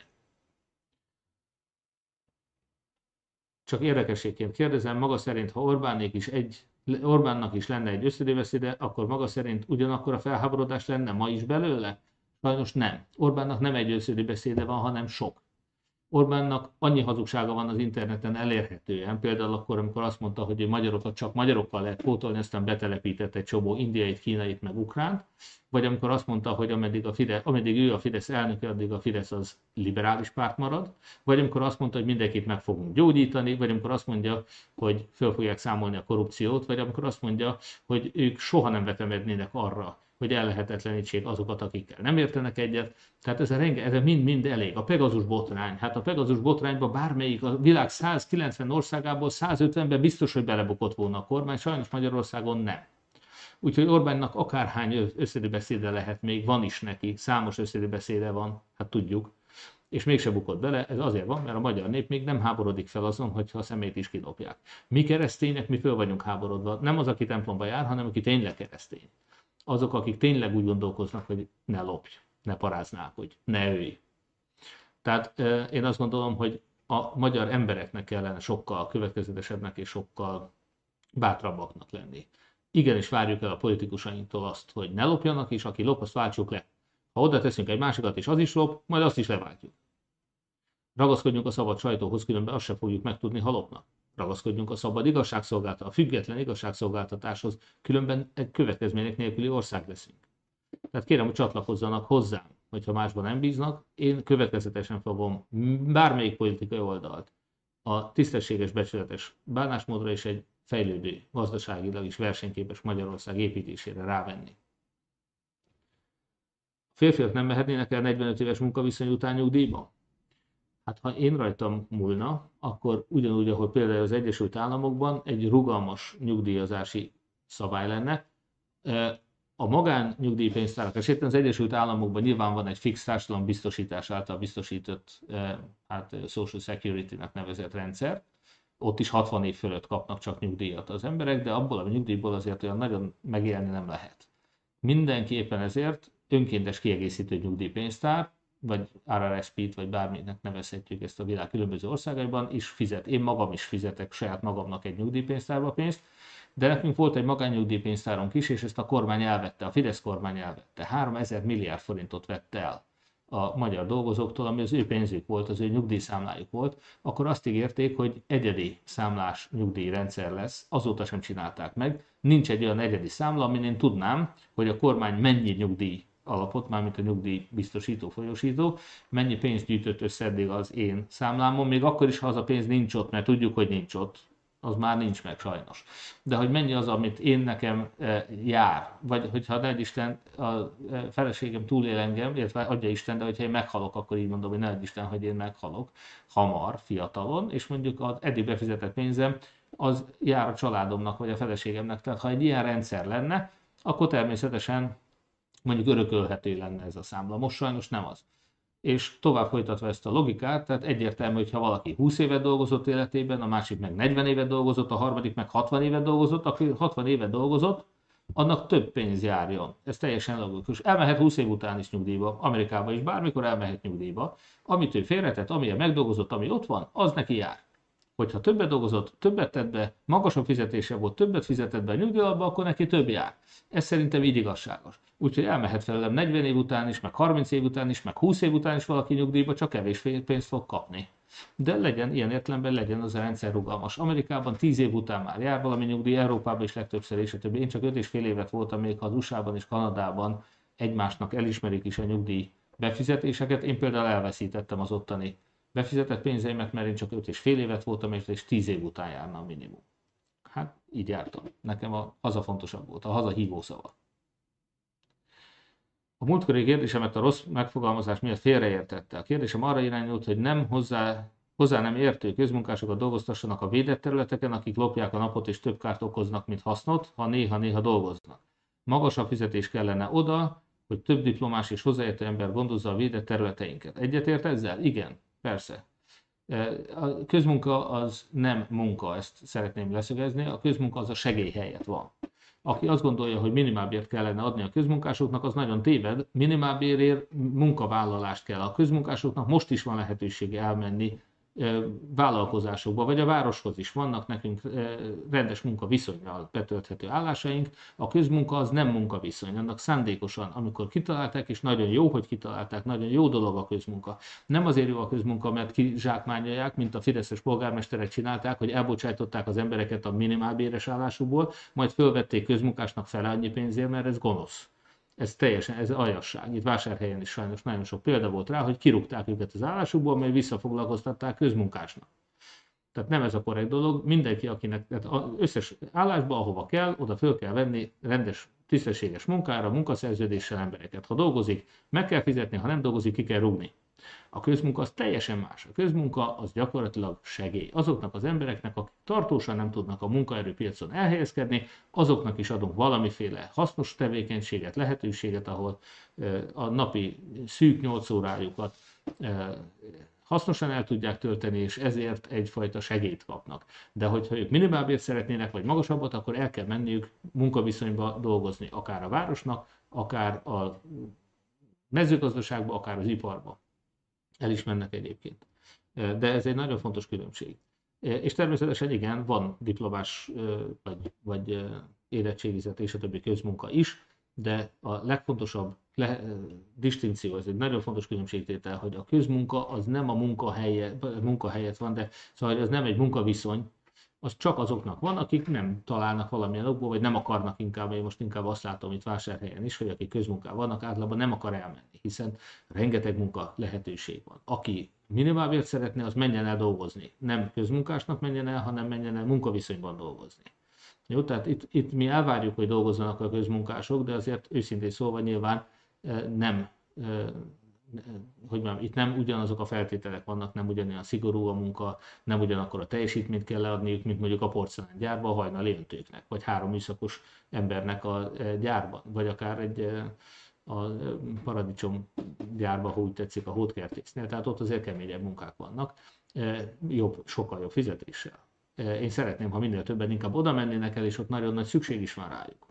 Csak érdekességként kérdezem, maga szerint, ha Orbánnak is lenne egy összedőbeszéde, akkor maga szerint ugyanakkor a felháborodás lenne ma is belőle? Sajnos nem. Orbánnak nem egy összedőbeszéde van, hanem sok. Orbánnak annyi hazugsága van az interneten elérhetően, például akkor, amikor azt mondta, hogy magyarokat csak magyarokkal lehet pótolni, aztán betelepített egy csomó indiait, kínait, meg ukránt, vagy amikor azt mondta, hogy ameddig ő a Fidesz elnöke, addig a Fidesz az liberális párt marad, vagy amikor azt mondta, hogy mindenkit meg fogunk gyógyítani, vagy amikor azt mondja, hogy föl fogják számolni a korrupciót, vagy amikor azt mondja, hogy ők soha nem vetemednének arra, hogy ellehetetlenítsék azokat, akikkel nem értenek egyet. Tehát ez mind elég. A Pegazus botrány. Hát a Pegazus botrányban bármelyik a világ 190 országából 150-ben biztos, hogy belebukott volna a kormány, sajnos Magyarországon nem. Úgyhogy Orbánnak akárhány összedőbeszéde lehet még, van is neki, számos összedőbeszéde van, hát tudjuk. és mégse bukott bele, ez azért van, mert a magyar nép még nem háborodik fel azon, hogyha a szemét is kidobják. Mi keresztények, mi föl vagyunk háborodva. Nem az, aki templomba jár, hanem aki tényleg keresztény. Azok, akik tényleg úgy gondolkoznak, hogy ne lopj, ne paráználkodj, ne ölj. Tehát én azt gondolom, hogy a magyar embereknek kellene sokkal következetesebbnek és sokkal bátrabbaknak lenni. Igenis várjuk el a politikusainktól azt, hogy ne lopjanak, és aki lop, azt váltsuk le. Ha oda teszünk egy másikat, és az is lop, majd azt is leváltjuk. Ragaszkodjunk a szabad sajtóhoz, különben azt sem fogjuk megtudni, ha lopnak. Ragaszkodjunk a szabad igazságszolgáltatáshoz, a független igazságszolgáltatáshoz, különben egy következmények nélküli ország leszünk. Tehát kérem, hogy csatlakozzanak hozzám, hogyha másban nem bíznak. Én következetesen fogom bármelyik politikai oldalt a tisztességes, becsületes bánásmódra és egy fejlődő, gazdaságilag is versenyképes Magyarország építésére rávenni. Férfiak nem mehetnének el 45 éves munkaviszony után nyugdíjba? Hát ha én rajtam múlna, akkor ugyanúgy, ahogy például az Egyesült Államokban egy rugalmas nyugdíjazási szabály lenne. A magán nyugdíjpénztárak esetén az Egyesült Államokban nyilván van egy fix társadalombiztosítás által biztosított Social Security-nek nevezett rendszer. Ott is 60 év fölött kapnak csak nyugdíjat az emberek, de abból a nyugdíjból azért olyan nagyon megélni nem lehet. Mindenki éppen ezért önkéntes kiegészítő nyugdíjpénztár, vagy RRSP-t, vagy bárminek nevezhetjük ezt a világ különböző országaiban, is fizet. Én magam is fizetek saját magamnak egy nyugdíjpénztárba pénzt, de nekünk volt egy magánnyugdíjpénztárunk is, és ezt a kormány elvette, a Fidesz kormány elvette. 3000 milliárd forintot vette el a magyar dolgozóktól, ami az ő pénzük volt, az ő nyugdíjszámlájuk volt, akkor azt ígérték, hogy egyedi számlás nyugdíjrendszer lesz, azóta sem csinálták meg. Nincs egy olyan egyedi számla, amin én tudnám, hogy a kormány mennyi nyugdíj alapot, mármint a nyugdíj biztosító, folyósító, mennyi pénzt gyűjtött össze eddig az én számlámon, még akkor is, ha az a pénz nincs ott, mert tudjuk, hogy nincs ott, az már nincs meg sajnos. De hogy mennyi az, amit én nekem jár, vagy hogyha ne Isten, a feleségem túlél engem, illetve adja Isten, de hogyha én meghalok, akkor így mondom, hogy ne Isten, hogy én meghalok hamar, fiatalon, és mondjuk az eddig befizetett pénzem, az jár a családomnak, vagy a feleségemnek. Tehát ha egy ilyen rendszer lenne, akkor természetesen mondjuk örökölhető lenne ez a számla. Most sajnos nem az. És tovább folytatva ezt a logikát, tehát egyértelmű, hogy ha valaki 20 évet dolgozott életében, a másik meg 40 évet dolgozott, a harmadik meg 60 évet dolgozott, aki 60 évet dolgozott, annak több pénz járjon. Ez teljesen logikus. Elmehet 20 év után is nyugdíjba, Amerikába is bármikor elmehet nyugdíjba. Amit ő félretett, amilyen megdolgozott, ami ott van, az neki jár. Hogyha többet dolgozott, többet tett be, magasabb fizetése volt, többet fizetett be a nyugdíjalba, akkor neki több jár. Ez szerintem így igazságos. Úgyhogy elmehet felőlem 40 év után is, meg 30 év után is, meg 20 év után is valaki nyugdíjba, csak kevés pénzt fog kapni. De legyen, ilyen értelemben legyen az a rendszer rugalmas. Amerikában 10 év után már jár valami nyugdíj, Európában is legtöbbször, és a többi. Én csak 5,5 évet voltam még, ha az USA-ban és Kanadában egymásnak elismerik is a nyugdíj befizetéseket. Én például elveszítettem az ottani befizetett pénzeimet, mert én csak 5,5 évet voltam, és 10 év után járna a minimum. Hát így jártam. Nekem a haza fontosabb volt, a haza hívószava. A múltkori kérdésemet a rossz megfogalmazás miatt félreértette. A kérdésem arra irányult, hogy nem hozzá nem értő közmunkásokat dolgoztassanak a védett területeken, akik lopják a napot és több kárt okoznak, mint hasznot, ha néha-néha dolgoznak. Magasabb fizetés kellene oda, hogy több diplomás és hozzáértő ember gondozza a védett területeinket. Egyetért ezzel? Igen, persze. A közmunka az nem munka, ezt szeretném leszögezni, a közmunka az a segély helyett van. Aki azt gondolja, hogy minimálbért kellene adni a közmunkásoknak, az nagyon téved, minimálbérért munkavállalást kell. A közmunkásoknak most is van lehetősége elmenni vállalkozásokba, vagy a városhoz is vannak nekünk rendes munkaviszonnyal betölthető állásaink. A közmunka az nem munkaviszony, annak szándékosan, amikor kitalálták, és nagyon jó, hogy kitalálták, nagyon jó dolog a közmunka. Nem azért jó a közmunka, mert kizsákmányolják, mint a fideszes polgármesterek csinálták, hogy elbocsájtották az embereket a minimálbéres állásukból, majd fölvették közmunkásnak fele annyi pénzért, mert ez gonosz. Ez aljasság. Itt Vásárhelyen is sajnos nagyon sok példa volt rá, hogy kirúgták őket az állásukból, mert visszafoglalkoztatták közmunkásnak. Tehát nem ez a korrekt dolog. Mindenki, akinek az összes állásba, ahova kell, oda föl kell venni rendes, tisztességes munkára, munkaszerződéssel embereket. Ha dolgozik, meg kell fizetni, ha nem dolgozik, ki kell rúgni. A közmunka az teljesen más. A közmunka az gyakorlatilag segély. Azoknak az embereknek, akik tartósan nem tudnak a munkaerőpiacon elhelyezkedni, azoknak is adunk valamiféle hasznos tevékenységet, lehetőséget, ahol a napi szűk 8 órájukat hasznosan el tudják tölteni, és ezért egyfajta segélyt kapnak. De hogyha ők minimálbért szeretnének, vagy magasabbat, akkor el kell menniük munkaviszonyba dolgozni, akár a városnak, akár a mezőgazdaságba, akár az iparba. El is mennek egyébként. De ez egy nagyon fontos különbség. És természetesen igen, van diplomás vagy érettségizett és a többi közmunka is, de a legfontosabb distinkció, ez egy nagyon fontos különbségtétel, hogy a közmunka az nem a munkahelyet van, de szóval ez nem egy munkaviszony, az csak azoknak van, akik nem találnak valamilyen okból, vagy nem akarnak inkább, én most inkább azt látom itt Vásárhelyen is, hogy akik közmunkán vannak, általában nem akar elmenni, hiszen rengeteg munka lehetőség van. Aki minimálbért szeretne, az menjen el dolgozni. Nem közmunkásnak menjen el, hanem menjen el munkaviszonyban dolgozni. Jó, tehát itt mi elvárjuk, hogy dolgozzanak a közmunkások, de azért őszintén szólva nyilván nem, hogy mondjam, itt nem ugyanazok a feltételek vannak, nem ugyanolyan szigorú a munka, nem ugyanakkor a teljesítményt kell leadniuk, mint mondjuk a porcelángyárban a hajnali öntőknek, vagy 3 műszakos embernek a gyárban, vagy akár a paradicsom gyárban, ha úgy tetszik, a hódkertésznél, tehát ott azért keményebb munkák vannak, sokkal jobb fizetéssel. Én szeretném, ha minél többen inkább oda mennének el, és ott nagyon nagy szükség is van rájuk.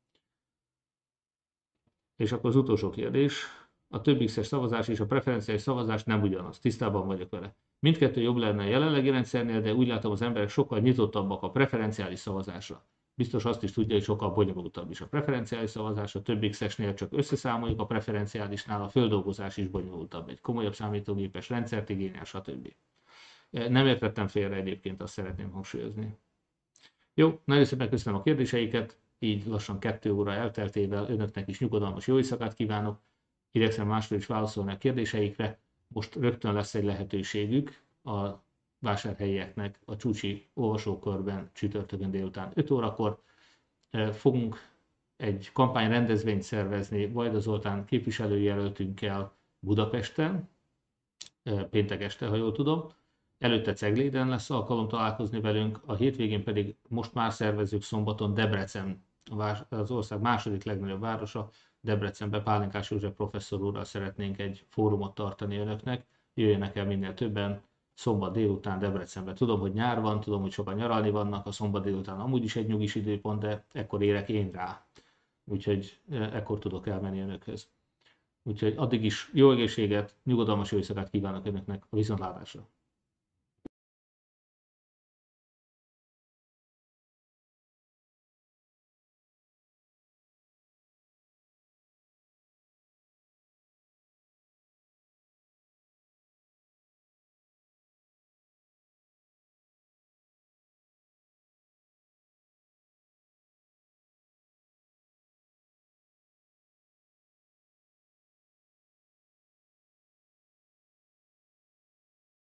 És akkor az utolsó kérdés. A több X-es szavazás és a preferenciális szavazás nem ugyanaz. Tisztában vagyok vele. Mindkettő jobb lenne a jelenlegi rendszernél, de úgy látom, az emberek sokkal nyitottabbak a preferenciális szavazásra. Biztos azt is tudja, hogy sokkal bonyolultabb is a preferenciális szavazás, a több X-esnél csak összeszámoljuk, a preferenciálisnál a földolgozás is bonyolultabb, egy komolyabb számítógépes rendszert igényel, stb. Nem értettem félre egyébként, azt szeretném hangsúlyozni. Jó, nagyon szépen köszönöm a kérdéseiket, így lassan 2 óra elteltével önöknek is nyugodalmas jó éjszakát kívánok. Igyekszem másról is válaszolni a kérdéseikre. Most rögtön lesz egy lehetőségük a vásárhelyieknek a csúcsi olvasókörben csütörtökön délután 5 órakor. Fogunk egy kampányrendezvényt szervezni Vajda Zoltán képviselőjelöltünkkel Budapesten, péntek este, ha jól tudom. Előtte Cegléden lesz alkalom találkozni velünk, a hétvégén pedig most már szervezzük szombaton Debrecen, az ország második legnagyobb városa, Debrecenben Pálinkás József professzor úrral szeretnénk egy fórumot tartani önöknek. Jöjjenek el minél többen szombat délután Debrecenben. Tudom, hogy nyár van, tudom, hogy sokan nyaralni vannak, a szombat délután amúgy is egy nyugis időpont, de ekkor érek én rá. Úgyhogy ekkor tudok elmenni önökhöz. Úgyhogy addig is jó egészséget, nyugodalmas jó éjszakát kívánok önöknek, a viszontlátásra.